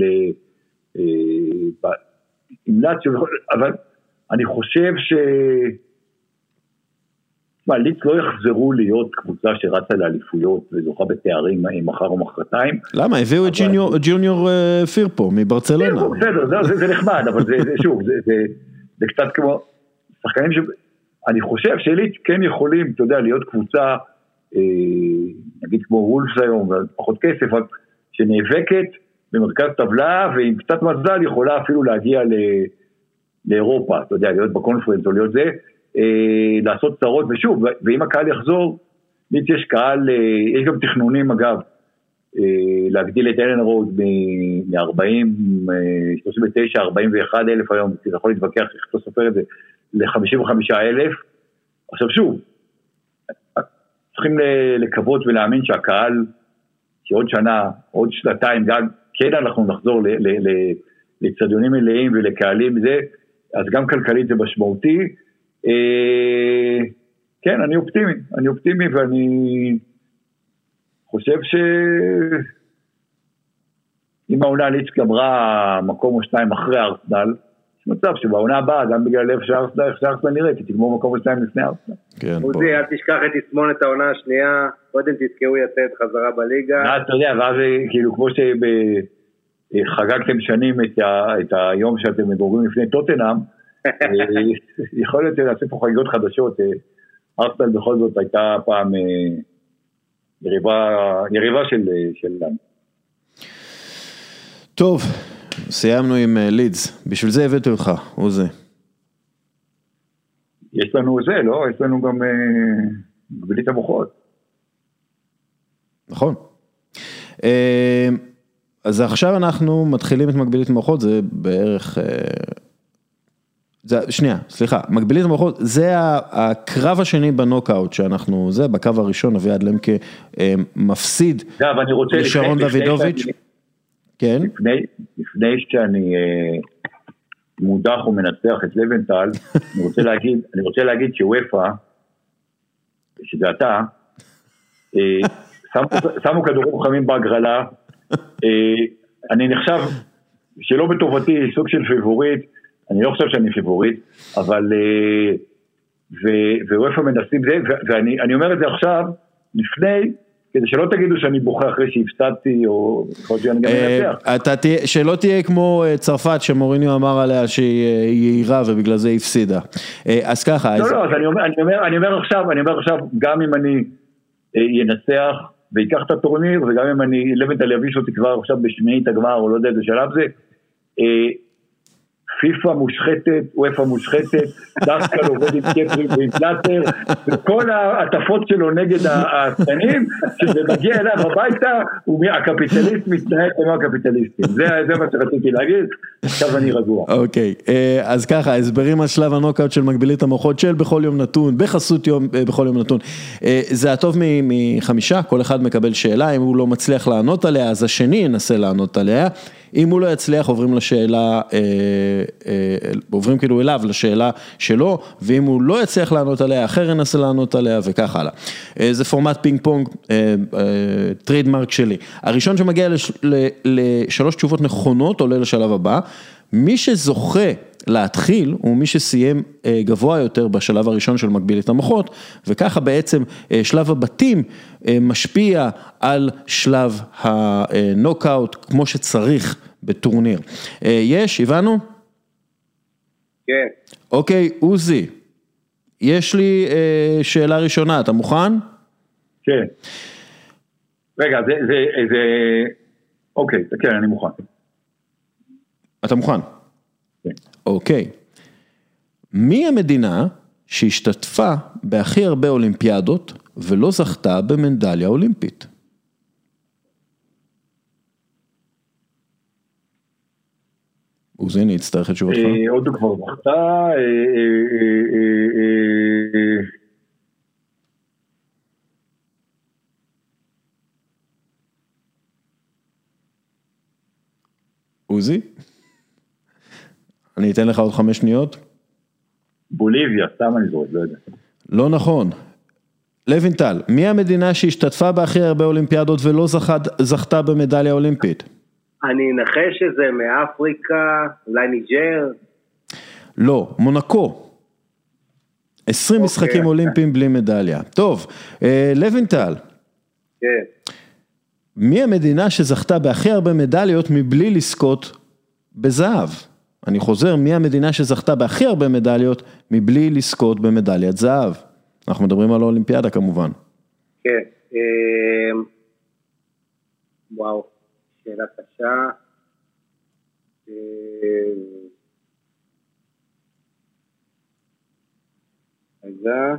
אבל אני חושב ליץ לא יחזרו להיות קבוצה שרצה לאליפויות וזוכה בתארים מחר או מחרתיים. למה? הביאו את ג'וניור פירפו מברצלונה. בסדר, זה נחמד, אבל שוב, זה קצת כמו שחקנים אני חושב שליץ כן יכולים, אתה יודע, להיות קבוצה, נגיד כמו וולפס היום, פחות כסף, שנאבקת במרכז טבלה, ועם קצת מזל יכולה אפילו להגיע לאירופה, אתה יודע, להיות בקונפרנס או להיות זה, לעשות צרות, ושוב, ואם הקהל יחזור, ליץ יש קהל, יש גם תכנונים אגב, להגדיל את אלן רוד מ-40, 39, 41 אלף היום, אתה יכול להתווכח איך אתה סופר את זה, ל-55,000, עכשיו שוב, צריכים לקוות ולהאמין שהקהל, שעוד שנה, עוד שנתיים, גם כן אנחנו נחזור לצדיונים מלאים ולקהלים זה, אז גם כלכלית זה משמעותי, כן, אני אופטימי ואני חושב אם העונה ליץ גמרה מקום או שניים אחרי ארסנל, יש מצב שבעונה הבאה, גם בגלל איך שארסנל נראה, כי תגמור מקום או שניים לפני ארסנל. עוזי, אל תשכח את תסמון את העונה השנייה, קודם תזכרו יצאת חזרה בליגה. אתה יודע, ואז כאילו כמו שחגגתם שנים את היום שאתם מדברים לפני טוטנהאם, יכול להיות לעשות פה חגיגות חדשות, ארסנל בכל זאת הייתה פעם יריבה של לנו. טוב, סיימנו עם לידס, בשביל זה הבאתי אותך, עוזי. יש לנו זה, לא? יש לנו גם מגבילית המוחות. נכון. אז עכשיו אנחנו מתחילים את מגבילית המוחות, זה בערך... מגבילית המוחות, זה הקרב השני בנוקאוט שאנחנו, זה בקו הראשון, אביעד למקה מפסיד לשרון דוידוביץ'. כן. לפני שאני מודח ומנצח את לבנטל, אני רוצה להגיד שוופא, שזה אתה, שמו כדורים חמים בהגרלה, אני נחשב שלא בטובתי סוג של פיבורית, אני לא חושב שאני פיבורית, אבל ווופא מנסים זה, ואני אומר את זה עכשיו, לפני, כדי שלא תגידו שאני בוכה אחרי שהפסדתי, או יכול להיות שאני גם מנצח. שלא תהיה כמו צרפת, שמוריניו אמר עליה שהיא יעירה, ובגלל זה הפסידה. אז ככה. לא, אז אני אומר עכשיו, גם אם אני ינצח, ויקח את הטורניר, וגם אם לבנטל יביש אותי כבר עכשיו בשמינית הגמר, או לא יודע איזה שלב זה, פיפה מושחתת, וופא מושחתת, דווקא עובד עם קפרי ועם פלטר, וכל העטפות שלו נגד השחקנים, שזה מגיע אליו הביתה, הקפיטליסט מתנהג כמו הקפיטליסטים. זה מה שרציתי להגיד, עכשיו אני רגוע. אוקיי, אז ככה, הסברים על שלב הנוקאוט של מגבילית המוחות של בכל יום נתון, בחסות בכל יום נתון. זה הטוב מ5, כל אחד מקבל שאלה, אם הוא לא מצליח לענות עליה, אז השני ינסה לענות עליה. אם הוא לא יצליח, עוברים לשאלה, עוברים כאילו אליו לשאלה שלו, ואם הוא לא יצליח לענות עליה, אחר ינסה לענות עליה, וכך הלאה. זה פורמט פינג פונג, טריידמרק שלי. הראשון שמגיע לשלוש תשובות נכונות, עולה לשלב הבא. מי שזוכה להתחיל, הוא מי שסיים גבוה יותר בשלב הראשון של מגבילית המוחות, וככה בעצם שלב הבתים משפיע על שלב הנוקאוט, כמו שצריך בטורניר. הבנו? כן. אוקיי, עוזי, יש לי שאלה ראשונה, אתה מוכן? כן. רגע, אוקיי, כן, אני מוכן. אתה מוכן? כן. אוקיי. מי המדינה שהשתתפה בהכי הרבה אולימפיאדות ולא זכתה במדליה אולימפית? עוזי, אני אצטרך את תשובתך. עוד כבר זכתה. עוזי? אני אתן לך עוד 5 שניות. בוליביה, סתם אני זורק, לא יודע. לא נכון. לוינטל, מי המדינה שהשתתפה בהכי הרבה אולימפיאדות ולא זכתה במדליה אולימפית? אני אנחש שזה מאפריקה, אולי ניג'ר. לא, מונקו. 20 משחקים אולימפיים בלי מדליה. טוב, לוינטל. כן. מי המדינה שזכתה בהכי הרבה מדליות מבלי לזכות בזהב? אני חוזר, מי המדינה שזכתה בהכי הרבה מדליות מבלי לזכות במדליית זהב? אנחנו מדברים על האולימפיאדה כמובן. כן. וואו, שאלה קשה. רגע.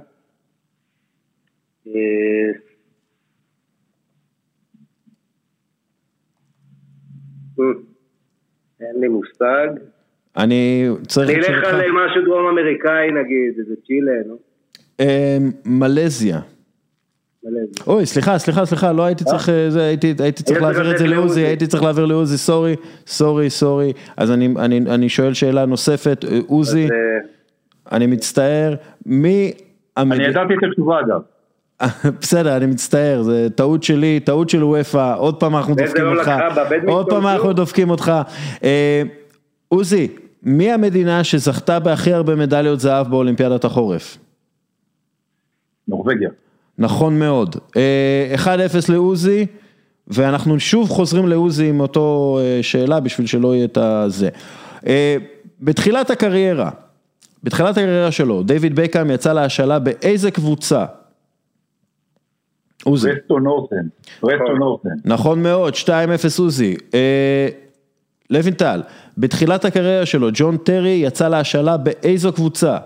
אין לי מושג. אני צריך... אני אלך על משהו דרום אמריקאי נגיד, איזה צ'ילה, לא? מלזיה. אוי, סליחה, לא הייתי צריך, הייתי צריך להעביר את זה לעוזי, הייתי צריך להעביר לעוזי, סורי, אז אני שואל שאלה נוספת, עוזי, אני מצטער, מי... אני ידעתי את התשובה אגב. בסדר, אני מצטער, זה טעות שלי, טעות של וופא, עוד פעם אנחנו דופקים אותך, עוזי, מי המדינה שזכתה בהכי הרבה מדליות זהב באולימפיאדת החורף? נורווגיה. נכון מאוד. 1-0 לעוזי, ואנחנו שוב חוזרים לעוזי עם אותו שאלה, בשביל שלא יהיה את זה. בתחילת הקריירה שלו, דיוויד בקהאם יצא להשאלה באיזה קבוצה? עוזי. רסטון נורת'ן. נכון מאוד, 2-0 עוזי. לוינטל, בתחילת הקריירה שלו, ג'ון טרי יצא להשאלה באיזו קבוצה?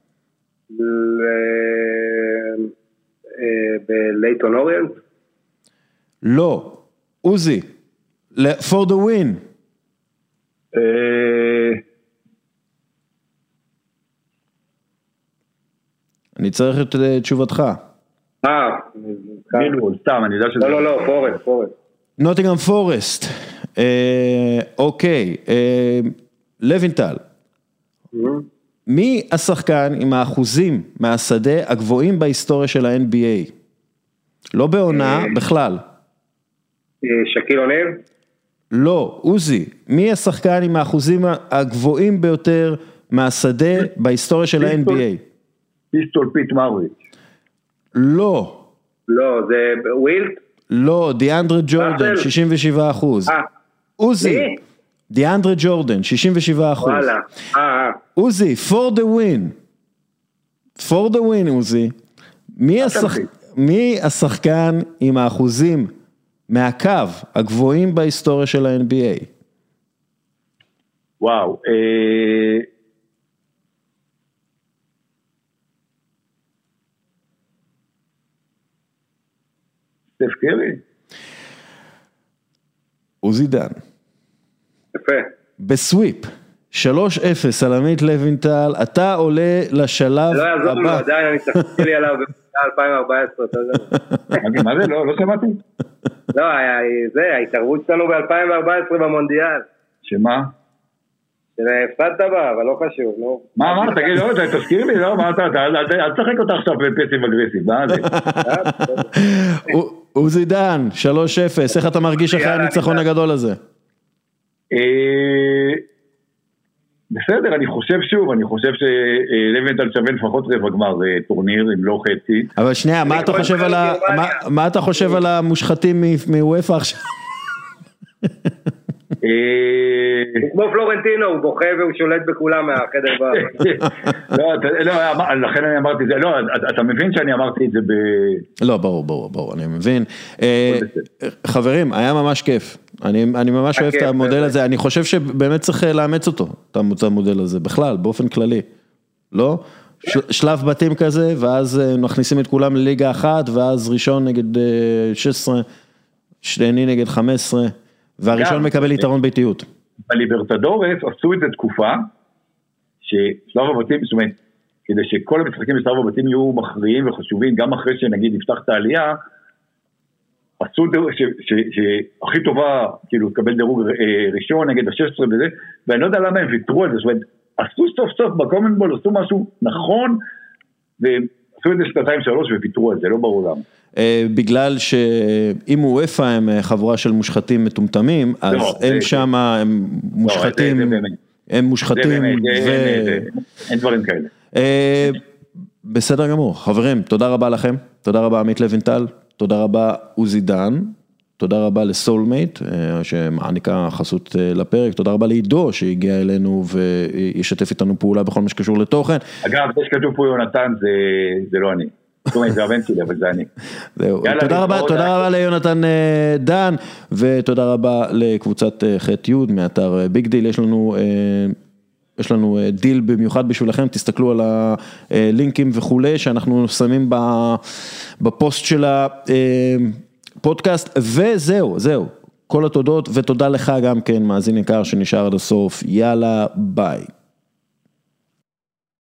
בלייטון אוריינט? לא, עוזי, for the win. אני צריך את תשובתך. סתם, אני יודע שזה... לא, פורסט. נוטינגהאם פורסט. אוקיי, לוינטל. מי השחקן עם האחוזים מהשדה הגבוהים בהיסטוריה של ה-NBA? לא בעונה, בכלל. שקיל אוניל? לא, עוזי. מי השחקן עם האחוזים הגבוהים ביותר מהשדה בהיסטוריה של ה-NBA? פיסטול פיט מאוריץ'. לא. לא, זה ווילט? לא, דיאנדרה ג'ורדן, 67%. עוזי. דיאנדרה ג'ורדן, 67%. וואלה. עוזי, for the win, עוזי. מי השחקן עם האחוזים מהקו הגבוהים בהיסטוריה של ה-NBA? וואו. סטף קרי? עוזי דן. יפה. בסוויפ. 3-0 על עמית לוינטל, אתה עולה לשלב הבא. לא יעזור לו, עדיין אני צחקתי לי עליו ב-2014, אתה יודע. מה זה? לא שמעתי? לא, זה, ההתערבות שלנו ב-2014 במונדיאל. שמה? הפסדת בה, אבל לא חשוב, נו. מה אמרת? תגיד, לא, תזכיר לי, לא, מה אתה, אל תשחק אותה עכשיו בפסיב אגרסיב, מה זה? עוזי דן, 3-0, איך אתה מרגיש אחרי הניצחון הגדול הזה? בסדר, אני חושב שלוינטל שווה לפחות רבע גמר טורניר, אם לא חצי. אבל שנייה, מה אתה חושב על המושחתים מאופה עכשיו? כמו פלורנטינו, הוא בוכה והוא שולט בכולם מהחדר בר. לא, לכן אני אמרתי את זה, לא, אתה מבין שאני אמרתי את זה לא, ברור, אני מבין. חברים, היה ממש כיף. אני ממש אוהב את המודל הזה, אני חושב שבאמת צריך לאמץ אותו, את המודל הזה, בכלל, באופן כללי. לא? שלב בתים כזה, ואז מכניסים את כולם לליגה אחת, ואז ראשון נגד 16, שני נגד 15, והראשון מקבל יתרון ביתיות. בליברטדורס עשו את זה תקופה, ששלב הבתים, זאת אומרת, כדי שכל המשחקים בשלב הבתים יהיו מכריעים וחשובים, גם אחרי שנגיד יפתח את העלייה, עשו שהכי טובה, כאילו, תקבל דירוג ראשון נגד ה-16 וזה, ואני לא יודע למה הם ויתרו על זה, זאת אומרת, עשו סוף סוף בקומנבול, עשו משהו נכון, ועשו את זה 2-3 וויתרו על זה, לא ברור למה. בגלל שאם אופה הם חבורה של מושחתים מטומטמים, אז הם שם, הם מושחתים, הם מושחתים, אין דברים כאלה. בסדר גמור, חברים, תודה רבה לכם, תודה רבה עמית לוינטל, תודה רבה עוזי דן, תודה רבה לסולמייט, שמעניקה חסות לפרק, תודה רבה לעידו שהגיע אלינו וישתף איתנו פעולה בכל מה שקשור לתוכן. אגב, זה שכתוב פה יונתן, זה לא אני. זאת אומרת, זה הבן שלי, אבל זה אני. תודה רבה ליונתן דן, ותודה רבה לקבוצת ח' י' מאתר ביג דיל, יש לנו דיל במיוחד בשבילכם, תסתכלו על הלינקים וכולי, שאנחנו שמים בפוסט של הפודקאסט, וזהו, כל התודות, ותודה לך גם כן, מאזין יקר שנשאר עד הסוף, יאללה, ביי.